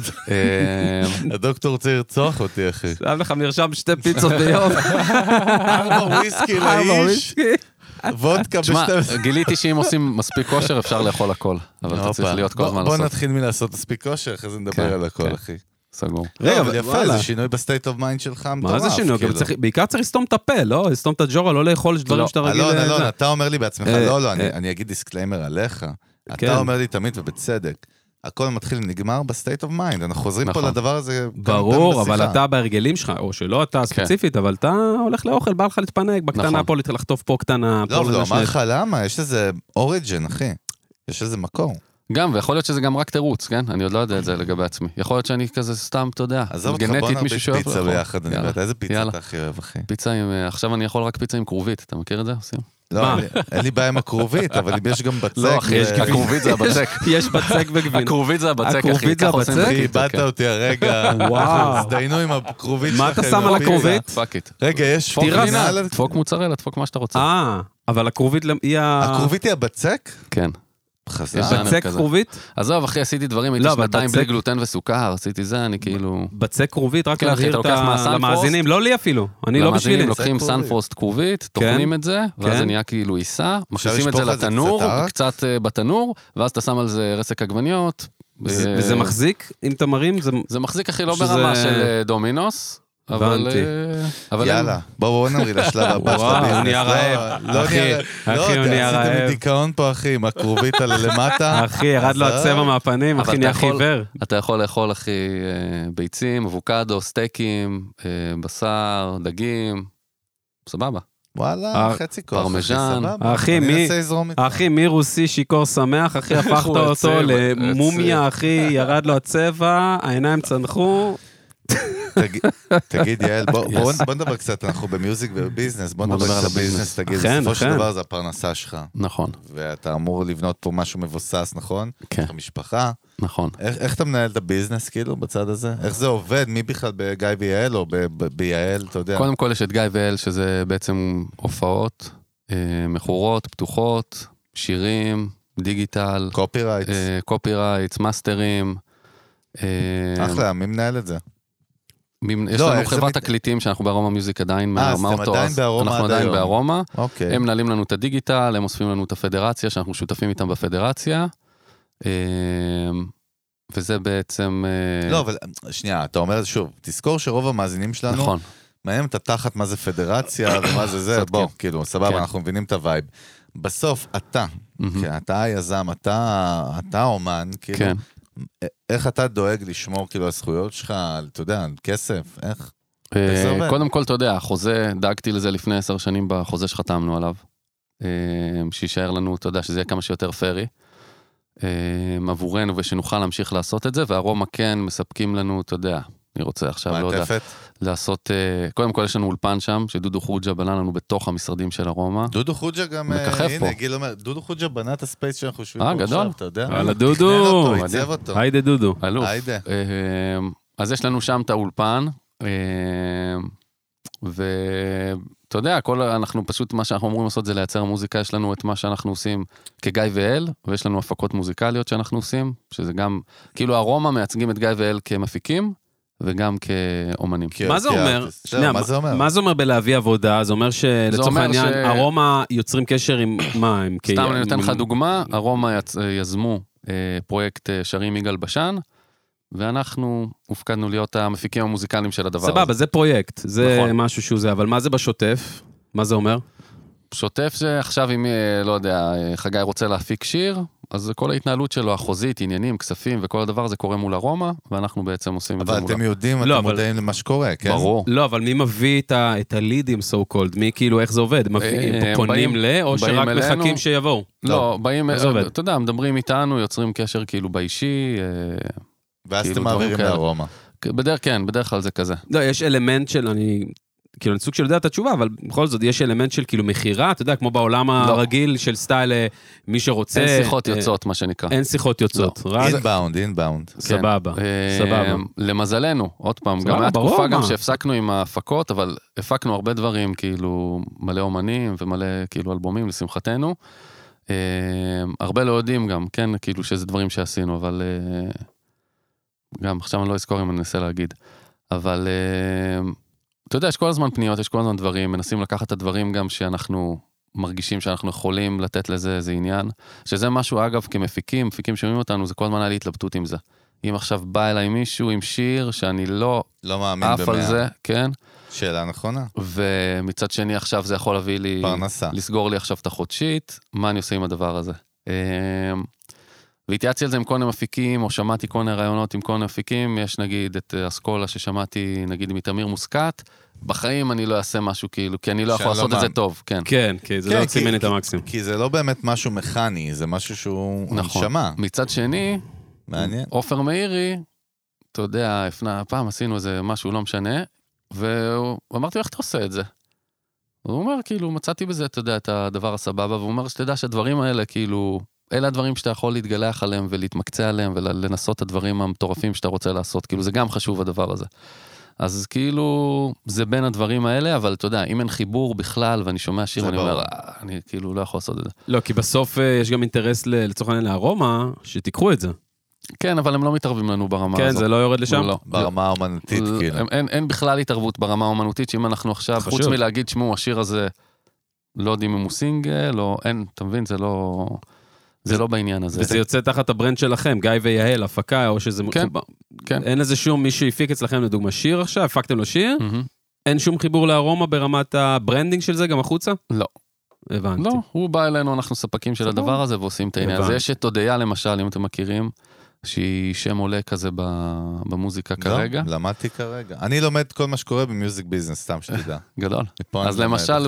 הדוקטור רוצה לרצוח אותי, אחי. שם לך מרשם שתי פיצות ביום. ארבע וויסקי לאיש. וודקה בשתי... גיליתי שאם עושים מספיק כושר, אפשר לאכול הכל. אבל אתה צריך להיות כל הזמן לעשות. בוא נתחיל מלעשות מספיק כושר, אחרי זה נדבר על הכל, אחי. סגור. רגע, אבל יפה, זה שינוי בסטייט אוף מיינד שלך מטורף. מה זה שינוי? בעיקר צריך לסתום את הפה, לא? לסתום את הג'ורה, לא לאכול דברים שאתה רגיל... אלון, אלון, אתה אומר לי בעצמך, לא, לא, אני אגיד דיסקליימר עליך. אתה אומר לי תמיד ובצדק. הכל מתחיל ונגמר בסטייט אוף מיינד. אנחנו חוזרים פה לדבר הזה... ברור, אבל אתה בהרגלים שלך, או שלא אתה ספציפית, אבל אתה הולך לאוכל, בא לך להתפנק, בקטנה פה, לחטוף פה קטנה. לא, אבל אמר לך למה? יש איזה אוריג'ן, אחי. יש איזה מקור. גם, ויכול להיות שזה גם רק תירוץ, כן? אני עוד לא יודע את זה לגבי עצמי. יכול להיות שאני כזה סתם, אתה יודע, גנטית מישהו שאוהב. עזוב אותך, בוא נרביץ פיצה ביחד, אני יודעת, איזה פיצה אתה הכי אוהב, אחי? פיצה עם, עכשיו אני יכול רק פיצה עם כרובית, אתה מכיר את זה? עושים? לא, אין לי בעיה עם הכרובית, אבל אם יש גם בצק... לא, אחי, הכרובית זה הבצק. יש בצק וגבין. הכרובית זה הבצק, אחי. הכרובית זה הבצק? איבדת אותי הרגע. וואו. סדיינו עם הכרובית שלכם. מה אתה שם על הכרובית? פאק איט. רגע, יש... דפוק מוצרלה, דפוק מה שאתה רוצה. אה, אבל הכרובית היא ה... הכרובית היא הבצק? כן. בצק כרובית? עזוב, אחי, עשיתי דברים, הייתי שנתיים בלי גלוטן וסוכר, עשיתי זה, אני כאילו... בצק כרובית, רק להבהיר למאזינים, לא לי אפילו, אני לא בשבילי. לוקחים סנפרוסט כרובית, תוכנים את זה, ואז זה נהיה כאילו עיסה, מכניסים את זה לתנור, קצת בתנור, ואז אתה שם על זה רסק עגבניות. וזה מחזיק, אם תמרים? זה מחזיק, אחי, לא ברמה של דומינוס, אבל... יאללה, בואו נמריא לשלב הבא של הביזנס. הוא נהיה רעב. אחי, אחי, הוא נהיה רעב. עשיתם דיכאון פה, אחי, עם הכרובית על למטה. אחי, ירד לו הצבע מהפנים, אחי, נהיה חיוור. אתה יכול לאכול, אחי, ביצים, אבוקדו, סטייקים, בשר, דגים, סבבה. וואלה, חצי כוח. פרמיז'ן. אחי, מי רוסי שיקור שמח, אחי, הפכת אותו למומיה, אחי, ירד לו הצבע, העיניים צנחו. תגיד יעל, בוא נדבר קצת, אנחנו במיוזיק וביזנס, בוא נדבר קצת ביזנס, תגיד, בסופו של דבר זה הפרנסה שלך. נכון. ואתה אמור לבנות פה משהו מבוסס, נכון? כן. משפחה. נכון. איך אתה מנהל את הביזנס, כאילו, בצד הזה? איך זה עובד? מי בכלל בגיא ויעל, או ביעל, אתה יודע? קודם כל יש את גיא ויעל, שזה בעצם הופעות, מכורות, פתוחות, שירים, דיגיטל. קופירייטס. קופירייטס, מאסטרים. אחלה, מי מנהל את זה? יש לנו חברת תקליטים שאנחנו בארומה מיוזיק עדיין מארומה אותו, אנחנו עדיין בארומה, אוקיי. הם מנהלים לנו את הדיגיטל, הם אוספים לנו את הפדרציה, שאנחנו שותפים איתם בפדרציה, וזה בעצם... לא, אבל שנייה, אתה אומר שוב, תזכור שרוב המאזינים שלנו, נכון. מעניין את התחת מה זה פדרציה ומה זה זה, בוא, כאילו, סבבה, אנחנו מבינים את הווייב. בסוף, אתה, אתה היזם, אתה אומן, כאילו, איך אתה דואג לשמור כאילו הזכויות שלך, אתה יודע, כסף, איך? קודם כל, אתה יודע, החוזה, דאגתי לזה לפני עשר שנים בחוזה שחתמנו עליו, שישאר לנו, אתה יודע, שזה יהיה כמה שיותר פרי, עבורנו ושנוכל להמשיך לעשות את זה, והארומה כן מספקים לנו, אתה יודע, אני רוצה עכשיו, לא יודע, לעשות, קודם כל יש לנו אולפן שם, שדודו חוג'ה בנה לנו בתוך המשרדים של ארומה. דודו חוג'ה גם, הנה, גיל אומר, דודו חוג'ה בנה את הספייס שאנחנו שווים פה עכשיו, אתה יודע? על דודו, היידה דודו. היידה. אז יש לנו שם את האולפן, ואתה יודע, אנחנו פשוט, מה שאנחנו אמורים לעשות זה לייצר מוזיקה, יש לנו את מה שאנחנו עושים כגיא ואל, ויש לנו הפקות מוזיקליות שאנחנו עושים, שזה גם, כאילו ארומה מייצגים את גיא ואל כמפיקים, וגם כאומנים. מה זה אומר? מה זה אומר בלהביא עבודה? זה אומר שלצורך העניין, ארומה יוצרים קשר עם מה? סתם אני נותן לך דוגמה, ארומה יזמו פרויקט שרים יגאל בשן, ואנחנו הופקדנו להיות המפיקים המוזיקליים של הדבר הזה. סבבה, זה פרויקט, זה משהו שהוא זה, אבל מה זה בשוטף? מה זה אומר? שוטף זה עכשיו אם, לא יודע, חגי רוצה להפיק שיר, אז כל ההתנהלות שלו, החוזית, עניינים, כספים וכל הדבר הזה קורה מול ארומה, ואנחנו בעצם עושים את זה מול... אבל אתם יודעים, אתם מודעים למה שקורה, כן? ברור. לא, אבל מי מביא את הלידים, so called? מי כאילו, איך זה עובד? פונים ל, או שרק מחכים שיבואו? לא, באים, אתה יודע, מדברים איתנו, יוצרים קשר כאילו באישי. ואז אתם מעבירים לארומה. בדרך כן, בדרך כלל זה כזה. לא, יש אלמנט של, אני... כאילו, אני סוג של יודע את התשובה, אבל בכל זאת, יש אלמנט של כאילו מחירה, אתה יודע, כמו בעולם הרגיל של סטייל, מי שרוצה... אין שיחות יוצאות, מה שנקרא. אין שיחות יוצאות. אינבאונד, אינבאונד. סבבה, סבבה. למזלנו, עוד פעם, גם היה תקופה גם שהפסקנו עם ההפקות, אבל הפקנו הרבה דברים, כאילו, מלא אומנים ומלא, כאילו, אלבומים, לשמחתנו. הרבה לא יודעים גם, כן, כאילו, שזה דברים שעשינו, אבל... גם, עכשיו אני לא אזכור אם אני אנסה להגיד. אבל... אתה יודע, יש כל הזמן פניות, יש כל הזמן דברים, מנסים לקחת את הדברים גם שאנחנו מרגישים שאנחנו יכולים לתת לזה איזה עניין, שזה משהו, אגב, כמפיקים, מפיקים שומעים אותנו, זה כל הזמן היה לי התלבטות עם זה. אם עכשיו בא אליי מישהו עם שיר שאני לא... לא מאמין אף על זה, כן? שאלה נכונה. ומצד שני עכשיו זה יכול להביא לי... פרנסה. לסגור לי עכשיו את החודשית, מה אני עושה עם הדבר הזה? והתייעצתי על זה עם כל המפיקים, או שמעתי כל מיני רעיונות עם כל מיני מפיקים, יש נגיד את אסכולה ששמעתי, נגיד מתאמיר מוסקת, בחיים אני לא אעשה משהו כאילו, כי אני לא יכול לעשות את זה טוב, כן. כן, כי זה לא יוצא ממני את המקסימום. כי זה לא באמת משהו מכני, זה משהו שהוא נשמה. מצד שני, מעניין. עופר מאירי, אתה יודע, פעם עשינו איזה משהו לא משנה, ואמרתי, איך אתה עושה את זה? הוא אומר, כאילו, מצאתי בזה, אתה יודע, את הדבר הסבבה, והוא אומר, שתדע שהדברים האלה, כאילו, אלה הדברים שאתה יכול להתגלח עליהם ולהתמקצע עליהם ולנסות את הדברים המטורפים שאתה רוצה לעשות. כאילו, זה גם חשוב הדבר הזה. אז כאילו, זה בין הדברים האלה, אבל אתה יודע, אם אין חיבור בכלל, ואני שומע שיר, אני אומר, אני כאילו לא יכול לעשות את זה. לא, כי בסוף יש גם אינטרס לצורך העניין לארומה, שתיקחו את זה. כן, אבל הם לא מתערבים לנו ברמה הזאת. כן, זה לא יורד לשם? לא. ברמה האומנותית, כאילו. אין בכלל התערבות ברמה האומנותית, שאם אנחנו עכשיו, חוץ מלהגיד, שמו, השיר הזה, לא יודעים אם הוא סינגל, או אין, אתה מבין, זה לא... זה לא בעניין הזה. וזה יוצא תחת הברנד שלכם, גיא ויהל, הפקה, או שזה... כן, כן. אין איזה שום, מי שהפיק אצלכם לדוגמה שיר עכשיו, הפקתם לו שיר? אין שום חיבור לארומה ברמת הברנדינג של זה, גם החוצה? לא. הבנתי. לא, הוא בא אלינו, אנחנו ספקים של הדבר הזה, ועושים את העניין הזה. יש את הודיה למשל, אם אתם מכירים, שהיא שם עולה כזה במוזיקה כרגע. לא, למדתי כרגע. אני לומד כל מה שקורה במיוזיק ביזנס, סתם שתדע. גדול. אז למשל,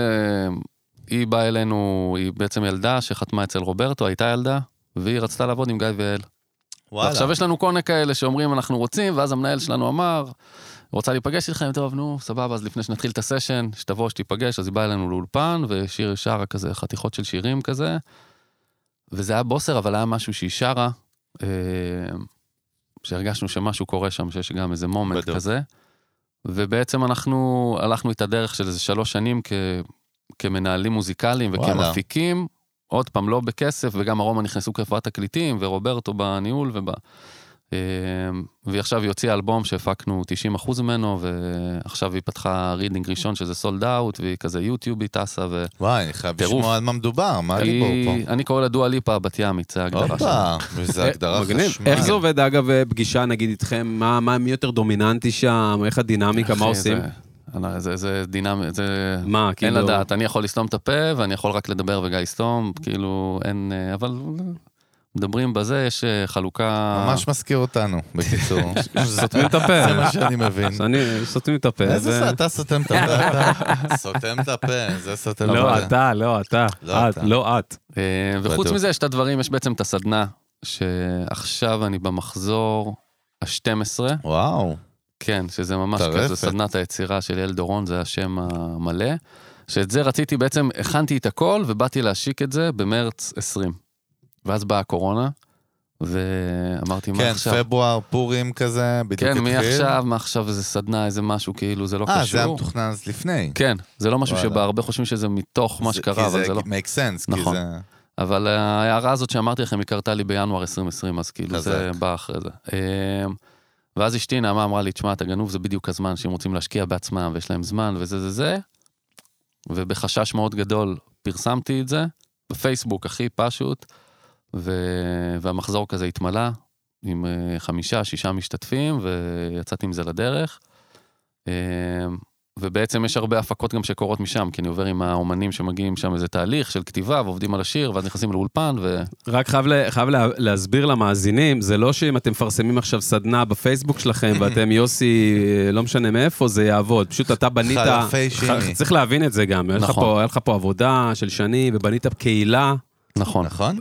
היא באה אלינו, היא בעצם ילדה שחתמה אצל רוברטו, הייתה ילדה, והיא רצתה לעבוד עם גיא ואל. ועכשיו יש לנו קונה כאלה שאומרים אנחנו רוצים, ואז המנהל שלנו אמר, רוצה להיפגש איתכם, טוב, נו, סבבה, אז לפני שנתחיל את הסשן, שתבוא, שתיפגש, אז היא באה אלינו לאולפן, ושיר שרה כזה, חתיכות של שירים כזה, וזה היה בוסר, אבל היה משהו שהיא שרה, שהרגשנו שמשהו קורה שם, שיש גם איזה מומנט כזה, ובעצם אנחנו הלכנו את הדרך של איזה שלוש שנים כ... כמנהלים מוזיקליים וכמפיקים, עוד פעם לא בכסף, וגם ארומה נכנסו כחברת תקליטים, ורוברטו בניהול, והיא עכשיו יוציא אלבום שהפקנו תשעים אחוז ממנו, ועכשיו היא פתחה רידינג ראשון שזה סולד אאוט, והיא כזה יוטיוב, היא טסה ו... וואי, אני חייב לשמוע על מה מדובר, מה הדיבור פה? אני קורא לה דואה ליפה בת ימית, זה ההגדרה שלה. וזה הגדרה חשמל. איך זה עובד, אגב, פגישה, נגיד איתכם, מה מי יותר דומיננטי שם, איך הדינמיקה, מה עושים? זה דינמי, זה... מה, כאילו... אין לדעת, אני יכול לסתום את הפה, ואני יכול רק לדבר וגיא יסתום, כאילו, אין... אבל... מדברים בזה, יש חלוקה... ממש מזכיר אותנו, בקיצור. סותמים את הפה. זה מה שאני מבין. סותמים את הפה. איזה אתה סותם את הפה? סותם את הפה, זה סותם את הפה. לא, אתה, לא, אתה. לא, את. וחוץ מזה, יש את הדברים, יש בעצם את הסדנה, שעכשיו אני במחזור ה-שתים עשרה. וואו. כן, שזה ממש כזה, סדנת היצירה של יעל דורון, זה השם המלא. שאת זה רציתי בעצם, הכנתי את הכל, ובאתי להשיק את זה במרץ עשרים. ואז באה הקורונה, ואמרתי, מה עכשיו? כן, פברואר, פורים כזה, בדיוק התחיל. כן, מי עכשיו, מה עכשיו, איזה סדנה, איזה משהו, כאילו, זה לא קשור. אה, זה היה מתוכנן אז לפני. כן, זה לא משהו שבה הרבה חושבים שזה מתוך מה שקרה, אבל זה לא... כי זה make sense, נכון. אבל ההערה הזאת שאמרתי לכם, היא קרתה לי בינואר עשרים עשרים, אז כאילו זה בא אחרי זה. ואז אשתי נעמה אמרה לי, תשמע, אתה גנוב, זה בדיוק הזמן שהם רוצים להשקיע בעצמם, ויש להם זמן, וזה זה זה. ובחשש מאוד גדול פרסמתי את זה, בפייסבוק, הכי פשוט. והמחזור כזה התמלא עם חמישה, שישה משתתפים, ויצאתי עם זה לדרך. ובעצם יש הרבה הפקות גם שקורות משם, כי אני עובר עם האומנים שמגיעים שם איזה תהליך של כתיבה, ועובדים על השיר, ואז נכנסים לאולפן, ו... רק חייב, חייב להסביר למאזינים, זה לא שאם אתם מפרסמים עכשיו סדנה בפייסבוק שלכם, ואתם יוסי, לא משנה מאיפה, זה יעבוד. פשוט אתה בנית... חלפי שיני. צריך להבין את זה גם. נכון. היה לך פה עבודה של שני, ובנית קהילה. נכון. נכון?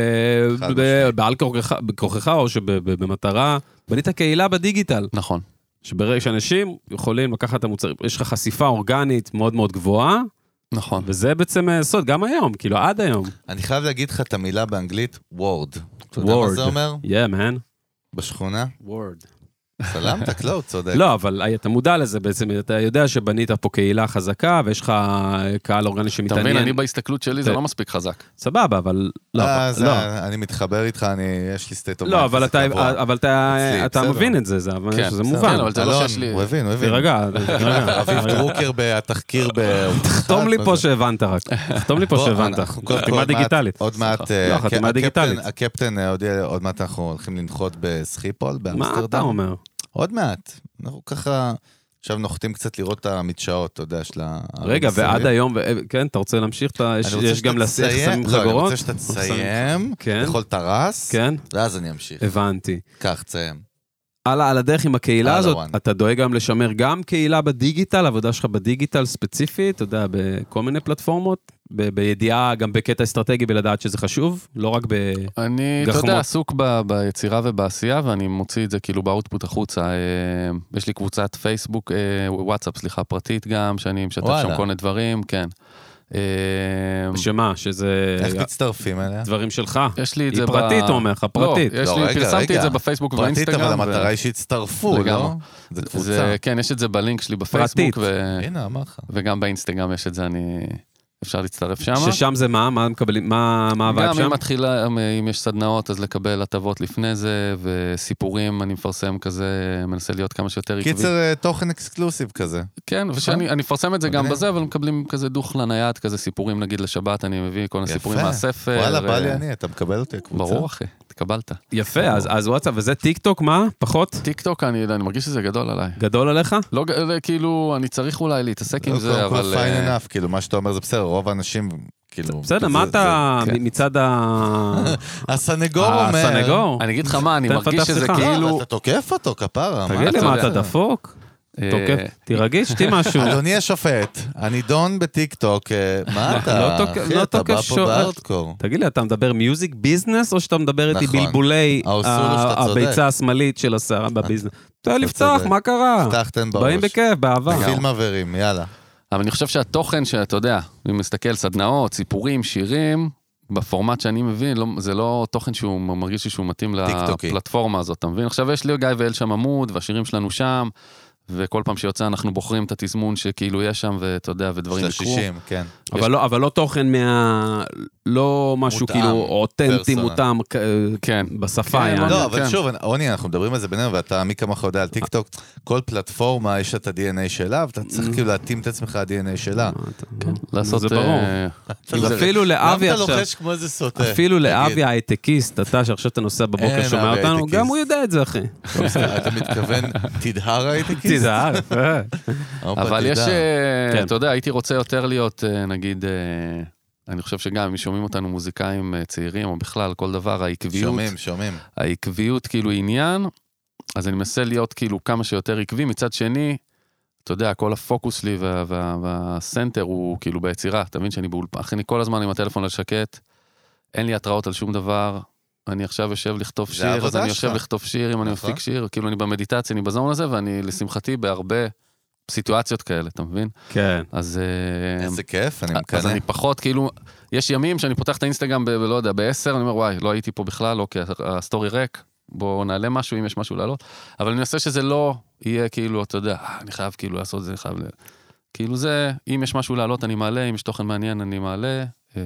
בעל כוחך או שבמטרה, בנית קהילה בדיגיטל. נכון. שברגע שאנשים יכולים לקחת את המוצרים, יש לך חשיפה אורגנית מאוד מאוד גבוהה. נכון. וזה בעצם סוד, גם היום, כאילו עד היום. אני חייב להגיד לך את המילה באנגלית, וורד. אתה יודע מה זה אומר? Yeah, man. בשכונה? וורד. סלמת, קלאוד, צודק. לא, אבל אתה מודע לזה בעצם, אתה יודע שבנית פה קהילה חזקה, ויש לך קהל אורגני שמתעניין. אתה מבין, אני בהסתכלות שלי זה לא מספיק חזק. סבבה, אבל... אני מתחבר איתך, יש לי סטייט אוף לא, אבל אתה מבין את זה, זה מובן. אלון, הוא הבין, הוא הבין. תירגע, אביב דרוקר בתחקיר ב... תחתום לי פה שהבנת רק. תחתום לי פה שהבנת. חתימה דיגיטלית. עוד מעט... לא, חתימה דיגיטלית. הקפטן, עוד מעט אנחנו הולכים לנחות בסחיפול, באמסטרדם. מה אתה אומר? עוד מעט, אנחנו ככה, עכשיו נוחתים קצת לראות את המדשאות, אתה יודע, של ה... רגע, ועד היום, כן, אתה רוצה להמשיך, יש גם לשיח שמים חגורות? לא, אני רוצה שאתה תסיים, לכל טרס, ואז אני אמשיך. הבנתי. כך, תסיים. על הדרך עם הקהילה הזאת, אתה דואג גם לשמר גם קהילה בדיגיטל, עבודה שלך בדיגיטל ספציפית, אתה יודע, בכל מיני פלטפורמות, בידיעה, גם בקטע אסטרטגי בלדעת שזה חשוב, לא רק בגחמות. אני, אתה יודע, עסוק ביצירה ובעשייה, ואני מוציא את זה כאילו באוטפוט החוצה. יש לי קבוצת פייסבוק, וואטסאפ, סליחה, פרטית גם, שאני משתף שם כל מיני דברים, כן. שמה, שזה... איך מצטרפים אליה? דברים שלך. יש לי את זה היא פרטית, אומר לך, פרטית. לא, יש לי, פרסמתי את זה בפייסבוק ובאינסטגרם. פרטית, אבל המטרה היא שהצטרפו, לא? זה קבוצה. כן, יש את זה בלינק שלי בפייסבוק. הנה, אמר לך. וגם באינסטגרם יש את זה, אני... אפשר להצטרף שם. ששם זה מה? מה מקבלים? מה הווייב שם? גם אם מתחילה, אם יש סדנאות, אז לקבל הטבות לפני זה, וסיפורים, אני מפרסם כזה, מנסה להיות כמה שיותר עקבי. קיצר, תוכן אקסקלוסיב כזה. כן, ושאני מפרסם את זה גם בזה, אבל מקבלים כזה דוך לנייד, כזה סיפורים, נגיד לשבת, אני מביא כל הסיפורים מהספר. וואלה, בא לי אני, אתה מקבל אותי קבוצה. ברור, אחי, תקבלת. יפה, אז וואטסאפ, וזה טיק טוק, מה? פחות? טיק טוק, אני מרגיש שזה גדול עליי. גדול עליך? לא, כאילו, אני צריך אולי להתעסק עם זה, אבל... fine enough, כאילו, מה שאתה אומר זה בסדר, רוב האנשים, כאילו... בסדר, מה אתה מצד ה... הסנגור אומר... הסנגור? אני אגיד לך מה, אני מרגיש שזה כאילו... אתה תוקף אותו, כפרה. תגיד לי, מה אתה דפוק? תירגיש, שתי משהו. אדוני השופט, הנידון בטיק טוק, מה אתה? לא תוקף שופט. תגיד לי, אתה מדבר מיוזיק ביזנס, או שאתה מדבר איתי בלבולי הביצה השמאלית של השערה בביזנס? אתה לפצוח, מה קרה? באים בכיף, באהבה. פיל מברים, יאללה. אבל אני חושב שהתוכן שאתה יודע, אם מסתכל סדנאות, סיפורים, שירים, בפורמט שאני מבין, לא, זה לא תוכן שהוא מרגיש לי שהוא מתאים לפלטפורמה הזאת, אתה מבין? עכשיו יש לי גיא ואל שם עמוד, והשירים שלנו שם, וכל פעם שיוצא אנחנו בוחרים את התזמון שכאילו יש שם, ואתה יודע, ודברים יקרו. של ה-שישים, כן. אבל לא, אבל לא תוכן מה... לא משהו מותאם, כאילו אותנטי, פרסונל. מותאם, כן. בשפה. כן, יעני. לא, אבל כן. שוב, עוני, אנחנו מדברים על זה בינינו, ואתה מי כמוך יודע על טיקטוק, כל פלטפורמה יש את ה-די אן איי שלה, ואתה צריך כאילו להתאים את עצמך ה-די אן איי שלה. כן. לעשות... זה ברור. אה, אז אפילו לאבי למה אתה עכשיו, לוחש כמו איזה סוטה? אפילו תגיד. לאבי ההייטקיסט, אתה שעכשיו אתה נוסע בבוקר אין שומע אבי אותנו, הייטקיסט. גם הוא יודע את זה, אחי. אתה מתכוון, תדהר הייתי כיס? תיזהר, יפה. אבל יש, אה, כן. אתה יודע, הייתי רוצה יותר להיות, אה, נגיד, אה, אני חושב שגם אם שומעים אותנו מוזיקאים אה, צעירים, או בכלל, כל דבר, העקביות, שומעים, שומעים. העקביות כאילו עניין, אז אני מנסה להיות כאילו כמה שיותר עקבי, מצד שני, אתה יודע, כל הפוקוס שלי וה, וה, והסנטר הוא כאילו ביצירה, אתה מבין שאני באולפן, אחרי אני כל הזמן עם הטלפון על שקט, אין לי התראות על שום דבר, אני עכשיו יושב לכתוב שיר, אז העבודה אני יושב שלך. לכתוב שיר, אם אני נכון. מפיק שיר, כאילו אני במדיטציה, אני בזון הזה, ואני לשמחתי בהרבה סיטואציות כאלה, אתה מבין? כן. אז, אה, איזה כיף, אני אז מקנא. אני פחות, כאילו, יש ימים שאני פותח את האינסטגרם, ב- לא יודע, בעשר, אני אומר, וואי, לא הייתי פה בכלל, אוקיי, הסטורי ריק, בואו נעלה משהו, אם יש משהו לעלות, אבל אני מנסה שזה לא יהיה כאילו, אתה יודע, "אה, אני חייב כאילו לעשות זה, אני חייב ל... כאילו זה, אם יש משהו לעלות, אני מעלה, אם יש תוכן מעניין, אני מעלה, אה,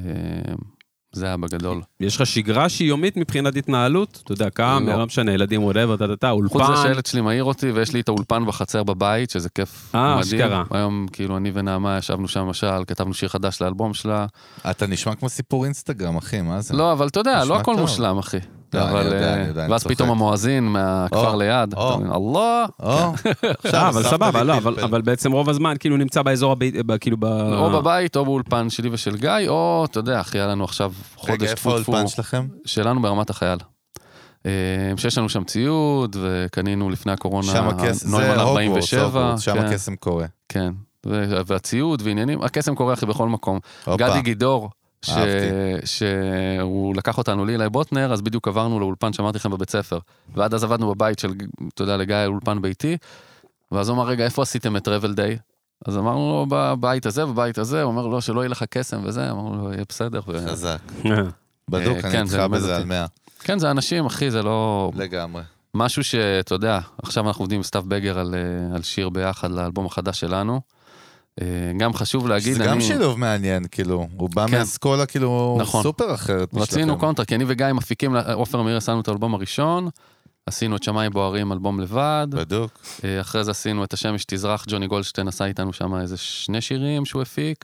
זה היה בגדול. יש לך שגרה שהיא יומית מבחינת התנהלות? אתה יודע, קם, לא. לא משנה, ילדים, whatever, אתה יודע, חוץ אולפן. זה שהילד שלי מעיר אותי, ויש לי את האולפן בחצר בבית, שזה כיף אה, מדהים. אשכרה. היום, כאילו, אני ונעמה ישבנו שם למשל, כתבנו שיר חדש לאלבום שלה. אתה נשמע כמו סיפור אינסטגרם, אחי, מה זה? לא, אבל אתה יודע, נשמע לא הכל טוב. מושלם, אחי. לא, אני אבל, יודע, אני אה, יודע, אני ואז צוחק. פתאום המואזין מהכפר או, ליד, או. אתה מבין, אללה, או, אה, עכשיו, אבל הוספת סבבה, לי לא, אבל- פלפל. אבל בעצם רוב הזמן כאילו נמצא באזור הבית, ב- כאילו ב... או בבית, או באולפן שלי ושל גיא, או, אתה יודע, אחי, היה לנו עכשיו רגע, חודש איפה טפו טפו, האולפן שלכם? שלנו ברמת החייל. אה, שיש לנו שם ציוד, וקנינו לפני הקורונה, שם הקסם, נוימן זה ארבעים הוגוורטס, ושבע, הוגוורטס, שם כן, הקסם קורה. כן, ו- והציוד ועניינים, הקסם קורה אחי בכל מקום. הופה. גדי גידור, ש... אהבתי. שהוא לקח אותנו לי אליי בוטנר, אז בדיוק עברנו לאולפן שאמרתי לכם בבית ספר, ועד אז עבדנו בבית של, אתה יודע, לגיא אולפן ביתי, ואז הוא אמר, רגע, איפה עשיתם את טרבל דיי? אז אמרנו לו, בבית הזה, בבית הזה, הוא אומר לו, שלא יהיה לך קסם וזה, אמרנו לו, יהיה בסדר. ו... חזק. אה, בדוק, כן, אני זה איתך לימד בזה אותי. על מאה. כן, זה אנשים, אחי, זה לא... לגמרי. משהו שאתה יודע, עכשיו אנחנו עובדים עם סתיו בגר על, אה, על שיר ביחד לאלבום החדש שלנו. אה, גם חשוב להגיד, זה אני... גם שילוב מעניין, כאילו, הוא בא כן. מאסכולה, כאילו, נכון. סופר אחרת רצינו משלכם. קונטרה, כי אני וגיא מפיקים, עופר אמיר עשינו את האלבום הראשון, עשינו את שמיים בוערים, אלבום לבד, בדוק. אה, אחרי זה עשינו את השמש תזרח, ג'וני גולדשטיין עשה איתנו שם איזה שני שירים שהוא הפיק,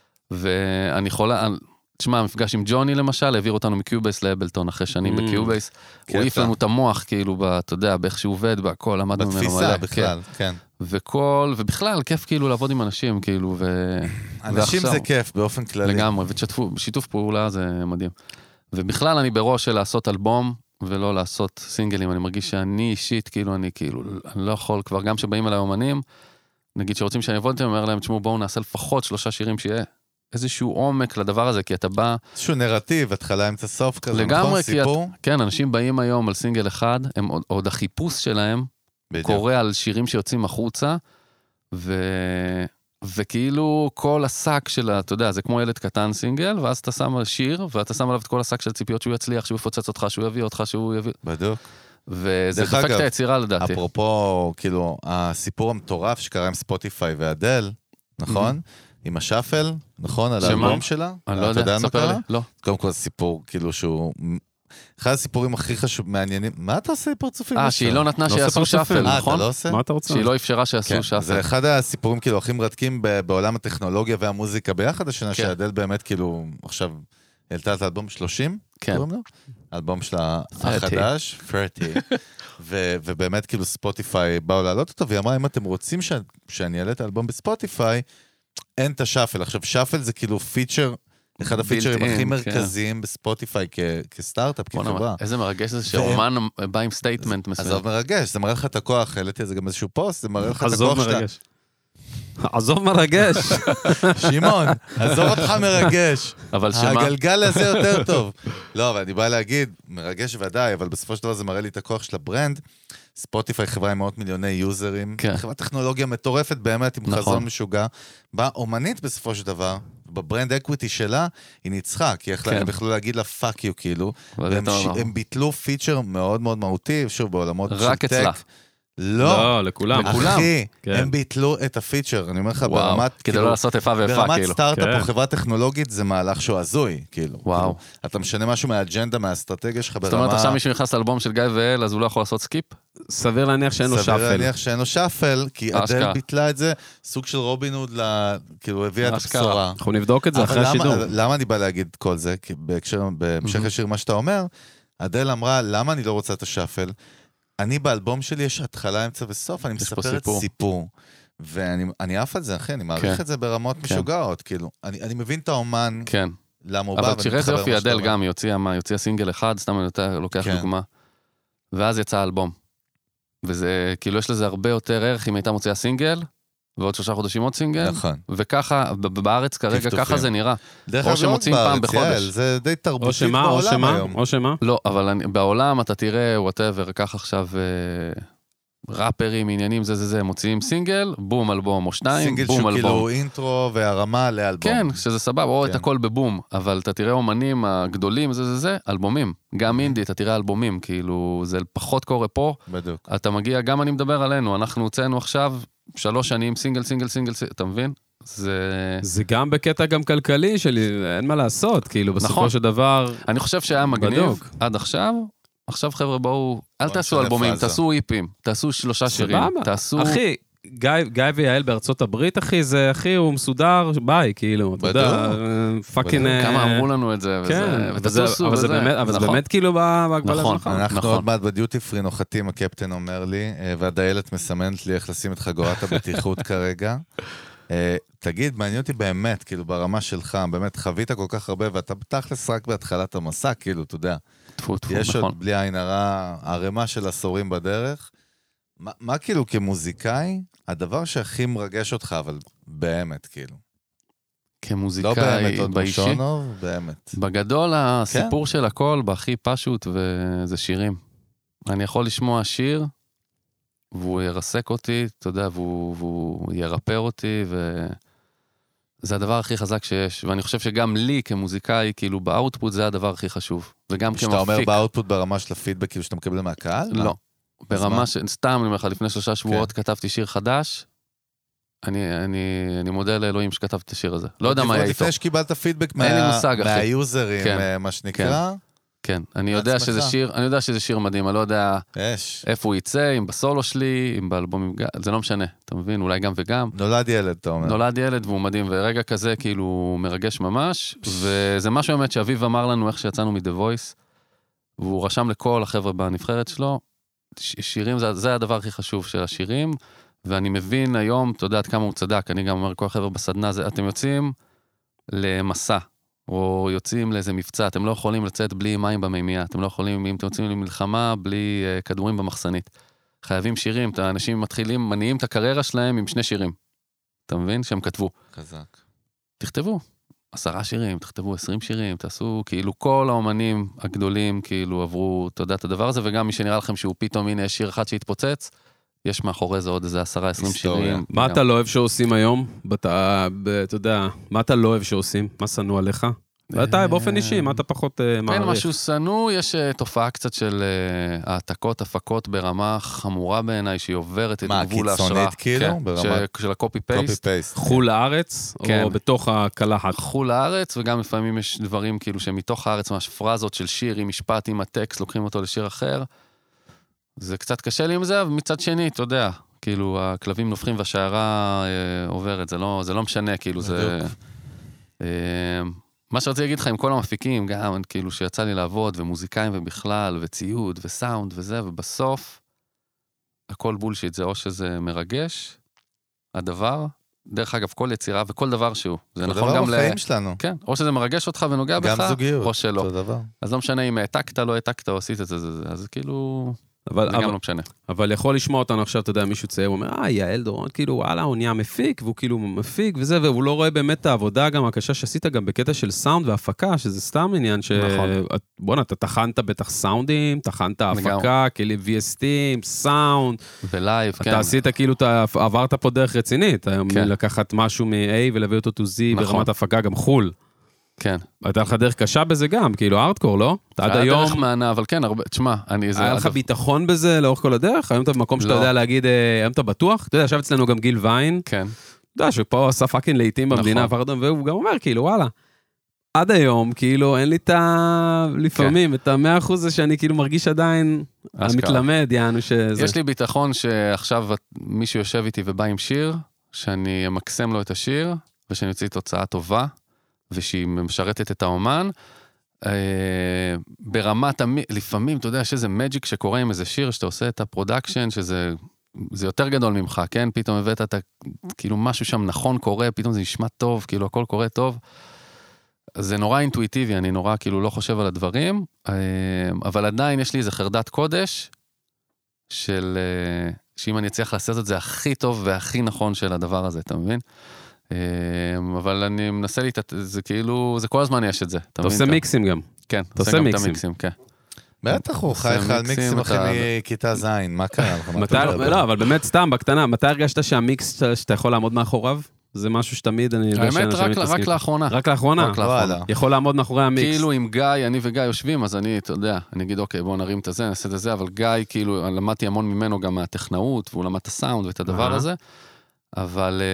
ואני חולה, תשמע, המפגש עם ג'וני למשל, העביר אותנו מקיובייס לאבלטון אחרי שנים Mm. בקיובייס, הוא העיף קטע. לנו את המוח, כאילו, ב- אתה יודע, באיך שהוא עובד, בהכל, למדנו ממנו מלא. בתפיסה כן. בכלל, כן. וכל, ובכלל, כיף כאילו לעבוד עם אנשים, כאילו, ו... אנשים ועכשיו- זה כיף, באופן כללי. לגמרי, ותשתפו, שיתוף פעולה זה מדהים. ובכלל אני בראש של לעשות אלבום, ולא לעשות סינגלים, אני מרגיש שאני אישית, כאילו, אני כאילו, אני לא יכול כבר, גם שבאים אליי אומנים, נגיד שרוצים שאני אעבוד איתם, אני אומר להם, תשמעו, בואו נעשה לפחות שלושה שירים, שיהיה איזשהו עומק לדבר הזה, כי אתה בא, איזשהו נרטיב, התחלה אמצע סוף כזה, לגמרי, נכון? כי את- סיפור? כן, אנשים באים היום על סינגל אחד, הם עוד, עוד החיפוש שלהם, בדיוק. קורא על שירים שיוצאים החוצה, ו... וכאילו כל השק של, אתה יודע, זה כמו ילד קטן סינגל, ואז אתה שם על שיר, ואתה שם עליו את כל השק של ציפיות שהוא יצליח, שהוא יפוצץ אותך, שהוא יביא אותך, שהוא יביא... בדוק. וזה דרך דופק אגב, את היצירה לדעתי. אפרופו, כאילו, הסיפור המטורף שקרה עם ספוטיפיי ואדל, נכון? עם השאפל, נכון? על שמה? האלבום שלה? אני לא אתה יודע, מה ספר קרה? לי. לא. קודם כל סיפור, כאילו, שהוא... אחד הסיפורים הכי חשוב, מעניינים. מה אתה עושה פרצופים? אה, עכשיו? שהיא לא נתנה לא שיעשו עושה פרצופים. שאפל, אה, נכון? אתה לא עושה? מה אתה רוצה? שהיא לא אפשרה שיעשו כן, שאפל. זה אחד הסיפורים כאילו הכי מרתקים ב- בעולם הטכנולוגיה והמוזיקה ביחד, השנה כן. שהאדל באמת כאילו עכשיו העלתה את האלבום שלושים, כן. קוראים לו? האלבום שלה החדש, שלושים, ו- ובאמת כאילו ספוטיפיי באו להעלות אותו, והיא אמרה אם אתם רוצים ש- שאני אעלה את האלבום בספוטיפיי, אין את השאפל. עכשיו שאפל זה כאילו פיצ'ר, אחד הפיצ'רים Built in, הכי כן. מרכזיים בספוטיפיי כ- כסטארט-אפ, בוא כחברה. נאמר, איזה מרגש זה שהאומן בא עם סטייטמנט מסוים. עזוב מרגש, זה מראה לך את הכוח, העליתי על זה גם איזשהו פוסט, זה מראה לך את עזוב הכוח שלה. מרגש. עזוב מרגש. שמעון, עזוב אותך מרגש. אבל שמה? הגלגל הזה יותר טוב. לא, אבל אני בא להגיד, מרגש ודאי, אבל בסופו של דבר זה מראה לי את הכוח של הברנד. ספוטיפיי חברה עם מאות מיליוני יוזרים. כן. חברת טכנולוגיה מטורפת באמת, עם נכון. חזון משוגע. באה אומנית בסופו של דבר, בברנד אקוויטי שלה, היא ניצחה, כי כן. הם יכלו להגיד לה פאק יו כאילו. וזה והם טוב. ש- הם ביטלו פיצ'ר מאוד מאוד מהותי, שוב, בעולמות של רק אצלה. טק. לא. לא, לכולם. אחי, כן. הם ביטלו את הפיצ'ר, אני אומר לך, וואו, ברמת, כדי כאילו, לא לעשות איפה ואיפה, ברמת כאילו. סטארט-אפ כן. או חברה טכנולוגית, זה מהלך שהוא הזוי, כאילו. וואו. כאילו, אתה משנה משהו מהאג'נדה, מהאסטרטגיה שלך ברמה... זאת אומרת, עכשיו מישהו נכנס לאלבום של גיא ואל, אז הוא לא יכול לעשות סקיפ? סביר להניח שאין לו סביר שפל. להניח שאין לו שפל, כי אשכרה. אדל ביטלה את זה, סוג של רובין הוד, ל- כאילו, הביאה את אשכרה. הבשורה. אנחנו נבדוק את זה אבל אחרי למה- השידור. למה אני בא להגיד כל זה? כי בהקשר, בהמשך Mhm. ישיר מה שאתה אומר, אדל אמרה, למה אני לא רוצה את השפל? אני באלבום שלי יש התחלה, אמצע וסוף, אני יש פה מספר את סיפור. סיפור. ואני אני עף על זה, אחי, אני מעריך כן. את זה ברמות כן. משוגעות, כאילו. אני אני מבין את האומן, כן. למה הוא בא, אבל ואני תראה איזה מתחבר יופי, למה שאתה אדל אומר. גם, היא הוציאה מה, היא הוציאה סינגל אחד, סתם אני יותר לוקח כן. דוגמה. ואז יצא האלבום. וזה, כאילו, יש לזה הרבה יותר ערך אם הייתה מוציאה סינגל, ועוד שלושה חודשים עוד סינגל, נכון. וככה, ב- בארץ כרגע, טפטופים. ככה זה נראה. דרך או אגב, לא רק שמוציאים פעם בארץ, בחודש. יעל, זה די או תרבותית שמה, או בעולם שמה, היום. או שמה. לא, אבל אני, בעולם אתה תראה, whatever, קח עכשיו אה, ראפרים, עניינים, זה זה זה, מוציאים סינגל, בום אלבום, או שניים, סינגל בום שהוא אלבום. כאילו אינטרו והרמה לאלבום. כן, שזה סבבה, או את כן. הכל בבום, אבל אתה תראה אומנים הגדולים, זה זה זה, אלבומים. גם אינדי, אתה תראה אלבומים, כאילו, זה פחות קורה פה. בדיוק. אתה מגיע, גם אני מדבר עלינו, אנחנו הוצאנו עכשיו שלוש שנים, סינגל, סינגל, סינגל, סינגל, אתה מבין? זה... זה גם בקטע גם כלכלי שלי, אין מה לעשות, כאילו, בסופו נכון. של דבר... אני חושב שהיה מגניב בדוק. עד עכשיו. עכשיו חבר'ה בואו, אל בוא תעשו נשנה אלבומים, פאזה. תעשו איפים, תעשו שלושה שירים, סבבה. תעשו... אחי, גיא, גיא ויעל בארצות הברית, אחי, זה, אחי, הוא מסודר, ביי, כאילו, אתה יודע, פאקינג... כמה אמרו לנו את זה, כן, וזה- אבל זה- ותטוסו, אבל זה וזה. באמת, אבל זה נכון. באמת כאילו בהגבלה נכון. שלך. אנחנו נכון. עוד מעט בדיוטי פרי נוחתים, הקפטן אומר לי, אה, והדיילת מסמנת לי איך לשים את חגורת הבטיחות כרגע. אה, תגיד, מעניין אותי באמת, כאילו, ברמה שלך, באמת חווית כל כך הרבה, ואתה תכלס רק בהתחלת המסע, כאילו, אתה יודע. טפו, טפו, יש נכון. עוד בלי עין הרע, ערימה של עשורים בדרך. מה, מה כאילו כמוזיקאי, הדבר שהכי מרגש אותך, אבל באמת, כאילו. לא כמוזיקאי באמת עוד באישי. ראשונוב, באמת. בגדול, הסיפור של הכל, בהכי פשוט, וזה שירים. אני יכול לשמוע שיר, והוא ירסק אותי, אתה יודע, והוא, והוא ירפא אותי, וזה הדבר הכי חזק שיש. ואני חושב שגם לי, כמוזיקאי, כאילו, באוטפוט זה הדבר הכי חשוב. וגם כמפיק. שאתה אומר באוטפוט ברמה של הפידבק, כאילו שאתה מקבל מהקהל? לא. ברמה מה? ש... סתם, אני אומר לך, לפני שלושה שבועות כתבתי שיר חדש, אני, אני, אני מודה לאלוהים שכתבתי את השיר הזה. לא יודע מה היה איתו. לפני שקיבלת פידבק אין לי מה- מושג, אחי. מהיוזרים, כן. אה, מה שנקרא, כן, אני יודע מעצמך. שזה שיר, אני יודע שזה שיר מדהים, אני לא יודע יש. איפה הוא יצא, אם בסולו שלי, אם באלבום, עם ג- זה לא משנה, אתה מבין? אולי גם וגם. נולד ילד, אתה אומר. נולד ילד והוא מדהים, ורגע כזה כאילו מרגש ממש, וזה משהו באמת שאביב אמר לנו איך שיצאנו מ-The Voice, והוא רשם לכל החבר'ה בנבחרת שלו, ש- שירים זה, זה הדבר הכי חשוב של השירים, ואני מבין היום, אתה יודע עד כמה הוא צדק, אני גם אומר כל החבר'ה בסדנה, זה, אתם יוצאים למסע, או יוצאים לאיזה מבצע, אתם לא יכולים לצאת בלי מים במימייה, אתם לא יכולים, אם אתם יוצאים למלחמה, בלי uh, כדורים במחסנית. חייבים שירים, את האנשים מתחילים, מניעים את הקריירה שלהם עם שני שירים. אתה מבין? שהם כתבו. חזק. תכתבו, עשרה שירים, תכתבו עשרים שירים, תעשו, כאילו כל האומנים הגדולים, כאילו עברו, אתה יודע, את הדבר הזה, וגם מי שנראה לכם שהוא פתאום, הנה, יש שיר אחד שהתפוצץ, יש מאחורי זה עוד איזה עשרה, עשרים היסטוריה. שירים. מה גם. אתה לא אוהב שעושים היום? בת- ב- אתה יודע, מה אתה לא אוהב שעושים? מה שנוא עליך? ואתה באופן אישי, מה אתה פחות אה, כן, מעריך? משהו שנוא, יש אה, תופעה קצת של אה, העתקות, הפקות ברמה חמורה בעיניי, שהיא עוברת את מה, גבול קיצונית ההשראה. כאילו? כן, ברמת- ש- של הקופי קופי פייסט. פייסט. חול לארץ, כן. או בתוך הקלחת? חול לארץ, וגם לפעמים יש דברים כאילו שמתוך הארץ, ממש פרזות של שיר עם משפט, עם הטקסט, לוקחים אותו לשיר אחר. זה קצת קשה לי עם זה, אבל מצד שני, אתה יודע, כאילו, הכלבים נופחים והשיירה אה, עוברת, זה לא, זה לא משנה, כאילו, זה... אה, מה שרציתי להגיד לך עם כל המפיקים, גם כאילו שיצא לי לעבוד, ומוזיקאים ובכלל, וציוד, וסאונד וזה, ובסוף, הכל בולשיט, זה או שזה מרגש, הדבר, דרך אגב, כל יצירה וכל דבר שהוא. זה נכון דבר גם ל... בחיים שלנו. כן, או שזה מרגש אותך ונוגע בך, גם זוגיות. או שלא. אותו דבר. אז לא משנה אם העתקת, לא העתקת, או עשית את זה, זה, זה, אז כאילו, אבל, זה אבל, גם לא משנה. אבל יכול לשמוע אותנו עכשיו, אתה יודע, מישהו צעיר, הוא אומר, אה, יעל דורון, כאילו, וואלה, הוא נהיה מפיק, והוא כאילו מפיק וזה, והוא לא רואה באמת את העבודה גם הקשה שעשית גם בקטע של סאונד והפקה, שזה סתם עניין ש... נכון. בוא'נה, אתה תחנת בטח סאונדים, תחנת הפקה, לגמרי. כלים וי אס טי, סאונד, ולייב, כן. אתה עשית כאילו, אתה עברת פה דרך רצינית, כן. לקחת משהו מ-A ולהביא אותו to Z נכון. ברמת הפקה, גם חול. כן. הייתה לך דרך קשה בזה גם, כאילו ארטקור, לא? עד היום... היה דרך מענה, אבל כן, הרבה, תשמע, אני... היה לך ביטחון בזה לאורך כל הדרך? היום אתה במקום שאתה יודע להגיד, היום אתה בטוח? אתה יודע, ישב אצלנו גם גיל ויין. כן. אתה יודע, שפה עשה פאקינג לעיתים במדינה, והוא גם אומר, כאילו, וואלה, עד היום, כאילו, אין לי את ה... לפעמים, את המאה אחוז הזה שאני כאילו מרגיש עדיין המתלמד, יענו שזה... יש לי ביטחון שעכשיו מישהו יושב איתי ובא עם שיר, שאני אמקסם לו את השיר, ושאני יוציא תוצאה טובה, ושהיא משרתת את האומן. ברמת, לפעמים, אתה יודע, יש איזה מג'יק שקורה עם איזה שיר, שאתה עושה את הפרודקשן, שזה זה יותר גדול ממך, כן? פתאום הבאת את ה... כאילו משהו שם נכון קורה, פתאום זה נשמע טוב, כאילו הכל קורה טוב. זה נורא אינטואיטיבי, אני נורא כאילו לא חושב על הדברים, אבל עדיין יש לי איזה חרדת קודש, של... שאם אני אצליח לעשות את זה הכי טוב והכי נכון של הדבר הזה, אתה מבין? אבל אני מנסה להתת... זה כאילו, זה כל הזמן יש את זה. אתה עושה מיקסים גם. כן, אתה עושה גם את המיקסים, כן. בטח, הוא חי לך על מיקסים אחרי מכיתה זין, מה קרה לך? לא, אבל באמת סתם, בקטנה, מתי הרגשת שהמיקס שאתה יכול לעמוד מאחוריו? זה משהו שתמיד אני יודע האמת, רק לאחרונה. רק לאחרונה? רק לאחרונה. יכול לעמוד מאחורי המיקס. כאילו עם גיא, אני וגיא יושבים, אז אני, אתה יודע, אני אגיד, אוקיי, בואו נרים את זה, נעשה את זה, אבל גיא, כאילו, למדתי המון ממנו גם מהטכנאות, והוא למד את הסאונד ואת הדבר הזה, אבל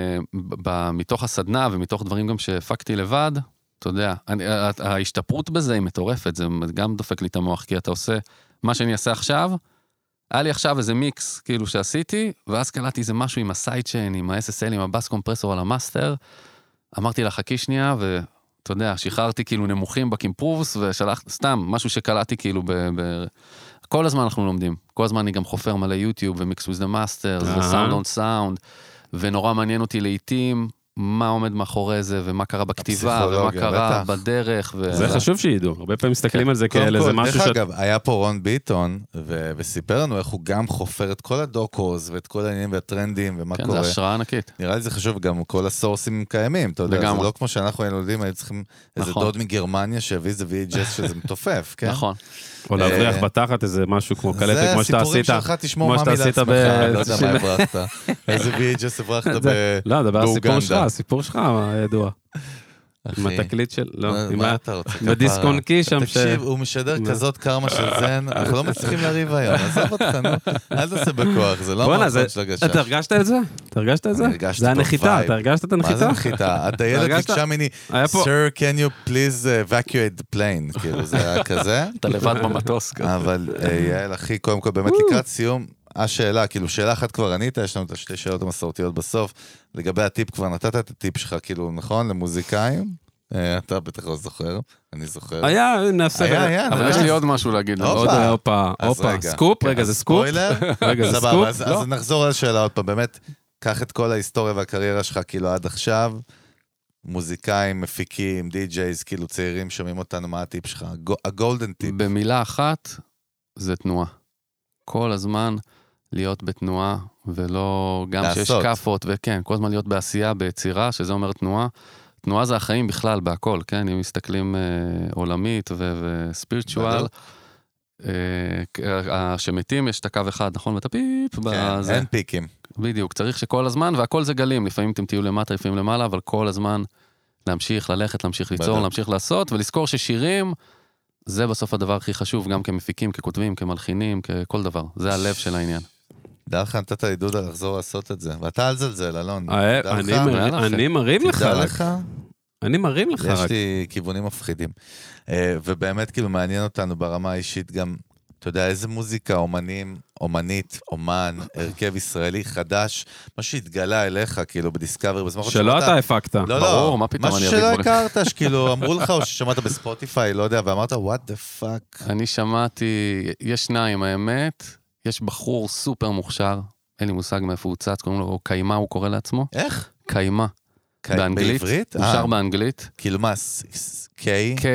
מתוך הסדנה ומתוך דברים גם שהפקתי לבד, אתה יודע, ההשתפרות בזה היא מטורפת, זה גם דופק לי את המוח, כי אתה עושה, מה שאני אעשה עכשיו, היה לי עכשיו איזה מיקס, כאילו, שעשיתי, ואז קלטתי איזה משהו עם הסיידצ'יין, עם ה-אס אס אל, עם הבאס קומפרסור על המאסטר, אמרתי לה, חכי שנייה, ואתה יודע, שחררתי כאילו נמוכים בקימפרובס, ושלחתי, סתם, משהו שקלטתי כאילו ב... ב... כל הזמן אנחנו לומדים, כל הזמן אני גם חופר מלא יוטיוב, ומיקס with the masters, וסאונד און סאונד, ונורא מעניין אותי לעיתים, מה עומד מאחורי זה, ומה קרה בכתיבה, ומה קרה בדרך. זה חשוב שידעו, הרבה פעמים מסתכלים על זה כאלה, זה משהו ש... דרך אגב, היה פה רון ביטון, וסיפר לנו איך הוא גם חופר את כל הדוקוס, ואת כל העניינים והטרנדים, ומה קורה. כן, זה השראה ענקית. נראה לי זה חשוב, גם כל הסורסים קיימים, אתה יודע, זה לא כמו שאנחנו היינו יודעים, היו צריכים איזה דוד מגרמניה, שהביא איזה וי אייץ' אס שזה מתופף, כן? נכון. או להבריח בתחת איזה משהו כמו קלטת, כמו שאתה עשית. זה הסיפורים שלך, תשמור מה לעצמך, לא יודע מה הברחת. איזה וי אייץ' אס הברחת לא, דבר הסיפור שלך, הסיפור שלך ידוע. עם התקליט של, לא, בדיסקונקי שם ש... תקשיב, הוא משדר כזאת קרמה של זן, אנחנו לא מצליחים להריב היום, עזוב אותך, נו, אל תעשה בכוח, זה לא המערכון של הגשש. אתה הרגשת את זה? אתה הרגשת את זה? זה הנחיתה, אתה הרגשת את הנחיתה? מה זה הנחיתה? הדיילת ביקשה מיני, Sir, can you please evacuate the plane? כאילו, זה היה כזה. אתה לבד במטוס. אבל יעל, אחי, קודם כל, באמת לקראת סיום, השאלה, כאילו, שאלה אחת כבר ענית, יש לנו את השתי שאלות המסורתיות בסוף, לגבי הטיפ, כבר נתת את הטיפ שלך, כאילו, נכון, למוזיקאים? אתה בטח לא זוכר, אני זוכר. היה, נעשה... היה, היה. אבל יש לי עוד משהו להגיד. עוד, הופה, הופה, סקופ, רגע, זה סקופ? רגע, זה סקופ? אז נחזור על השאלה עוד פעם, באמת, קח את כל ההיסטוריה והקריירה שלך, כאילו, עד עכשיו, מוזיקאים, מפיקים, די-ג'ייז, כאילו, צעירים, שומעים אותנו, מה הטיפ שלך? הגולדן טיפ. במילה אחת, זה תנועה. כל הזמן להיות בתנועה, ולא גם שיש קפות, וכן, כל הזמן להיות בעשייה, ביצירה, שזה אומר תנועה. תנועה זה החיים בכלל, בהכל, כן? אם מסתכלים אה, עולמית וספיריטואל, אה, שמתים יש את הקו אחד, נכון? ואתה פיפ, כן, בזה. אין פיקים. בדיוק, צריך שכל הזמן, והכל זה גלים, לפעמים אתם תהיו למטה, לפעמים למעלה, אבל כל הזמן להמשיך ללכת, להמשיך ליצור, בדיוק. להמשיך לעשות, ולזכור ששירים, זה בסוף הדבר הכי חשוב, גם כמפיקים, ככותבים, כמלחינים, ככל דבר. זה הלב של העניין. דע לך, נתת עידוד על לחזור לעשות את זה. ואתה על זלזל, אלון. אני מרים לך תדע רק. לך. אני מרים לך רק. יש לי כיוונים מפחידים. ובאמת, כאילו, מעניין אותנו ברמה האישית גם, אתה יודע, איזה מוזיקה, אומנים, אומנית, אומן, הרכב ישראלי חדש, מה שהתגלה אליך, כאילו, בדיסקאבר, בזמן שלא אתה הפקת. לא, לא, משהו שלא הכרת, שכאילו, אמרו לך, או ששמעת בספוטיפיי, לא יודע, ואמרת, what the fuck. אני שמעתי, יש שניים, האמת, יש בחור סופר מוכשר, אין לי מושג מאיפה הוא צץ, קוראים לו קיימה, הוא קורא לעצמו. איך? קיימה. באנגלית. בעברית? הוא שר באנגלית. כאילו מה? K?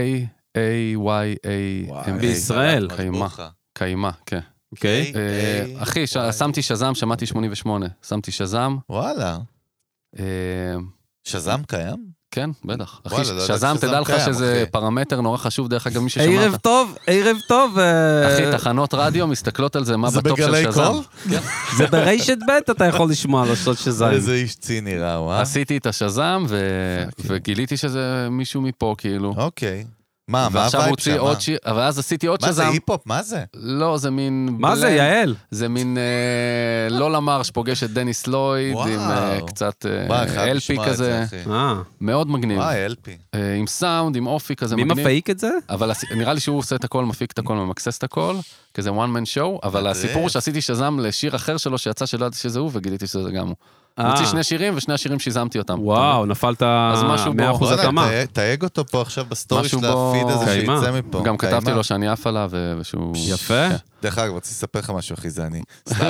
K-A-Y-A-M. בישראל. קיימה. קיימה, כן. אוקיי. אחי, שמתי שזם, שמעתי שמונים ושמונה. שמתי שזם. וואלה. שזם קיים? כן, בטח. אחי, וואלה, לא ידעתי שזם, שזם תדע לך קיים, שזה אחי. פרמטר נורא חשוב, דרך אגב, מי ששומע ערב אותה. טוב, ערב טוב. אה, אחי, תחנות רדיו מסתכלות על זה, מה זה בטופ של בגלי שזם. קול? כן. זה ברשת ב' אתה יכול לשמוע על השעות שזיים. איזה איש ציני רע, וואו. עשיתי את השזם, ו- וגיליתי שזה מישהו מפה, כאילו. אוקיי. מה, מה ועכשיו הוא הווייב הוציא שם? עוד שיר, אבל אז עשיתי עוד מה זה שזם. היפ-הופ? מה זה? לא, זה מין... מה זה, בלנד. יעל? זה מין אה, לא למר שפוגש את דניס לויד, וואו. עם אה, קצת וואי, אה, חייב אלפי לשמוע את כזה, זה, אחי. אה, מאוד מגניב. וואי, אלפי. אה, עם סאונד, עם אופי כזה מי מגניב. מפייק את זה? אבל הס- נראה לי שהוא עושה את הכל, מפיק את הכל, ממקסס את הכל, כזה one man show, אבל מטריף. הסיפור הוא שעשיתי שזם לשיר אחר שלו, שיצא שלא ידעתי שזה הוא, וגיליתי שזה גם הוא. הוא אה. הוציא שני שירים, ושני השירים שיזמתי אותם. וואו, נפלת משהו בו. מאה אחוז בוא'נה, התאמה. תייג- תייג אותו פה עכשיו בסטורי משהו של בו- הפיד הזה קיימה. שיצא מפה. גם כתבתי קיימה. לו שאני עף עליו, ו- ושהוא... יפה. כן. דרך אגב, רוצה לספר לך משהו, אחי, זה אני.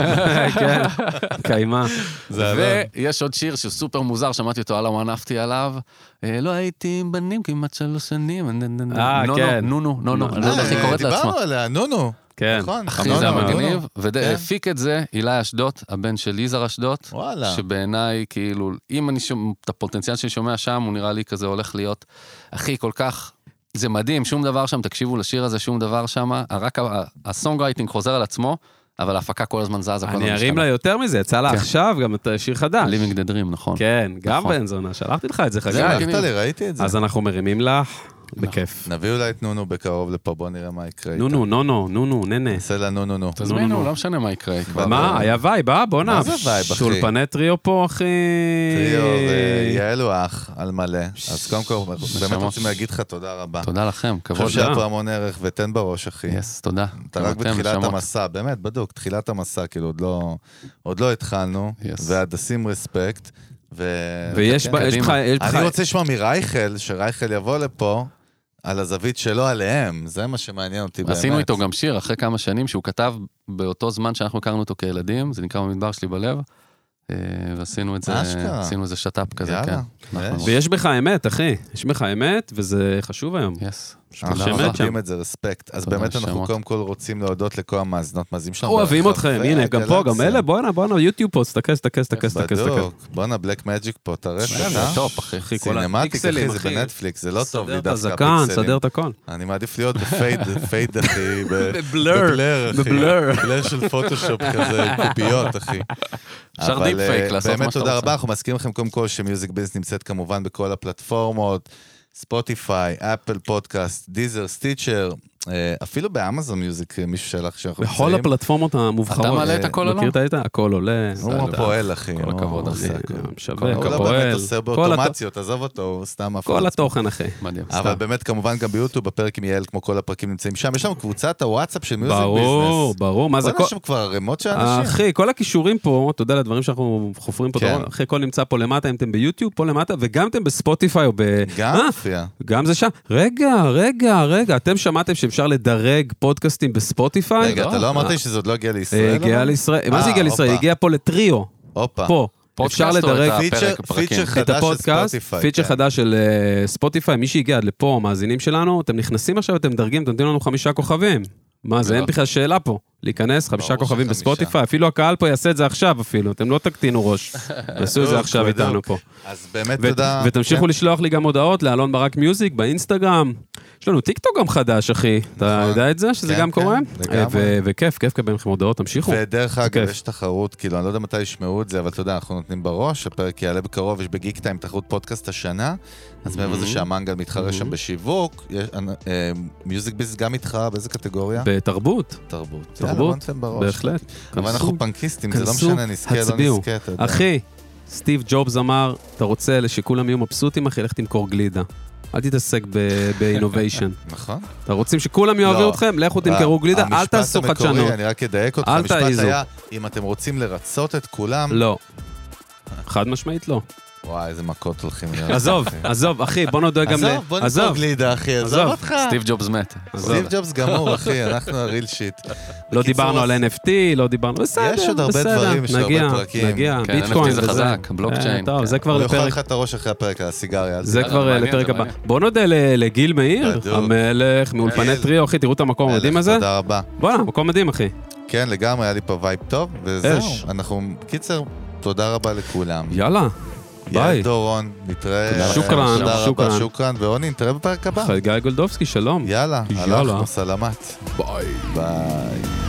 כן, קיימה. זה אלון. ויש עוד שיר שהוא סופר מוזר, שמעתי אותו על הוואן, עפתי עליו. אה, לא הייתי עם בנים כמעט שלוש שנים. אה, נו, כן. נו, נו, נו, נו, אני לא יודע איך היא אה, קוראת לעצמה. דיברנו עליה, נו נו. כן. נכון. אחי, נו, זה נו, נו, המגניב, נו. והפיק כן. את זה אילי אשדוד, הבן של יזהר אשדוד, וואלה. שבעיניי, כאילו, אם אני שומע, את הפוטנציאל שאני שומע שם, הוא נראה לי כזה הולך להיות, אחי, כל כך, זה מדהים, שום דבר שם, תקשיבו לשיר הזה, שום דבר שם, רק הסונג רייטינג חוזר על עצמו, אבל ההפקה כל הזמן זזה, כל הזמן אני ארים לה יותר מזה, יצא לה כן. עכשיו גם את שיר חדש. Living the Dream, נכון. כן, גם נכון. בן זונה, שלחתי לך את זה, זה חגי. מגניב. שלחת לי, ראיתי את זה. אז אנחנו מרימים לך, בכיף. נביא אולי את נונו בקרוב לפה, בוא נראה מה יקרה איתה. נו נו, נו נו, נו נו, ננה. נעשה לה נו נו נו. נו, תזמינו, נו. לא משנה מה יקרה. כבר. מה, היה וייב, אה? בואנה. מה זה וייב, אחי? שולפני טריו פה, אחי. טריו, ויעל הוא אח על מלא. אז קודם כל, באמת רוצים להגיד לך תודה רבה. תודה לכם, אני כבוד. חושב שהיה פה המון ערך, ותן בראש, אחי. יס, תודה. אתה רק אתם בתחילת נשמות. המסע, באמת, בדוק, תחילת המסע, כאילו, עוד לא, עוד לא התחלנו, Yes. והדסים רספקט, ו... ויש וכן, בה- יש לך... קדימה. יש לך- אני רוצה לשמוע מרייכל, שרייכל יבוא לפה, על הזווית שלו עליהם, זה מה שמעניין אותי באמת. עשינו איתו גם שיר אחרי כמה שנים שהוא כתב באותו זמן שאנחנו הכרנו אותו כילדים, זה נקרא במדבר שלי בלב, אה, ועשינו את זה, אשכרה. עשינו איזה שטאפ כזה, יאללה, כן. אנחנו- ויש בך אמת, אחי. יש בך אמת, וזה חשוב היום. יס. אנחנו באמת שם. מכבדים את זה, רספקט. אז תודה, באמת אנחנו נשמות. קודם כל רוצים להודות לכל המאזינות, מאזינים שלנו. אוהבים ברחבי אתכם, הנה, גם פה, גם הגלקסיה. אלה, בואנה, בואנה, יוטיוב פה, תסתכל, תסתכל, תסתכל, תסתכל, תסתכל. בדוק, בואנה, בלק מג'יק פה, טרף זה לך. טופ, אחי. אחי, כל סינמטיק, הפיקסלים, אחי, זה בנטפליקס, זה לא טוב לי סדר את דווקא הזקן, הפיקסלים. סדר את הכל. אני מעדיף להיות בפייד, פייד אחי, ב- בבלר, בבלר, אחי. בבלר. בלר של פוטושופ כזה, קופיות, אחי. אפשר אבל, דיפ פייק, אה, לעשות מה באמת שאתה תודה רוצה. רבה, אנחנו מזכירים לכם קודם כל שמיוזיק ביזנס נמצאת כמובן בכל הפלטפורמות, ספוטיפיי, אפל פודקאסט, דיזר, סטיצ'ר, אה, אפילו באמזון מיוזיק, מישהו שלח שאנחנו בכל הפלטפורמות המובחרות. אתה מעלה את הכל או לא? מכיר את היית? הכל עולה. הוא הפועל, אחי. כל הכבוד, הוא אחי. עושה הכל. משווק, הוא לא באמת הפועל. עושה כל הת- באוטומציות, עזוב אותו, הוא סתם אף כל התוכן, אחי. מדהים. אבל באמת, כמובן, גם ביוטיוב, בפרק עם יעל, כמו כל הפרקים נמצאים שם. יש לנו קבוצת הוואטסאפ של מיוזיק ברור, ביזנס. ברור. מה זה בוא כל... נשם כבר ערימות של אנשים. אחי, כל הכישורים פה, אתה יודע, לדברים שאנחנו חופרים פה, כן. אתה רואה, אחי, הכל נמצא פה למטה, אם אתם ביוטיוב, פה למטה, וגם אתם בספוטיפיי או ב... גם אה, מופיע. גם זה שם. רגע, רגע, רגע, אתם שמעתם שאפשר לדרג פודקאסטים בספוטיפיי? רגע, אתה לא אמרת לי שזה עוד לא הגיע לישראל? הגיע אבל? לישראל, מה אה, זה הגיע לישראל? הופה. הגיע פה לטריו, הופה. פה. אפשר פודקאסט או לדרג את פיצ'ר- הפרק, הפרקים? פיצ'ר את חדש של הפודקאסט, ספוטיפיי, פיצ'ר כן. חדש של אה, ספוטיפיי, מי שהגיע עד לפה, המאזינים שלנו, אתם נכנסים עכשיו, אתם מדרגים, אתם נותנים לנו חמישה כוכבים. מה זה, אין בכלל שאלה פה. להיכנס, חמישה ברור כוכבים שחמישה. בספוטיפיי, אפילו הקהל פה יעשה את זה עכשיו אפילו, אתם לא תקטינו ראש. תעשו את זה בדוק, עכשיו בדוק. איתנו פה. אז באמת ו- תודה. ותמשיכו כן. לשלוח לי גם הודעות לאלון ברק מיוזיק באינסטגרם. יש לנו טיקטוק גם חדש, אחי. אתה נכון. יודע את זה, שזה כן, גם כן, קורה? לגמרי. אה, ו- וכיף, כיף לקבל לכם הודעות, תמשיכו. ודרך אגב, כיף. יש תחרות, כאילו, אני לא יודע מתי ישמעו את זה, אבל אתה יודע, אנחנו נותנים בראש, הפרק יעלה בקרוב, יש בגיק טיים תחרות פודקאסט השנה, אז מעבר לזה שהמנגל מתחרה שם בשיווק, יש- אה, מיוזיק ביזנס גם מתחרה, באיזה קטגוריה? בתרבות, תרבות. תרבות, יאללה, בוא ניתן בראש. בהחלט. אבל כנסו, אנחנו פנקיסטים, זה לא כנסו, משנה, נזכה, לא הצביעו. נזכה, אתה יודע. אחי, סטיב ג'ובס אמר, אתה רוצה שכולם יהיו מבסוטים, אחי, לך תמכור גלידה. אל תתעסק באינוביישן. נכון. אתה רוצים שכולם יאהבו לא. אתכם, לכו תמכרו גלידה, אל תעשו המשפט המקורי, חדשנות. אני רק אדייק אותך, אל המשפט תעיזו. היה, אם אתם רוצים לרצות את כולם, לא. חד משמעית לא. וואי, איזה מכות הולכים להיות. עזוב, אחי. עזוב, אחי, בוא נודה גם ל... עזוב, בוא נמכור גלידה, אחי, עזוב עזוב. אותך. סטיב ג'ובס מת. סטיב ג'ובס גמור, אחי, אנחנו הריל שיט. לא דיברנו על אן אף טי, לא דיברנו... בסדר, יש עוד הרבה בסדר, דברים, יש הרבה נגיע, פרקים. נגיע, כן, ביטקוין אן אף טי זה וזה. חזק, בלוקצ'יין, אה, טוב, כן. זה כבר הוא יאכל לפרק... לך את הראש אחרי הפרק על הסיגריה. זה זה כבר מעניין, לפרק זה הבא. מעניין. בוא נודה ל- לגיל מאיר, בדיוק. המלך, מאולפני מלך. טריו, אחי, תראו את המקום המדהים מלך, הזה. תודה רבה. בוא'נה, מקום מדהים, אחי. כן, לגמרי, היה לי פה וייב טוב, וזהו. אש. אנחנו, קיצר, תודה רבה לכולם. יאללה. ביי. יאיר דורון, נתראה. שוקרן, תודה רבה, שוקרן. שוקרן, ורוני, נתראה בפרק הבא. חגי גולדובסקי, שלום. יאללה, יאללה. הלכנו, סלמת. ביי. ביי.